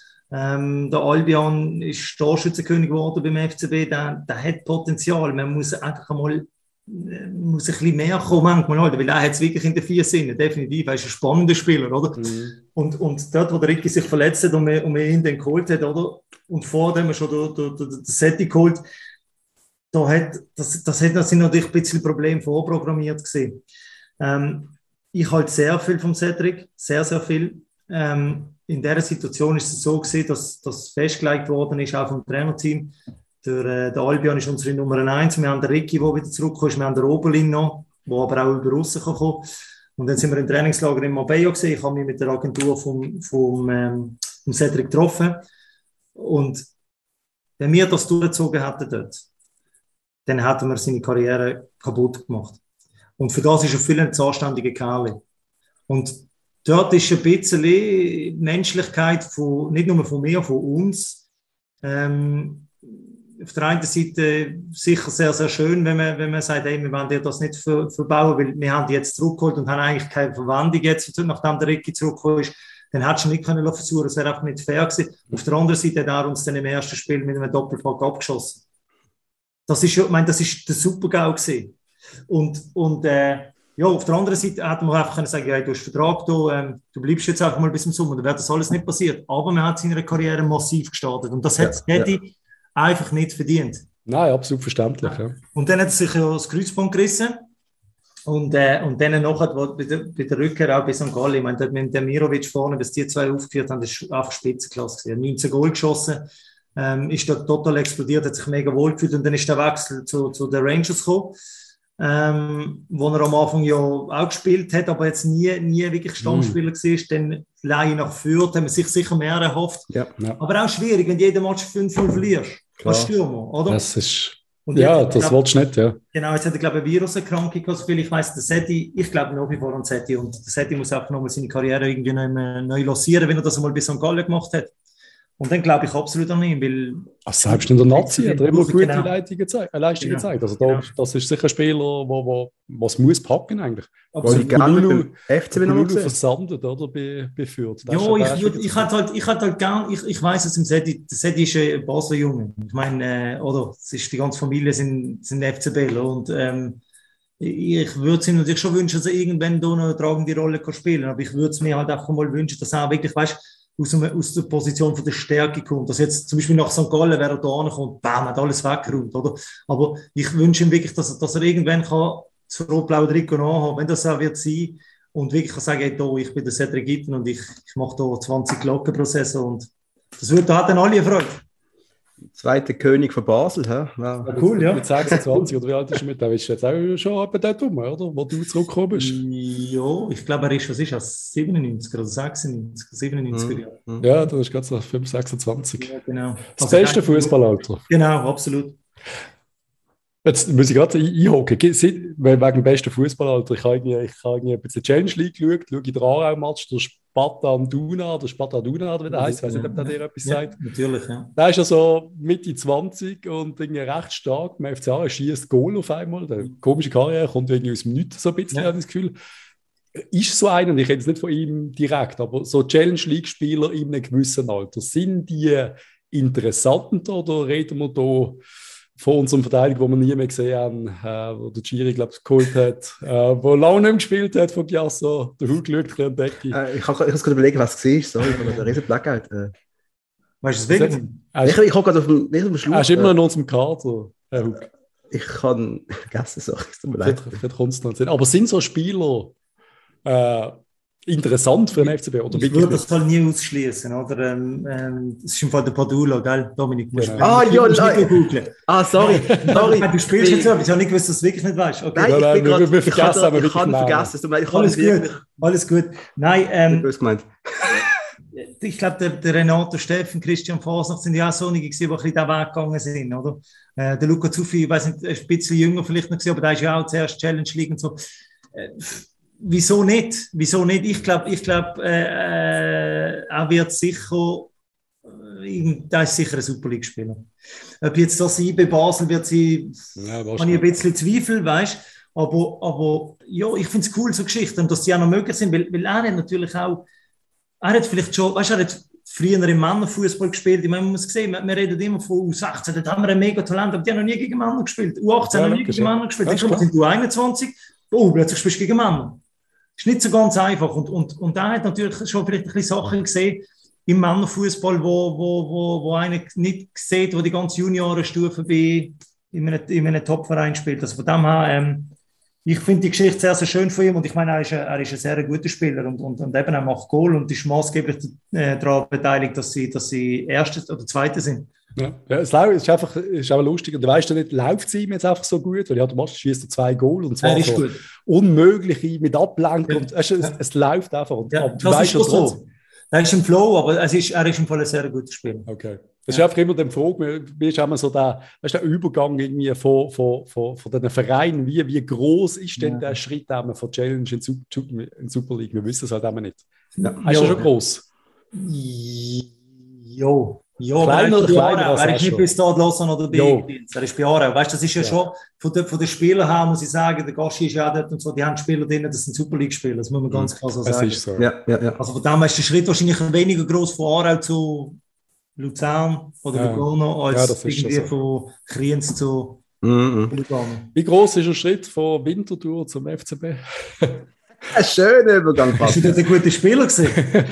Ähm, der Albion ist Torschützenkönig geworden beim F C B, der, der hat Potenzial, man muss einfach einmal muss ein bisschen mehr kommen manchmal, oder? Weil er hat es wirklich in den vier Sinnen, definitiv. Er ist ein spannender Spieler, oder? Mhm. Und, und dort, wo der Ricky sich verletzt hat und wir, und wir ihn dann geholt hat, oder? Und vor dem schon den Setti geholt, da hat, das, das, hat, das sind natürlich ein bisschen Probleme vorprogrammiert gewesen. Ähm, ich halte sehr viel vom Cedric, sehr, sehr viel. Ähm, in dieser Situation ist es so gewesen, dass das festgelegt worden ist, auch vom Trainerteam. Der, äh, der Albion ist unsere Nummer eins. Wir haben den Ricky, der wieder zurückkommt. Wir haben den Oberlin noch, der aber auch über Russen kann kommen. Und dann sind wir im Trainingslager in Marbella gesehen. Ich habe mich mit der Agentur vom, vom, ähm, vom Cedric getroffen. Und wenn wir das durchgezogen hätten dort, dann hätten wir seine Karriere kaputt gemacht. Und für das ist er viel ein anständiger Kerl. Und dort ist ein bisschen die Menschlichkeit von, nicht nur von mir, von uns, ähm, auf der einen Seite sicher sehr, sehr schön, wenn man, wenn man sagt, hey, wir wollen dir das nicht ver, verbauen, weil wir haben die jetzt zurückgeholt und haben eigentlich keine Verwandlung jetzt, nachdem der Ricky zurückgekommen ist. Dann hättest du nicht können versuchen, das wäre einfach nicht fair gewesen. Auf der anderen Seite hat er uns dann im ersten Spiel mit einem Doppelpack abgeschossen. Das ist, ich meine, das ist der Super-GAU gewesen. Und, und äh, ja, auf der anderen Seite hätte man einfach können sagen, ja, du hast Vertrag da, ähm, du bleibst jetzt einfach mal bis zum Sommer, dann wäre das alles nicht passiert. Aber man hat seine Karriere massiv gestartet und das ja, hat Eddie ja. einfach nicht verdient. Nein, absolut verständlich. Ja. Und dann hat er sich ja das Kreuzband gerissen und, äh, und dann nachher bei der, bei der Rückkehr auch bei Sankt Gallen, ich meine, mit dem Mirovic vorne, bis die zwei aufgeführt haben, das war einfach Spitzenklasse. Er hat neunzehn Goal geschossen, ähm, ist dort total explodiert, hat sich mega wohl gefühlt und dann ist der Wechsel zu, zu den Rangers gekommen. Ähm, wo er am Anfang ja auch gespielt hat, aber jetzt nie, nie wirklich Stammspieler mm. war, dann Leihe nach Fürth, haben wir sich sicher mehr erhofft. Ja, ja. Aber auch schwierig, wenn du jeden Match fünf null verlierst. Als Stürmer, oder? Das ist, und ja, jetzt, das willst du nicht, ja. Genau, jetzt hat er, glaube ich, eine Viruserkrankung gehabt, so viel ich weiss, der Setti, ich glaube nach wie vor an Setti, und der Setti muss einfach nochmal seine Karriere irgendwie neu, neu lancieren, wenn er das einmal bis Sankt Gallen gemacht hat. Und dann glaube ich absolut an ihn, weil... Also selbst in der Nazi hat er immer gute genau. Leistungen gezeigt. Äh, Leistungen genau. gezeigt. Also da, genau. das ist sicher ein Spieler, wo, wo, was muss packen eigentlich. Weil ich gerne mit dem F C noch versandet, oder, bei, bei Fürth. Ja, ich, ich, ich hätte halt, ich hätte halt gern, ich, ich weiss, dass im Sedi, der Sedi ist ein Basler Junge. Ich meine, äh, oder, es ist, die ganze Familie sind, sind F C Bälle und ähm, ich würde es ihm natürlich schon wünschen, dass er irgendwann da eine tragende Rolle kann spielen kann. Aber ich würde es mir halt einfach mal wünschen, dass er auch wirklich, weißt, Aus, aus der Position von der Stärke kommt. Dass jetzt zum Beispiel nach Sankt Gallen, wer er da ankommt, bam, hat alles weggeräumt, oder? Aber ich wünsche ihm wirklich, dass, dass er irgendwann kann das rot-blaue Trikot anhaben, wenn das auch wird sein, und wirklich kann sagen, hey, da, ich bin der Cedric Itten und ich, ich mache da zwanzig Glocken pro Saison, und das wird, da hat dann alle Freude. Zweiter König von Basel, hä? Wow. Ja, cool, ja. Mit sechsundzwanzig, oder wie alt ist er mit? Da bist du jetzt auch schon etwa dort rum, oder? Wo du zurückgekommen bist. Ja, ich glaube, er ist, was ist das? siebenundneunzig oder sechsundneunzig, siebenundneunzig Jahre. Mhm. Ja, das ist ganz nach fünf, sechsundzwanzig. Ja, genau. Das also beste Fußballalter. Genau, absolut. Jetzt muss ich gerade einhocken, wegen dem besten Fußballalter. Ich habe irgendwie, ich habe irgendwie ein bisschen Challenge League geschaut, schaue ich den Aarau-Match, der Spartan Duna, der Spartan Duna, oder wie der heisst, ich weiß nicht, ob der dir etwas ja, sagt. Natürlich, ja. Der ist ja so Mitte zwanzig und irgendwie recht stark. Beim F C A schießt Goal auf einmal. Der komische Karriere kommt irgendwie aus dem Nichts, so ein bisschen, ja. habe ich das Gefühl. Ist so einer, und ich rede jetzt nicht von ihm direkt, aber so Challenge League-Spieler in einem gewissen Alter, sind die interessant oder reden wir da von unserem Verteidiger, den wir nie mehr gesehen haben, äh, wo der Giri, glaube ich, geholt hat, äh, wo lange nicht mehr gespielt hat von Giasso, der Hut geschaut an die Decke. Äh, ich kann ich gerade überlegen, was es war, sorry, von der riesen Blackout. Äh. Weißt du es wirklich? Ich, ich habe gerade auf dem, auf dem Schluss... Er ist immer noch in unserem Kader, Herr Hug. Ich kann vergessen, sorry, es tut mir leid. Vielleicht kommt es noch sehen. Aber sind so Spieler äh, interessant für den F C B? Oder ich würde das halt nie ausschließen, oder? Ähm, ähm, das ist im Fall der Padulo, gell? Dominik, musst genau. Ah, ja, nein. Ah, sorry. sorry. Du spielst jetzt so, ich habe nicht gewusst, dass du wirklich nicht weißt. Okay. Nein, ich nein, bin wir, grad, wir ich kann, da, ich kann vergessen. Du meinst, ich alles gut, alles gut. Nein, ähm, böse gemeint. Ich glaube, der, der Renato Steffen, Christian Fasnacht sind ja auch so einige, die ein bisschen den Weg gegangen sind, oder? Äh, der Luca Zuffi, ich weiß nicht, ein bisschen jünger vielleicht noch gewesen, aber der ist ja auch zuerst Challenge League und so. Äh, Wieso nicht? Wieso nicht? Ich glaube, ich glaub, äh, er wird sicher, äh, da ist sicher ein Super League-Spieler. Ob jetzt das I B Basel wird sie, ja, habe ich ein bisschen Zweifel, weißt, aber, aber ja, ich finde es cool, so Geschichten, dass die auch noch möglich sind, weil, weil er hat natürlich auch, er hat vielleicht schon, weißt, er hat früher im Männerfußball gespielt. Ich meine, man muss sehen, wir, wir reden immer von U sechzehn, dort haben wir ein mega Talent, aber die haben noch nie gegen Männer gespielt. U achtzehn ja, haben noch nie gegen Männer gespielt. Jetzt kommt in U einundzwanzig, oh, plötzlich spielst du gegen Männer. Das ist nicht so ganz einfach. Und, und, und da hat natürlich schon vielleicht ein bisschen Sachen gesehen im Männerfußball, wo, wo, wo, wo einer nicht sieht, wo die ganze Juniorenstufe bei in einem, in einem Top-Verein spielt. Also von dem her, ähm, ich finde die Geschichte sehr, sehr schön von ihm und ich meine, er ist ein, er ist ein sehr guter Spieler und, und, und eben er macht Goal und ist maßgeblich äh, daran beteiligt, dass sie, dass sie Erste oder Zweite sind. Ja, ja es ist einfach, ist einfach lustig. Und du weißt ja nicht, läuft es ihm jetzt einfach so gut? Weil ja, du machst, schießt zwei Goal und zwar so gut. Unmögliche mit Ablenkung. Ja. Und, weißt, es, ja. es läuft einfach. Und, ja, du weißt ja so. Er ist im Flow, aber es ist, er ist im Fall ein sehr guter Spieler. Okay. Das ist ja. einfach immer die Frage, wie ist immer so der, weißt, der Übergang irgendwie von, von, von, von den Vereinen, wie, wie groß ist denn ja. der Schritt von Challenge in, Super, in Super League? Wir wissen es halt immer nicht. Ja. Ist er schon groß? Jo. Ja, kleiner, aber er ist, er ist nicht bei Stade Lausanne oder bei Linz. Er ist bei Aarau. Weißt, das ist ja, ja. schon, von den von der Spielern her muss ich sagen, der Gaschi ist ja dort und so, die haben Spieler drin, das sind Super League-Spieler, das muss man ganz klar so sagen. Das ist so. Ja, ja, ja. Also von dem ist der Schritt wahrscheinlich weniger groß von Aarau zu Luzern oder ja. Lugano, als ja, irgendwie so. Von Kriens zu mhm. Lugano. Wie groß ist der Schritt von Winterthur zum F C B? Ein schöner Übergang. Hast du dort einen guten Spieler gesehen?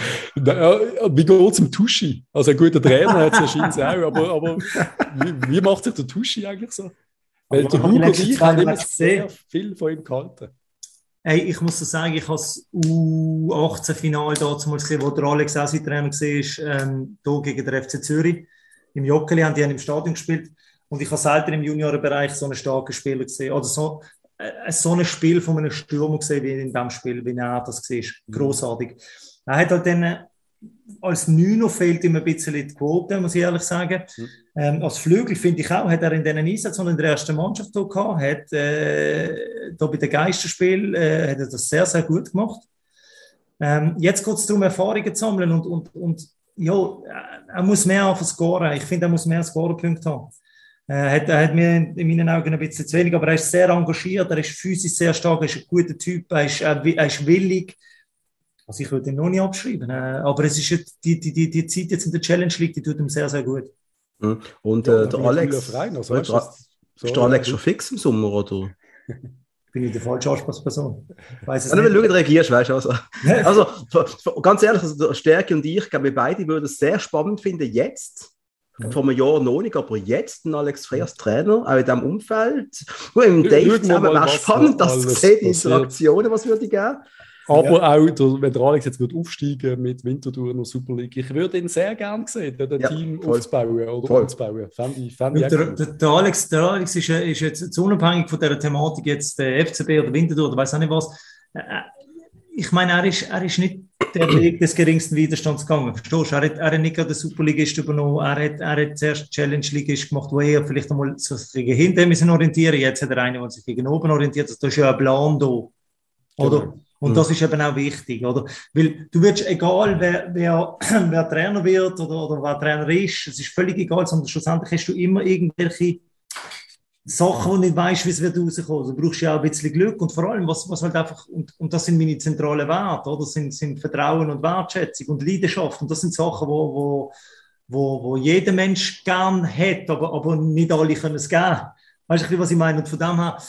Wie geht es im Tuschi? Also ein guter Trainer hat es wahrscheinlich auch, aber, aber wie, wie macht sich der Tuschi eigentlich so? Weil der Hugo und ich haben immer sehr viel von ihm gehalten. Hey, ich muss sagen, ich habe das U achtzehn-Final damals gesehen, wo der Alex auch sein Trainer war, ähm, hier gegen den F C Zürich. Im Joggeli haben die im Stadion gespielt und ich habe selten im Juniorenbereich so einen starken Spieler gesehen. Oder so, äh, so ein Spiel von einem Stürmer gesehen wie in diesem Spiel, wie er das war. Grossartig. Er hat halt dann, als Neuner fehlt ihm ein bisschen die Quote, muss ich ehrlich sagen. Mhm. Ähm, als Flügel, finde ich auch, hat er in diesen Einsätzen in der ersten Mannschaft hier gehabt, hat äh, da bei den Geisterspielen äh, hat er das sehr, sehr gut gemacht. Ähm, jetzt geht es darum, Erfahrungen zu sammeln und, und, und ja, er muss mehr auf scoren. Ich finde, er muss mehr Scorepunkte haben. Er hat, er hat mir in meinen Augen ein bisschen zu wenig, aber er ist sehr engagiert, er ist physisch sehr stark, er ist ein guter Typ, er ist, er ist willig. Also ich würde ihn noch nicht abschreiben, aber es ist jetzt, die, die, die, die Zeit jetzt in der Challenge League, die tut ihm sehr, sehr gut. Und ja, äh, der Alex, Verein, also, weißt, ist so der Alex schon fix im Sommer, oder? Bin ich die falsche Ansprechperson? Weiss es nicht. Wenn du reagierst, weißt du, also. Also, ganz ehrlich, also Stärke und ich, glaube, wir beide würden es sehr spannend finden, jetzt, ja. Vor einem Jahr noch nicht, aber jetzt einen Alex Frey als Trainer, auch in diesem Umfeld. Nur im Dave zusammen wäre spannend, das zu sehen, die Interaktionen, was würde ich geben. Aber ja. auch, wenn der Alex jetzt wird aufsteigen mit Winterthur in der Super League, ich würde ihn sehr gerne sehen, ein ja, Team voll. aufzubauen oder voll. aufzubauen. Fand ich, fand ich der, der, der, Alex, der Alex ist, ist jetzt unabhängig von dieser Thematik, jetzt der F C B oder Winterthur oder weiß auch nicht was. Ich meine, er ist, er ist nicht der Weg des geringsten Widerstands gegangen. Verstehst du? Er hat, er hat nicht gerade den Superligist übernommen, er hat, er hat zuerst Challenge Ligist gemacht, wo er vielleicht einmal so gegen hinten müssen orientieren. Jetzt hat er einen, der sich gegen oben orientiert. Also, da ist ja ein Plan da. Oder? Genau. Und das ist eben auch wichtig, oder? Weil du wirst, egal wer, wer, wer Trainer wird oder, oder wer Trainer ist, es ist völlig egal, sondern schlussendlich hast du immer irgendwelche Sachen, wo du nicht weißt, wie es wird rauskommen. Also, du brauchst ja auch ein bisschen Glück und vor allem, was, was halt einfach, und, und das sind meine zentralen Werte, oder? Das sind, sind Vertrauen und Wertschätzung und Leidenschaft. Und das sind Sachen, wo, wo, wo, wo jeder Mensch gern hat, aber, aber nicht alle können es geben. Weißt du, was ich meine? Und von dem her,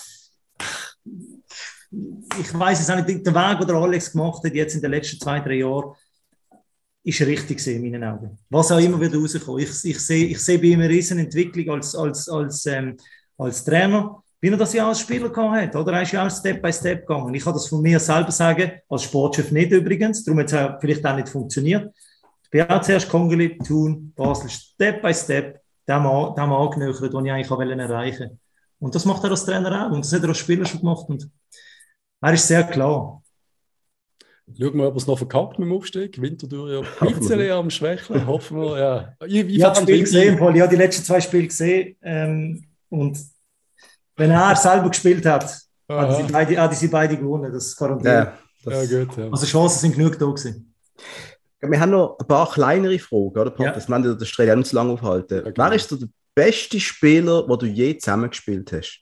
ich weiss es auch nicht, der Weg, den Alex gemacht hat, jetzt in den letzten zwei, drei Jahren, ist richtig in meinen Augen. Was auch immer wird rauskommen. Ich, ich sehe ich seh bei ihm eine riesen Entwicklung als, als, als, ähm, als Trainer, wie er das ja als Spieler gehabt hat. Oder? Er ist ja auch Step by Step gegangen. Ich kann das von mir selber sagen, als Sportchef nicht übrigens, darum hat es vielleicht auch nicht funktioniert. Ich bin auch zuerst Kongeli, Thun, Basel, Step by Step, dem, dem angenähert, den ich eigentlich erreichen wollte. Und das macht er als Trainer auch. Und das hat er als Spieler schon gemacht. Und er ist sehr klar. Schauen wir, ob er es noch verkackt mit dem Aufstieg. Winterthur ja ein bisschen am Schwächeln. Hoffen wir, ja. Ich, ich, ich habe das Spiel gesehen, Paul. Ich habe die letzten zwei Spiele gesehen. Ähm, und wenn er selber gespielt hat, hat sie beide, hat sie beide gewonnen. Das garantiert. Ja, das ja, gut, ja. Also Chancen sind genug da gewesen. Wir haben noch ein paar kleinere Fragen, oder? Ja. Das wollen wir das Streit auch nicht zu lange aufhalten. Okay. Wer ist der beste Spieler, den du je zusammengespielt hast?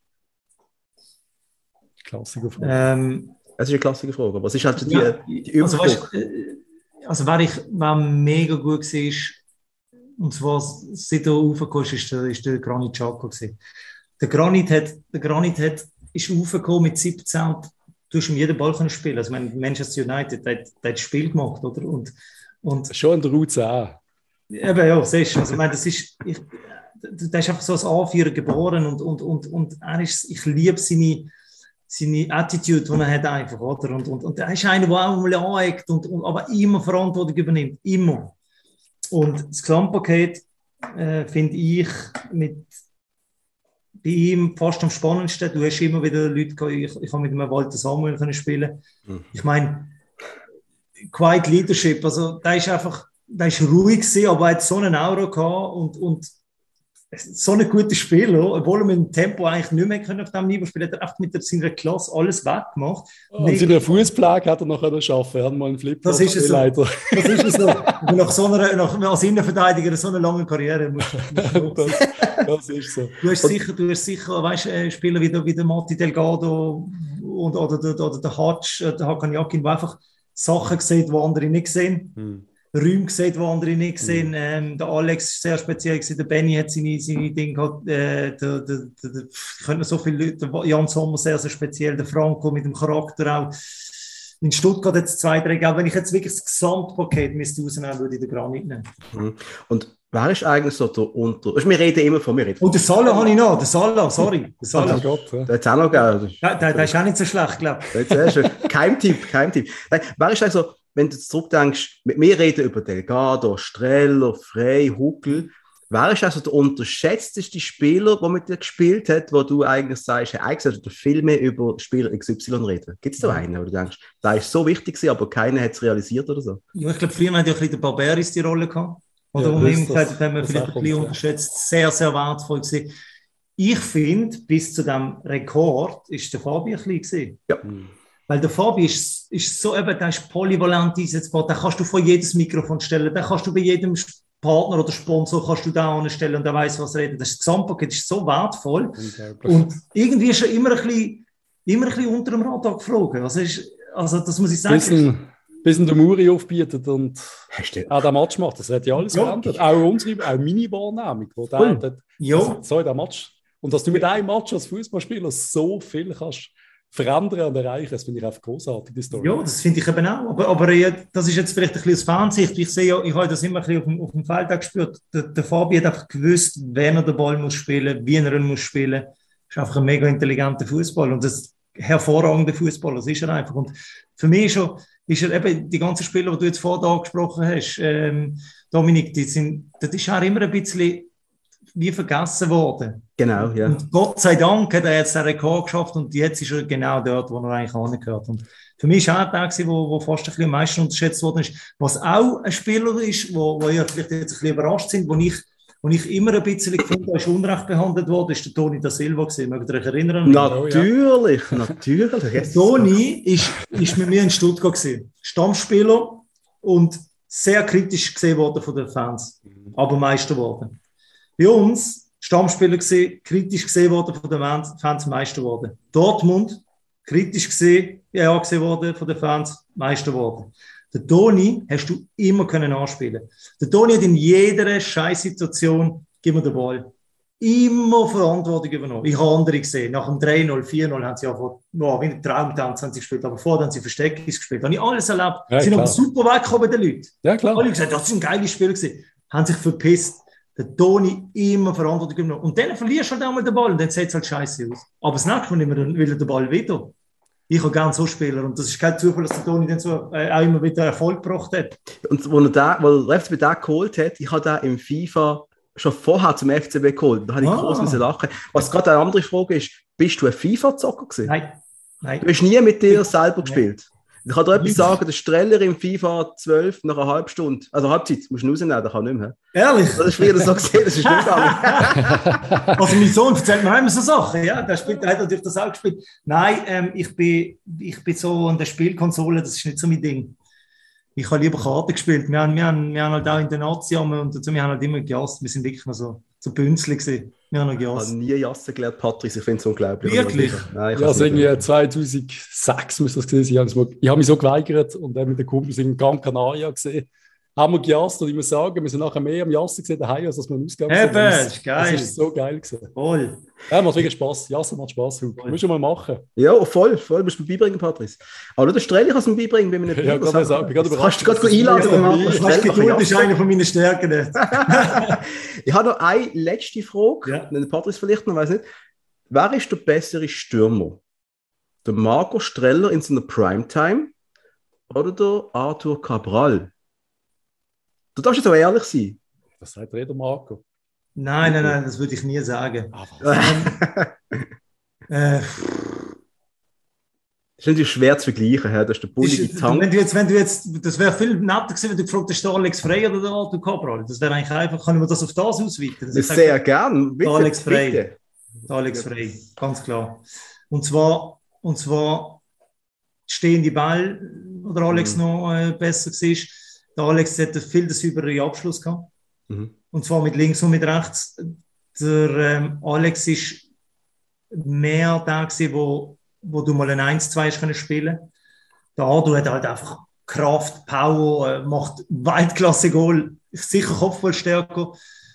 Klassische Frage. Ähm, Es ist eine klassische Frage, aber es ist halt die, ja, die also weißt, äh, also wer, ich, wer mega gut war, und zwar seit er raufgekommen ist, ist der, ist der Granit Xhaka gewesen. Der Granit, hat, der Granit hat, ist raufgekommen mit siebzehn und du hast ihm jeden Ball können spielen. Also Manchester United, der, der hat das Spiel gemacht, oder? Und, und schon in der U zehn. Eben, ja, siehst du. Also, ich meine, das ist, ich, der ist einfach so als Anführer geboren und, und, und, und er ist, ich liebe seine, seine Attitude, die er hat einfach, oder? Und, und, und er ist einer, der auch mal aneckt und, und aber immer Verantwortung übernimmt. Immer. Und das Gesamtpaket äh, finde ich mit bei ihm fast am spannendsten. Du hast immer wieder Leute gehabt, ich, ich habe mit dem Walter Samuel können spielen. Mhm. Ich meine, Quiet Leadership, also der ist einfach, der ist ruhig gewesen, aber er hat so einen Aura gehabt und, und so ein gutes Spiel, obwohl er mit dem Tempo eigentlich nicht mehr können auf diesem Niveau spielen, hat er einfach mit seiner Klasse alles weggemacht. Oh, und seine Fußpflege hat er noch schaffen. Er hat mal einen Flip. Das ist es so. Das ist es so. Nach so einer, nach, als Innenverteidiger so eine lange Karriere musst du das, das ist so. Du hast sicher, du hast sicher, weißt, äh, Spieler wie der, wie der Matti Delgado und, oder, oder, oder der Hatsch, der Hakan Yakin, die einfach Sachen sehen, die andere nicht sehen. Hm. Räume gesehen, die andere nicht gesehen. Mhm. Ähm, der Alex ist sehr speziell gewesen, der Benny hat seine, seine Dinge gehabt. Äh, der, der, der, der, können so viele Leute, der Jan Sommer sehr, sehr speziell, der Franco mit dem Charakter auch. In Stuttgart hat es zwei, drei gegeben. Wenn ich jetzt wirklich das Gesamtpaket müsste rausnehmen, würde ich den Granit nehmen. Mhm. Und wer ist eigentlich so der Unter... Wir reden immer von mir. Und den Salah habe ich noch, den Salah, sorry. Den Salah. Oh Gott, ja. Der hat es auch noch gegeben. Der, der, der ist auch nicht so schlecht, glaube ich. Das ist Keimtipp, Keimtipp. Wer ist eigentlich so... Wenn du zurückdenkst, mit mir reden über Delgado, Streller, Frey, Huckel. Wer ist also der unterschätzteste Spieler, der mit dir gespielt hat, wo du eigentlich sagst, hey, eigentlich solltest du viel mehr über Spieler X Y reden? Gibt es da einen, wo du denkst, der ist so wichtig gewesen, aber keiner hat es realisiert oder so? Ja, ich glaube, früher hat ja ein bisschen der Barberis die Rolle gehabt. Oder ja, wo wir gesagt haben, haben wir vielleicht ein bisschen unterschätzt. Sehr, sehr wertvoll gewesen. Ich finde, bis zu diesem Rekord ist der Fabi ein bisschen gewesen. Ja. Mhm. Weil der Fabi ist, ist so eben, der ist polyvalent einsetzbar, den kannst du vor jedes Mikrofon stellen, den kannst du bei jedem Partner oder Sponsor kannst du da anstellen und der weiß, was redet. Das Gesamtpaket ist so wertvoll. Und irgendwie ist er immer ein bisschen, immer ein bisschen unter dem Radar geflogen. Also, ist, also das muss ich sagen. Bisschen, bisschen der Muri aufbietet und auch den Match macht. Das hat ja alles ja. geändert. Auch unsere, auch meine Wahrnehmung. Wo der, cool. der, ja. also, so in der Match. Und dass du mit einem Match als Fußballspieler so viel kannst verändern und erreichen, das finde ich einfach großartig, die Story. Ja, das finde ich eben auch. Aber, aber das ist jetzt vielleicht ein bisschen aus Fansicht. Ich sehe ja, ich habe das immer ein bisschen auf dem, auf dem Feld auch gespürt. Der, der Fabi hat einfach gewusst, wenn er den Ball muss spielen, wie er ihn muss spielen. Das ist einfach ein mega intelligenter Fußball und das hervorragende Fußball. Das ist er einfach. Und für mich ist er, ist er eben die ganzen Spieler, die du jetzt vorher angesprochen hast, ähm, Dominik, die sind, das ist auch immer ein bisschen wie vergessen worden. Genau, ja. Und Gott sei Dank hat er jetzt den Rekord geschafft und jetzt ist er genau dort, wo er eigentlich angehört. Und für mich war er der, der wo, wo fast ein bisschen am meisten unterschätzt worden ist. Was auch ein Spieler ist, wo, wo ihr vielleicht jetzt ein bisschen überrascht sind, wo ich, wo ich immer ein bisschen gefunden habe, ist unrecht behandelt worden, ist der Toni da Silva gewesen. Mögt ihr euch erinnern? Natürlich, ja. natürlich. Der Toni ist, ist mit mir in Stuttgart gewesen. Stammspieler und sehr kritisch gesehen worden von den Fans, aber Meister worden. Bei uns, Stammspieler gesehen, kritisch gesehen worden von den Fans, Meister worden. Dortmund, kritisch gesehen, ja, gesehen worden von den Fans, Meister worden. Den Toni hast du immer können anspielen. Der Toni hat in jeder Scheißsituation, gib mir den Ball, immer Verantwortung übernommen. Ich habe andere gesehen. Nach dem drei null, vier null haben sie einfach, oh, wie ein Traumtanz haben sie gespielt, aber vorher haben sie Versteckis gespielt. Da habe ich alles erlebt. Ja, sie sind aber super weggekommen, die Leute. Ja, klar. Alle gesagt, das ist ein geiles Spiel gewesen. Haben sich verpisst. Der Toni immer Verantwortung genommen. Und dann verlierst du halt einmal den Ball und dann sieht es halt scheiße aus. Aber das nächste Mal will er den Ball wieder. Ich habe gerne so Spieler und das ist kein Zufall, dass der Toni dann so äh, auch immer wieder Erfolg gebracht hat. Und wo er da, wo der F C B den geholt hat, ich habe den im FIFA schon vorher zum F C B geholt. Da habe ich ah. groß müssen lachen. Was gerade eine andere Frage ist, bist du ein FIFA-Zocker gewesen? Nein. Nein. Du hast nie mit dir selber gespielt? Ich kann dir etwas sagen, der Streller im FIFA zwölf nach einer halben Stunde, also Halbzeit, musst du ihn rausnehmen, der kann nicht mehr. Ehrlich? Das ist früher so gesehen, das ist nicht gegangen. Also mein Sohn erzählt mir immer so Sachen, ja, der, spielt, der hat natürlich das auch gespielt. Nein, ähm, ich, bin, ich bin so an der Spielkonsole, das ist nicht so mein Ding. Ich habe lieber Karten gespielt. Wir haben, wir haben, wir haben halt auch in der Nazi und wir haben halt immer gejasst, wir sind wirklich mal so, so Bünzli gewesen. Wir haben noch Ich habe Gas. nie Jassen gelernt, Patrice. Ich finde es unglaublich. Wirklich? Nein, ich Ja, habe es also nicht irgendwie zweitausendsechs muss das gewesen sein. Ich habe ich habe mich so geweigert und dann mit den Kumpels in Gran Canaria gesehen. Haben wir gejasst und ich muss sagen, wir sind nachher mehr am Jassen gesehen daheim, als dass wir im Ausgang Eben, sind. das ist geil. Das ist so geil gewesen. Voll. Ja, macht wirklich Spaß. Jassen macht Spaß. Voll. Musst du mal machen. Ja, voll, voll. Musst du mir beibringen, Patrice. Aber nur der Streller kann es mir beibringen, wenn wir nicht Ja, gerade sagen, ich bin gerade Kannst überrascht. du gerade einladen, wenn wir Das Streller Geduld ist jassen. eine von meinen Stärken. Ich habe noch eine letzte Frage. Ja. Den Patrice vielleicht noch, weiß nicht. Wer ist der bessere Stürmer? Der Marco Streller in seiner Primetime oder der Arthur Cabral? Du darfst jetzt auch ehrlich sein. Das sagt jeder Marco. Nein, nein, nein, das würde ich nie sagen. Ah, was? Äh, Das ist natürlich schwer zu vergleichen. He? Das ist der bullige ist, Tank. wenn du jetzt, wenn du jetzt, das wäre viel netter gewesen, wenn du gefragt hast, der Alex Frey oder der Arthur Cabral. Das wäre eigentlich einfach, kann ich mir das auf das ausweiten? Das ist Sehr gern. Bitte, Alex Frey. bitte. Alex Frey, ganz klar. Und zwar, und zwar stehende Ball, oder Alex Mhm. noch äh, besser war. Der Alex hatte viel das überere Abschluss gehabt. Mhm. Und zwar mit links und mit rechts. Der ähm, Alex ist mehr da gewesen, wo, wo du mal ein eins zwei spielen konntest. Der Arthur hat halt einfach Kraft, Power, äh, macht Weltklasse-Goal, sicher Kopfballstärker.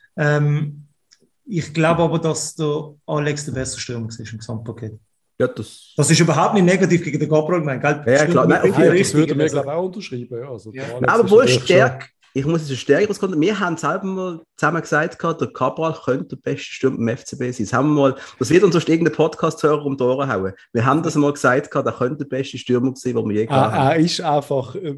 Ähm, ich glaube aber, dass der Alex der beste Stürmer war im Gesamtpaket. Ja, das. Das ist überhaupt nicht negativ gegen den Gabriel gemeint, gell? Ja, klar. Nein, okay, Ja, okay. das würde mir, also, glaube ich, auch unterschreiben. Ja. Also, Ja. der Alex Aber ist wohl natürlich stärker. Ich muss es stärker rauskommen. Wir haben selber mal zusammen gesagt, der Cabral könnte der beste Stürmer im F C B sein. Das, haben wir mal, das wird uns sonst irgendein Podcast-Hörer um die Ohren hauen. Wir haben das mal gesagt, der könnte der beste Stürmer sein, den wir je schon, gehabt er, haben. er ist einfach, äh,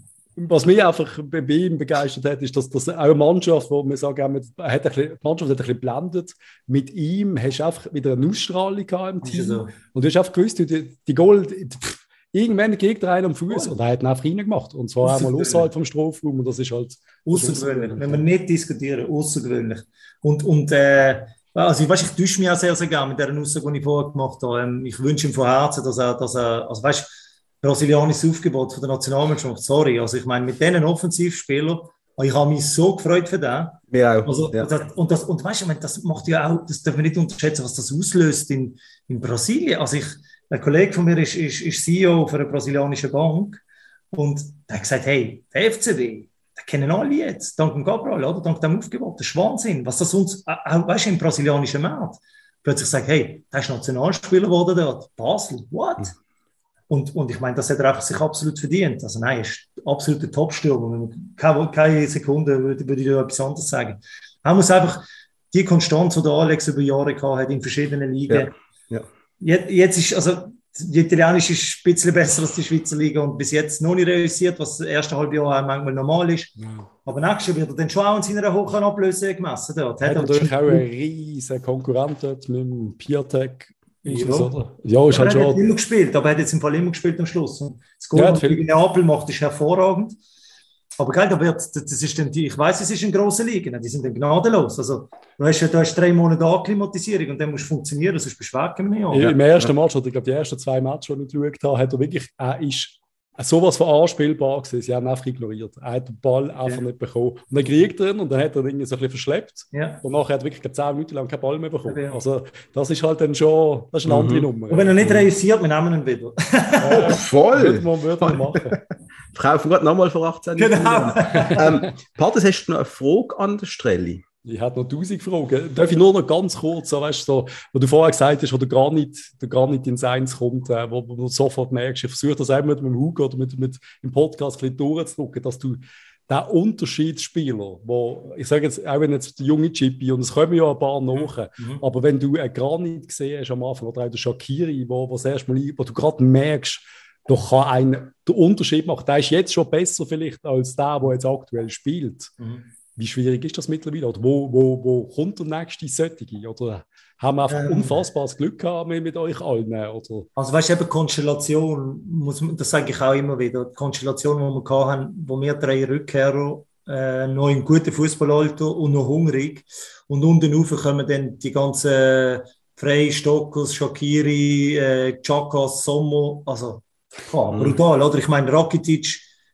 was mich einfach bei bei ihm begeistert hat, ist, dass das auch eine Mannschaft, wo wir sagen, er hat ein bisschen, die Mannschaft hat ein bisschen blendet. Mit ihm hast du einfach wieder eine Ausstrahlung gehabt im ist Team. so. Und du hast einfach gewusst, die, die Goal, die, pff, irgendwann kriegt er einen am Fuß und er hat ihn einfach reingemacht. Und zwar einmal außerhalb vom Strafraum und das ist halt Außergewöhnlich, wenn wir nicht diskutieren, außergewöhnlich. Und, und äh, also ich weiß, ich täusche mich auch sehr, sehr gerne mit der Aussage, die ich vorher gemacht habe. Ähm, ich wünsche ihm von Herzen, dass er, dass er also weißt, brasilianisches Aufgebot von der Nationalmannschaft, sorry, also ich meine, mit diesen Offensivspielern, ich habe mich so gefreut für den. Wir auch. Also, ja. das, und, das, und weißt du, das macht ja auch, das darf man nicht unterschätzen, was das auslöst in, in Brasilien. Also ich, ein Kollege von mir ist, ist, ist C E O für eine brasilianische Bank und der hat gesagt, hey, der F C B, den kennen alle jetzt, dank dem Gabriel, oder? Dank dem Aufgebot, das ist Wahnsinn, was das uns, auch, weißt du, im brasilianischen Markt, plötzlich sagt, hey, der ist Nationalspieler geworden dort, Basel, what? Mhm. Und, und ich meine, das hat er einfach sich absolut verdient. Also nein, er ist absoluter Top-Stürmer. Keine, keine Sekunde würde, würde ich dir etwas anderes sagen. Man muss einfach die Konstanz, die der Alex über Jahre gehabt hat in verschiedenen Ligen. Ja. Ja. Jetzt, jetzt ist, also die italienische ist ein bisschen besser als die Schweizer Liga und bis jetzt noch nicht realisiert, was das erste halbe Jahr auch manchmal normal ist. Ja. Aber nächstes Jahr wird er dann schon auch in seiner hohen Ablöse gemessen. Dort. Er hat natürlich auch einen riesen Konkurrent dort mit dem Piatek. Ist ja. Oder? Ja, ist ja, halt er schon. hat immer gespielt, aber er hat jetzt im Fall immer gespielt am Schluss. Und das Goal, ja, gegen Neapel macht, ist hervorragend. Aber gell, da wird, das ist dann die, ich weiss, es ist eine grosse Liga, die sind dann gnadenlos. Also, du hast, du hast drei Monate Akklimatisierung und dann musst du funktionieren, sonst bist du weg im Jahr. Ja. Im ersten Match, oder ich glaube, die ersten zwei Matches, die ich geschaut habe, hat er wirklich, er ist sowas von anspielbar gewesen. Sie haben ihn einfach ignoriert. Er hat den Ball einfach ja. nicht bekommen. Und dann kriegt er ihn und dann hat er ihn irgendwie so ein bisschen verschleppt. Ja. Und nachher hat er wirklich zehn Minuten lang keinen Ball mehr bekommen. Ja. Also das ist halt dann schon, das ist eine mhm. andere Nummer. Und wenn er nicht realisiert, wir nehmen ihn wieder. Oh, voll! Würde man, würde man machen. Verkaufen gerade nochmal vor achtzehn Genau. ähm, Patrice, hast du noch eine Frage an der Stelle? Ich habe noch tausend Fragen. Darf ich nur noch ganz kurz, so, weißt, so, wo du vorher gesagt hast, wo du gar nicht, du gar nicht ins Eins kommt, äh, wo, wo du sofort merkst, ich versuche das auch mit dem Hugo oder mit, mit im Podcast ein bisschen durchzudrücken, dass du den Unterschiedsspieler, wo, ich sage jetzt, auch wenn jetzt der junge Chippy, und es kommen ja ein paar nach, mhm. aber wenn du einen Granit gesehen hast am Anfang, oder auch der Shaqiri, wo, wo, erst mal, wo du gerade merkst, doch kann einen den Unterschied machen. Der ist jetzt schon besser vielleicht als der, der jetzt aktuell spielt. Mhm. Wie schwierig ist das mittlerweile? Oder wo, wo, wo kommt der nächste solche? Oder haben wir einfach ähm, unfassbares Glück gehabt mit, mit euch allen? Oder? Also weißt du, eben Konstellation, muss man, das sage ich auch immer wieder, die Konstellation, die wir hatten, wo wir drei Rückkehrer, äh, noch im guten Fußballalter und noch hungrig. Und unten rauf kommen dann die ganzen Frey, Stockers, Shaqiri, äh, Chakas, Sommer, also ja, brutal, oder? Ich meine, Rakitic,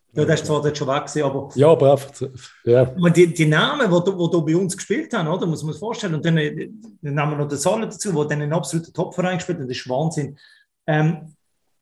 Ja, das ist zwar dort schon weg gewesen, aber... Ja, aber einfach... Ja. Die, die Namen, die, die, die bei uns gespielt haben, oder, muss man sich vorstellen, und dann, dann nehmen wir noch den Salle dazu, der dann einen absoluten Topverein gespielt hat, das ist Wahnsinn. Ähm,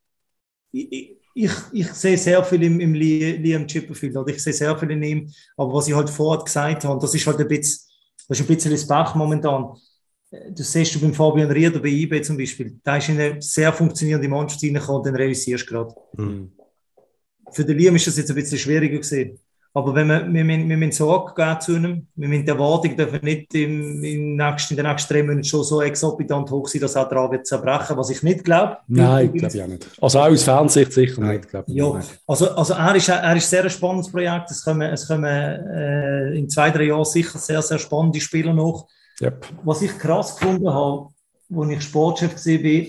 ich, ich, ich sehe sehr viel im, im Liam Chipperfield, oder ich sehe sehr viel in ihm, aber was ich halt vorher gesagt habe, das ist halt ein bisschen, das ist ein bisschen das Pech momentan. Das siehst du beim Fabian Rieder bei I B zum Beispiel, da ist in eine sehr funktionierende Mannschaft reingekommen und dann realisierst du gerade. Mhm. Für den Liam ist das jetzt ein bisschen schwieriger gewesen. Aber wenn wir, wir, wir, wir müssen Sorge geben zu ihm, wir müssen die Erwartung dürfen nicht im, im nächsten, in den nächsten drei Monaten schon so exorbitant hoch sein, dass er daran wird zerbrechen, was ich nicht glaube. Nein, glaube ich auch nicht. Also auch aus Fernsicht sicher nicht, glaube ich. Ja, also, also er ist, er ist sehr ein spannendes Projekt. Es kommen, es kommen äh, in zwei, drei Jahren sicher sehr, sehr spannende Spieler noch. Yep. Was ich krass gefunden habe, als ich Sportchef war,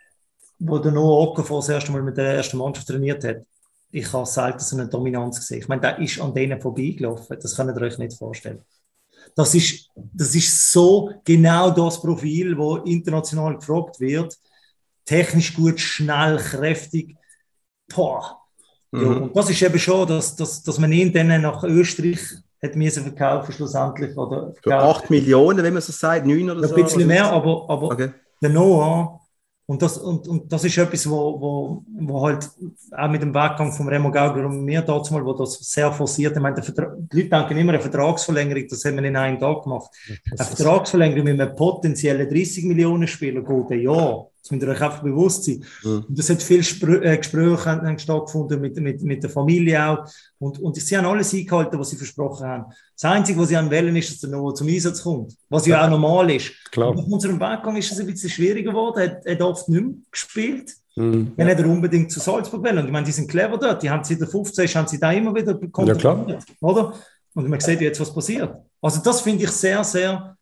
wo der Noah Okafor das erste Mal mit der ersten Mannschaft trainiert hat. Ich habe selten so eine Dominanz gesehen. Ich meine, der ist an denen vorbeigelaufen. Das könnt ihr euch nicht vorstellen. Das ist, das ist so genau das Profil, das international gefragt wird. Technisch gut, schnell, kräftig. Boah. Mhm. Ja, und das ist eben schon, dass, dass, dass man ihn dann nach Österreich hat müssen verkaufen schlussendlich. Oder für acht Millionen, wenn man so sagt, neun oder ein so. Ein bisschen mehr, aber, aber okay. Der Noah, und das, und, und das ist etwas, wo, wo, wo halt auch mit dem Weggang von Remo Gaugler und mir dazu mal, wo das sehr forciert, ich meine, Vertra- die Leute denken immer, eine Vertragsverlängerung, das haben wir in einem Tag gemacht. Eine Vertragsverlängerung mit einem potenziellen dreißig Millionen Spieler geht ein Jahr. Das müsst ihr euch einfach bewusst sein. Mhm. Und das hat viele Spr- äh, Gespräche stattgefunden mit, mit, mit der Familie auch. Und, und sie haben alles eingehalten, was sie versprochen haben. Das Einzige, was sie an wollen, ist, dass der Noah zum Einsatz kommt. Was ja auch normal ist. Klar. Nach unserem Weggang ist es ein bisschen schwieriger geworden. Er, er hat oft nicht mehr gespielt. Mhm. Dann hat er unbedingt zu Salzburg wollen. Und ich meine, die sind clever dort. Die haben seit der fünfzehn haben sie da immer wieder kontaktiert. Ja, oder? Und man sieht jetzt, was passiert. Also das finde ich sehr, sehr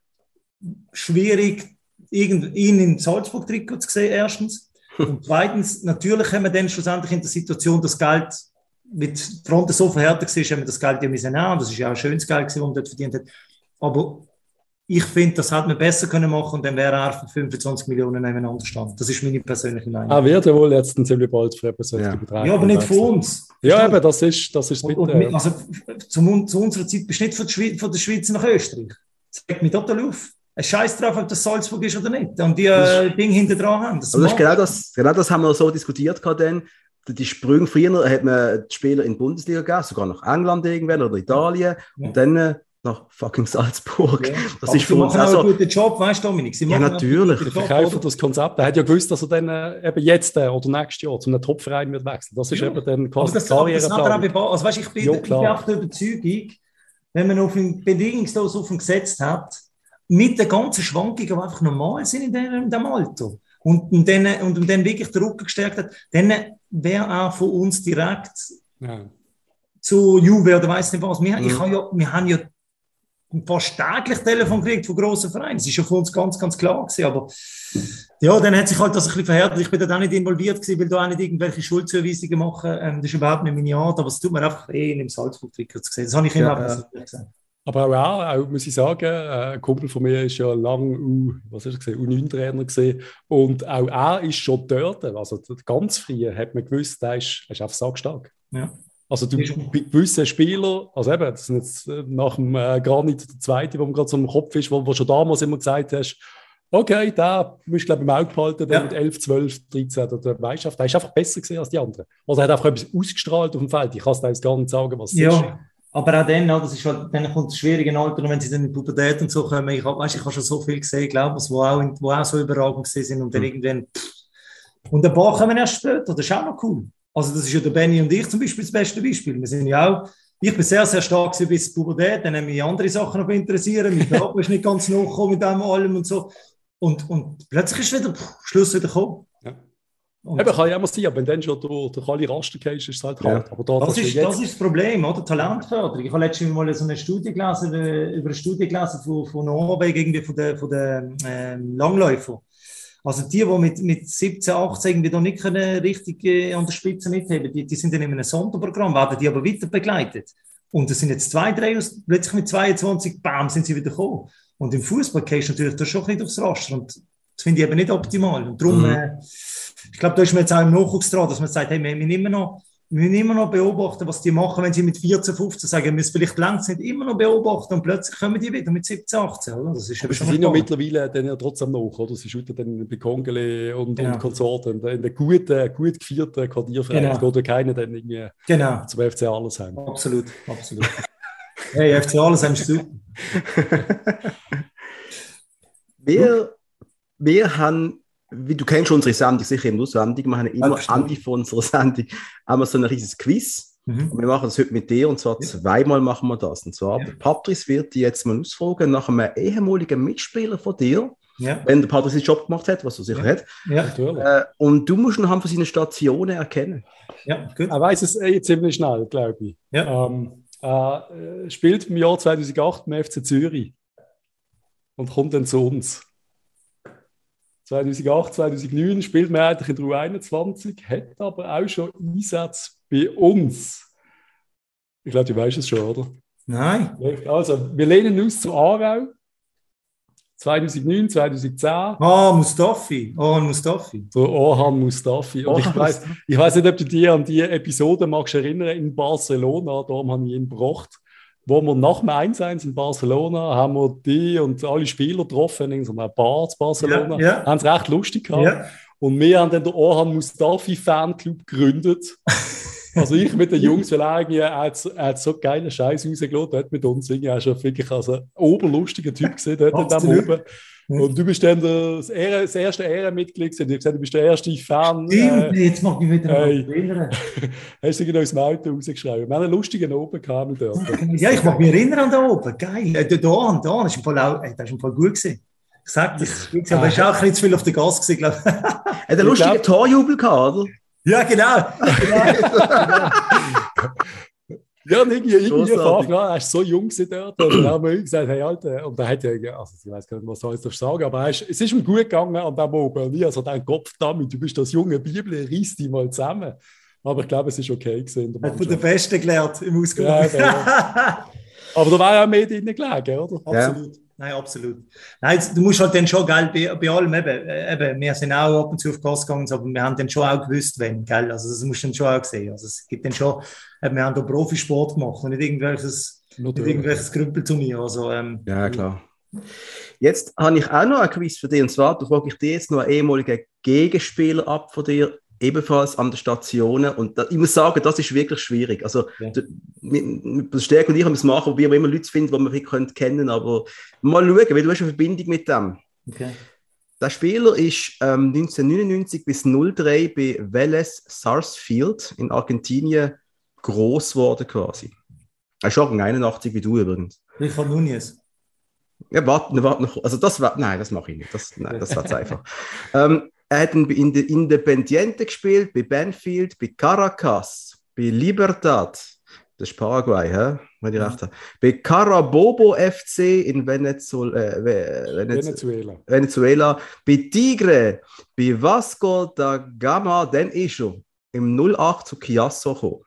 schwierig, ihn im Salzburg-Trikot zu sehen, erstens. Und zweitens, natürlich haben wir dann schlussendlich in der Situation, das Geld mit Fronten so verhärtet war, haben wir das Geld ja müssen nehmen. Das ist ja auch ein schönes Geld, das man dort verdient hat. Aber ich finde, das hätte man besser können machen und dann wäre er für fünfundzwanzig Millionen nebeneinander gestanden. Das ist meine persönliche Meinung. Er wird ja wohl jetzt ziemlich bald für etwas ja. Betrag. Ja, aber nicht für uns. Ja, eben, das ist das ist und, und, äh, Also zu, zu unserer Zeit bist du nicht von der, Schweiz, von der Schweiz nach Österreich. Das regt mich total auf. Ein Scheiß drauf, ob das Salzburg ist oder nicht. Und die äh, Dinge hinter dran haben. Das, das ist genau das, genau das haben wir so diskutiert dann. Die Sprünge früher hat man die Spieler in die Bundesliga gegeben, sogar nach England irgendwann oder Italien. Ja. Und dann äh, nach fucking Salzburg. Ja. Das ist für uns auch so einen guten Job, weißt du, Dominik? Sie ja, natürlich. Sie verkaufen das Konzept. Er hat ja gewusst, dass er dann äh, eben jetzt äh, oder nächstes Jahr zu einem Topverein wird wechseln. Das ist ja. eben dann quasi das, Karriereplan. Also weißt, ich bin, ja, ich bin auch der Überzeugung, wenn man auf ihn bedingungslos auf ihn gesetzt hat, mit den ganzen Schwankungen, die einfach normal sind in diesem, in diesem Alter, und, und, dann, und dann wirklich den Rücken gestärkt hat, dann wäre er von uns direkt ja. zu Juve oder weiss nicht was. Wir, mhm. ich hab ja, wir haben ja fast täglich Telefon gekriegt von grossen Vereinen. Das war ja für uns ganz, ganz klar gewesen, aber ja, dann hat sich halt das ein bisschen verhärtet. Ich bin da auch nicht involviert gewesen, will da auch nicht irgendwelche Schuldzuweisungen machen. Ähm, das ist überhaupt nicht meine Art, aber es tut mir einfach eh in dem Salzburg-Trikot zu sehen. Das habe ich immer ja, ja. gesagt. Aber auch er, auch, muss ich sagen, ein Kumpel von mir ist ja lange U, was ist U neun Trainer gesehen und auch er ist schon dort. Also ganz früh hat man gewusst, der ist, ist einfach sackstark. Ja. Also du bei gewissen Spieler, also eben, das sind jetzt nach dem äh, gar nicht der zweite, der mir gerade so im Kopf ist, wo du schon damals immer gesagt hast, okay, der musst du glaube ich im Auge behalten, der ja. mit elf, zwölf, dreizehn oder weißt du, der ist einfach besser gewesen als die anderen. Also er hat einfach etwas ausgestrahlt auf dem Feld. Ich kann es dir jetzt gar nicht sagen, was es ja. ist. Aber auch dann, das ist halt, dann kommt das schwierige Alter, wenn sie dann in die Pubertät und so kommen. Ich habe ich hab schon so viel gesehen, glaube ich, wo auch, wo auch so überragend sind und dann mhm. irgendwann. Pff. Und ein paar kommen erst später, das ist auch noch cool. Also, das ist ja der Benni und ich zum Beispiel das beste Beispiel. Wir sind ja auch, ich bin sehr, sehr stark bis zur Pubertät, dann haben mich andere Sachen noch interessieren. Mein Körper ist nicht ganz nachgekommen mit dem allem und so. Und, und plötzlich ist wieder pff, Schluss wieder gekommen. Ja. Und Eben, kann ja immer sein, aber wenn dann schon durch, durch alle Raster gehst, ist es halt hart. Ja. Aber da, das, das, ist, jetzt... das ist das Problem, oder? Talentförderung. Ich habe letztens mal so eine Studie gelesen, über eine Studie gelesen von, von Norwegen, irgendwie von den von der, ähm, Langläufern. Also die, die mit, mit siebzehn, achtzehn irgendwie noch nicht können, richtig äh, an der Spitze mitheben, die, die sind dann in einem Sonderprogramm, werden die aber weiter begleitet. Und es sind jetzt zwei, drei, plötzlich mit zweiundzwanzig, bam, sind sie wieder gekommen. Und im Fußball gehst du natürlich da schon ein bisschen durchs Raster. Und das finde ich eben nicht optimal. Und darum, mhm. äh, ich glaube, da ist man jetzt auch im Nachwuchs dran, dass man sagt, hey, wir, wir nehmen noch wir müssen immer noch beobachten, was die machen, wenn sie mit vierzehn, fünfzehn sagen, wir müssen vielleicht langsam immer noch beobachten und plötzlich kommen die wieder mit siebzehn, achtzehn. Oder? Das ist aber sie sind ja mittlerweile dann ja trotzdem noch, oder? Sie shooten dann bei Kongele und, genau. und Konsorten in den guten, gut geführten Quartiervereinen. Es genau. geht ja keiner dann irgendwie genau. zum F C Arlesheim. Absolut, absolut. Hey, F C Arlesheim ist super. wir, wir haben... Wie, du kennst unsere Sendung, sicher in der Sendung. Wir haben immer am Ende von unserer Sendung einmal so ein riesiges Quiz. Mhm. Und wir machen das heute mit dir, und zwar ja. zweimal machen wir das. Und zwar, ja. der Patrice wird dich jetzt mal ausfragen nach einem ehemaligen Mitspieler von dir, ja. wenn der Patrice seinen Job gemacht hat, was er sicher ja. hat. Ja, natürlich. Äh, und du musst ihn anhand von seinen Stationen erkennen. Ja, gut. Er weiß es eh ziemlich schnell, glaube ich. Ja. Ähm, äh, spielt im Jahr zweitausendacht im F C Zürich und kommt dann zu uns. zweitausendacht, zweitausendneun spielt man eigentlich in der U einundzwanzig, hat aber auch schon Einsätze bei uns. Ich glaube, du weißt es schon, oder? Nein. Also, wir lehnen uns zu Aarau. zweitausendneun, zweitausendzehn. Ah, Mustafi. Orhan Mustafi. So, Orhan Mustafi. Und ich weiß ich weiss nicht, ob du dich an die Episode magst erinnern in Barcelona. Darum habe ich ihn gebracht. Wo wir nach dem eins eins in Barcelona haben wir die und alle Spieler getroffen in so einer Bar in Barcelona. Ja, ja. Haben es recht lustig gehabt. Ja. Und wir haben dann den Orhan Mustafi Fanclub gegründet. Also ich mit den Jungs, weil er, er, hat, er hat so geile Scheiß rausgelassen, er hat mit uns irgendwie auch schon wirklich also ein oberlustiger Typ gesehen, dort da oben. Und du bist dann das, Ehren, das erste Ehrenmitglied gewesen. Ich habe gesagt, du bist der erste Fan. Stimmt, äh, jetzt mach ich wieder mal erinnern. Hast du dich aus dem Auto rausgeschrieben? Wir haben einen lustigen oben gehabt dort. Ja, ich mag mich erinnern an da oben. Geil. Äh, da, da, da, das ist im Fall auch, äh, das ist im Fall gut gewesen. Ich sag das. Ich, aber es war auch ein bisschen zu viel auf der Gas gewesen, glaube ich. Er hat einen lustigen Torjubel gehabt, oder? Ja, genau. genau. Ja, und irgendwie, irgendwie Fach, ja, er ist so jung dort. Und dann haben wir gesagt, hey, Alter, und er hat ja, also ich weiß gar nicht, was soll ich jetzt sagen, aber ist, es ist ihm gut gegangen an dem oben. Und ich also den Kopf damit, du bist das junge Bibel, reiss dich mal zusammen. Aber ich glaube, es ist okay gewesen. Hat von der Besten gelernt im Ausgang. Ja, ja. Aber da war ja auch mehr drin gelegen, oder? Absolut. Ja. Nein, absolut. Nein, du musst halt dann schon, gell, bei, bei allem eben, eben, wir sind auch ab und zu auf Gas gegangen, aber wir haben dann schon auch gewusst, wenn, gell, also das musst du dann schon auch sehen. Also es gibt dann schon, eben, wir haben da Profisport gemacht und nicht irgendwelches, nicht irgendwelches Grüppel zu mir. Also, ähm, ja, klar. Jetzt habe ich auch noch ein Quiz für dich, und zwar, da frage ich dir jetzt noch einen ehemaligen Gegenspieler ab von dir, ebenfalls an den Stationen, und da, ich muss sagen, das ist wirklich schwierig. Also, ja. der Stärke und ich haben es machen, probieren wir immer Leute zu finden, die wir kennen können, aber mal schauen, weil du hast eine Verbindung mit dem. Okay. Der Spieler ist ähm, neunzehnhundertneunundneunzig bis null drei bei Vélez Sarsfield in Argentinien groß geworden quasi. Er ist auch einundachtzig wie du übrigens. Richard Núñez. Ja, warte, warte noch. Also das war, nein, das mache ich nicht. Das, nein, das war zu einfach. ähm, Er hat in der Independiente gespielt, bei Banfield, bei Caracas, bei Libertad, das ist Paraguay, he? Wenn ich recht habe, bei Carabobo F C in Venezuela, äh, Venezuela. Venezuela, bei Tigre, bei Vasco da Gama, dann ist er im null acht zu Chiasso gekommen.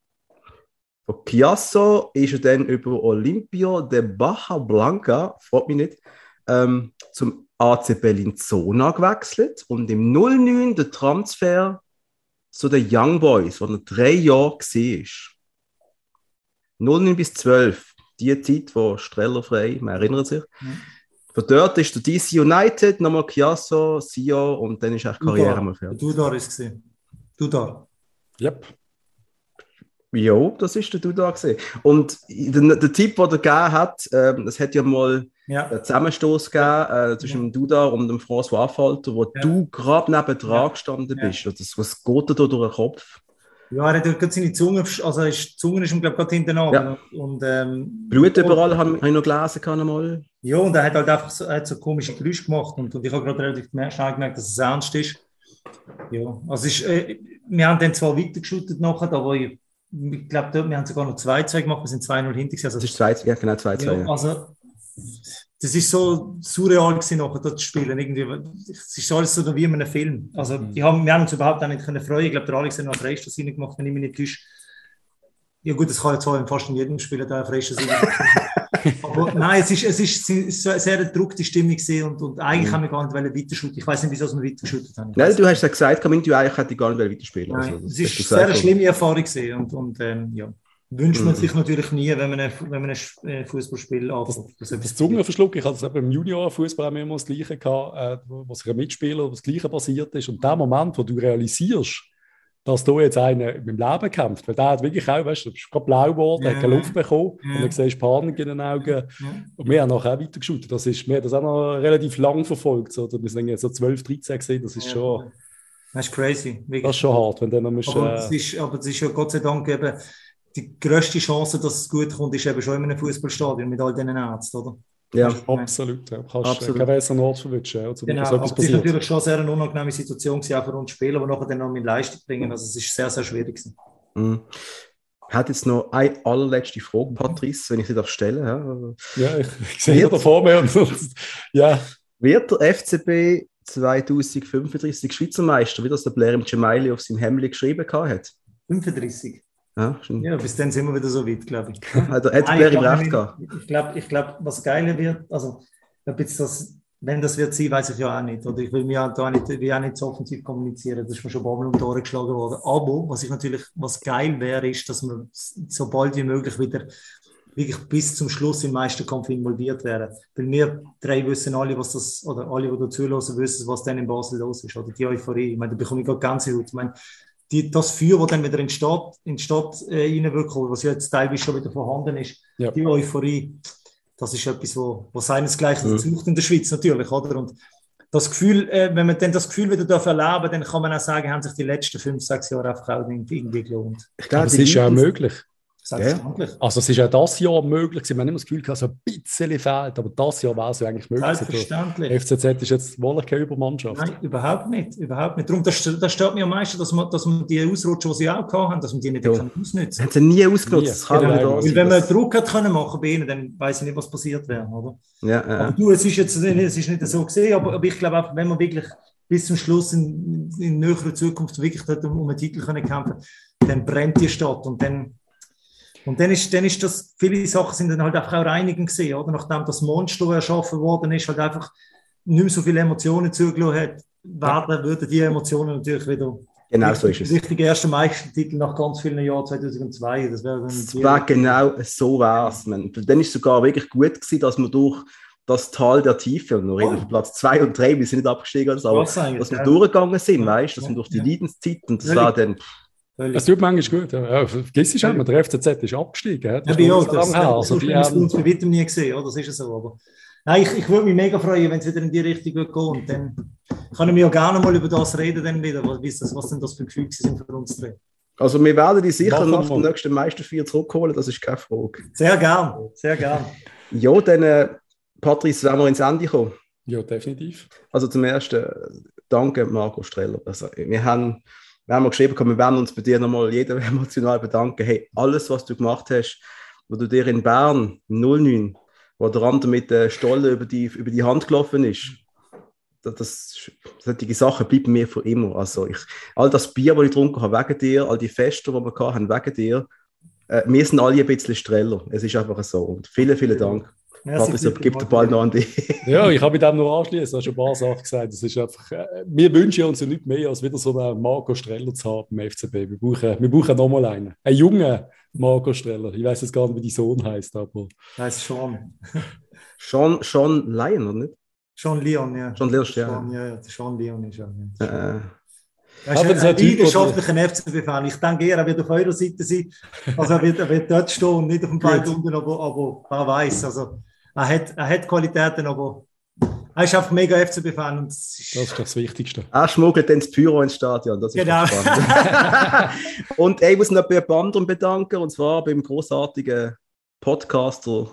Von Chiasso ist er dann über Olimpia de Baja Blanca, fragt mich nicht, ähm, zum A C Bellinzona gewechselt und im null neun der Transfer zu den Young Boys, wo er drei Jahre war. null neun bis zwölf, die Zeit, wo Streller frei, man erinnert sich. Mhm. Von dort ist der D C United, nochmal Chiasso, Sio und dann ist echt Karriere mal fertig. Dudar ist es. Dudar. Yep. Ja, das ist der Dudar gesehen. Und der, der Tipp, den er gegeben hat, ähm, es hat ja mal ja. einen Zusammenstoß gegeben äh, zwischen ja. dem Dudar und dem François Affolter, wo ja. du gerade neben dran ja. gestanden bist. Ja. Das, was geht dir da durch den Kopf? Ja, er hat gerade seine Zunge, also die Zunge ist ihm, glaube ich, gerade hinten an. Ja. Und, ähm, Blut überall, habe ich noch gelesen. Kann ja, und er hat halt einfach so, hat so komische Geräusche gemacht. Und, und ich habe gerade relativ schnell gemerkt, dass es ernst ist. Ja, also ist, äh, wir haben dann zwar weitergeschüttet nachher, aber ich, ich glaube, wir haben sogar noch zwei zwei gemacht, wir sind zwei null hinter. Also, das ist zwei, ja, genau, zwei zwei. Ja, ja. Also, das ist so surreal gewesen, nachher dort zu spielen. Irgendwie, es ist alles so wie in einem Film. Also, mhm. ich hab, wir haben uns überhaupt auch nicht können freuen. Ich glaube, der Alex hat noch eine Freistoß reingemacht, wenn ich mich nicht täusche. ja gut, das kann ja zwar fast in jedem Spiel da frischer sein. Aber nein, es ist, es ist eine sehr gedruckte Stimmung und, und eigentlich mhm. haben wir gar nicht weiterschuten. Ich weiß nicht, wieso wir weitergeschüttet haben. Nein, du hast ja gesagt, Kaminti, eigentlich hätte ich gar nicht weiterspielen. Nein, also, es ist eine sehr schlimme Erfahrung gewesen und, und ähm, ja. Wünscht man mhm. sich natürlich nie, wenn man ein, wenn man ein Fußballspiel anfängt. Das, das, das Zungenverschluck, ich hatte es im Juniorfußball immer das Gleiche gehabt, äh, wo sich ein Mitspieler das Gleiche passiert ist. Und der Moment, wo du realisierst, dass da jetzt einer mit dem Leben kämpft, weil der hat wirklich auch, weißt du, du bist gerade blau geworden, ja. hat keine Luft bekommen ja. und dann siehst du Panik in den Augen. Ja. Und wir haben nachher auch weitergeschaut. Das ist, wir haben das auch noch relativ lang verfolgt. So. Wir sind jetzt so zwölf, dreizehn gesehen, das ist ja. schon... Das ist crazy. Wirklich. Das ist schon hart, wenn dann noch musst, aber, äh, es ist, aber es ist ja Gott sei Dank eben... Die grösste Chance, dass es gut kommt, ist eben schon in einem Fußballstadion mit all diesen Ärzten, oder? Ja, absolut. Ja. Du kannst absolut. keinen besseren Ort verwischen. Ja, genau, aber es ist natürlich schon eine sehr unangenehme Situation gewesen, auch für uns Spieler, die nachher dann noch mit Leistung bringen. Also es ist sehr, sehr schwierig gewesen. Mhm. Ich hätte jetzt noch eine allerletzte Frage, Patrice, wenn ich sie darf stellen. Ja, ich, ich sehe da vor mir. Und, ja. Wird der F C B zwanzig fünfunddreißig Schweizer Meister, wie das der Blair im Gemaili auf seinem Hemdli geschrieben hat? fünfunddreißig? Ja, ja, bis dann sind wir wieder so weit, glaube ich. Also, hat Blair im Recht gehabt? Ich glaube, ich glaub, was geiler wird, also, das, wenn das wird sein, weiß ich ja auch nicht. Oder ich will mir da nicht, will auch nicht so offensiv kommunizieren, das ist mir schon ein paar Mal um die Ohren geschlagen worden. Aber was ich natürlich, was geil wäre, ist, dass wir so bald wie möglich wieder wirklich bis zum Schluss im Meisterkampf involviert werden. Weil wir drei wissen alle, was das, oder alle, die da zuhören, wissen, was dann in Basel los ist. Oder die Euphorie. Ich meine, da bekomme ich gerade Gänsehaut. Ich meine, Die, das Feuer, das dann wieder in die Stadt, in die Stadt äh, reinwirkt, was ja jetzt teilweise schon wieder vorhanden ist, ja. die Euphorie, das ist etwas, wo, wo seinesgleichen mhm. sucht in der Schweiz natürlich, oder? Und das Gefühl, äh, wenn man dann das Gefühl wieder darf erleben, dann kann man auch sagen, haben sich die letzten fünf, sechs Jahre einfach auch irgendwie gelohnt. Ich glaube, das ist ja auch möglich. Ja. Also es ist ja das Jahr möglich, wir haben immer das Gefühl, dass so ein bisschen fehlt, aber das Jahr war es ja eigentlich möglich. Selbstverständlich. F C Z ist jetzt wohl keine Übermannschaft. Nein, überhaupt nicht, überhaupt nicht. Darum, das, das stört mir am meisten, dass man, dass man die Ausrutscher, die sie auch hatten, dass man die nicht ja. ausnutzen kann. Haben sie nie ausgenutzt. Genau. Genau. Weil wenn man Druck hat können machen bei ihnen, dann weiß ich nicht, was passiert wäre, oder? Ja, ja. Aber du, es ist jetzt es ist nicht so gesehen, aber, aber ich glaube auch, wenn man wirklich bis zum Schluss in, in näherer Zukunft wirklich um, um einen Titel können kämpfen, dann brennt die Stadt und dann Und dann ist, dann ist das, viele Sachen sind dann halt einfach auch reinigen gesehen, oder? Nachdem das Monster erschaffen worden ist, halt einfach nicht mehr so viele Emotionen zugelassen hat, werden, würden die Emotionen natürlich wieder... Genau so ist es. Richtig, erster Meistertitel nach ganz vielen Jahren, zweitausendzwei. Das wäre dann... Das war genau so wär's. Dann ist es sogar wirklich gut gewesen, dass man durch das Tal der Tiefe, und wir reden von Platz zwei und drei, wir sind nicht abgestiegen, also, aber dass wir ja. durchgegangen sind, ja. weißt du, dass wir durch die ja. Leidenszeit, und das ja. war dann... Es tut manchmal gut. Ja, vergiss es schon, der F C Z ist abgestiegen. Das ja, ist ja, das, das, also das haben wir uns bei weitem nie gesehen, oder? Das ist ja so. Aber nein, ich, ich würde mich mega freuen, wenn es wieder in die Richtung geht. Und dann kann ich mir ja gerne mal über das reden, dann wieder, was, das, was denn das für Gefühle sind für uns drei. Also wir werden die sicher nach dem nächsten Meisterfeier zurückholen, das ist keine Frage. Sehr gern, sehr gern. Ja, dann, äh, Patrice, werden wir ins Ende kommen? Ja, definitiv. Also zum Ersten, danke Marco Streller. Also, wir haben... Wir haben geschrieben, wir werden uns bei dir nochmal jeder emotional bedanken. Hey, alles, was du gemacht hast, wo du dir in Bern, im null neun, wo der andere mit der Stolle über die, über die Hand gelaufen ist, das, das, solche Sachen bleiben mir für immer. Also ich, all das Bier, das ich getrunken habe, wegen dir, all die Feste, die wir hatten, wegen dir, äh, wir sind alle ein bisschen Streller. Es ist einfach so. Und vielen, vielen Dank. Patrice, gib den Ball noch an dich. Ja, ich habe mit dem noch anschließen. Du hast schon ein paar Sachen gesagt. Das ist einfach, äh, wir wünschen uns ja nicht mehr, als wieder so einen Marco Streller zu haben im F C B. Wir brauchen, wir brauchen nochmal einen. Einen jungen Marco Streller. Ich weiß jetzt gar nicht, wie dein Sohn heißt, aber... Heißt Sean. Sean, Sean Lion, oder nicht? Sean Leon, ja. Sean Leon, ja. Ja, ja, Sean Leon ist ja. ja. Äh. Er ist ein leidenschaftlicher F C B-Fan. Ich denke eher, er wird auf eurer Seite sein. Also er wird, er wird dort stehen und nicht auf dem Feld unten, aber, aber wer weiß. Also, er, hat, er hat Qualitäten, aber er ist einfach mega F C B-Fan. Und das, ist das ist das Wichtigste. Er schmuggelt dann das Pyro ins Stadion. Das ist genau. spannend. Und ich muss noch bei jemand anderem bedanken, und zwar beim großartigen Podcaster,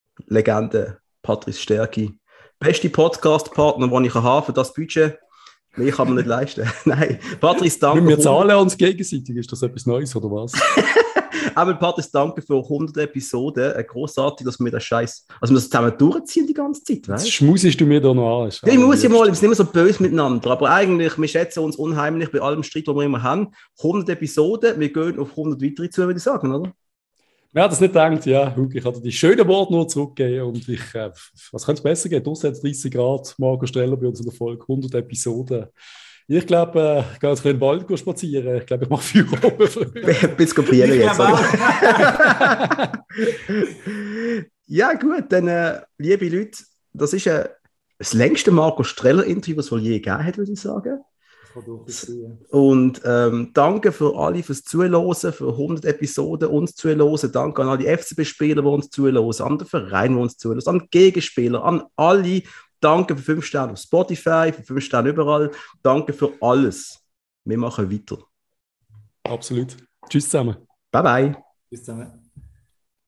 Legende Patrice Stärki. Beste Podcast-Partner, den ich habe für das Budget. Mehr kann man nicht leisten. Nein, Patrice, danke. Wir zahlen uns gegenseitig. Ist das etwas Neues oder was? Aber Patrice, danke für hundert Episoden. Großartig, dass wir das Scheiß, also wir das zusammen durchziehen die ganze Zeit. Weißt? Jetzt schmusest du mir da noch an. Ja, ich muss ja mal, wir sind immer so böse miteinander. Aber eigentlich, wir schätzen uns unheimlich bei allem Streit, den wir immer haben. hundert Episoden, wir gehen auf hundert weitere zu, würde ich sagen, oder? Wer das nicht denkt, ja, Hugo, ich hatte die schönen Worte nur zurückgegeben und ich, äh, was könnte es besser gehen? Draussen hat es dreißig Grad, Marco Streller bei uns in der Folge, hundert Episoden. Ich glaube, äh, ich gehe jetzt in den Wald spazieren. Ich glaube, ich mache Feuer oben. Ein bisschen kopieren jetzt. Ja, gut, dann, äh, liebe Leute, das ist äh, das längste Marco Streller-Interview, das es wohl je gegeben hat, würde ich sagen. Und ähm, danke für alle fürs Zuhören, für hundert Episoden uns zuhören. Danke an alle F C B-Spieler, die uns zuhören, an den Verein, die uns zuhören, an die Gegenspieler, an alle. Danke für fünf Sterne auf Spotify, für fünf Sterne überall. Danke für alles. Wir machen weiter. Absolut. Tschüss zusammen. Bye bye. Tschüss zusammen.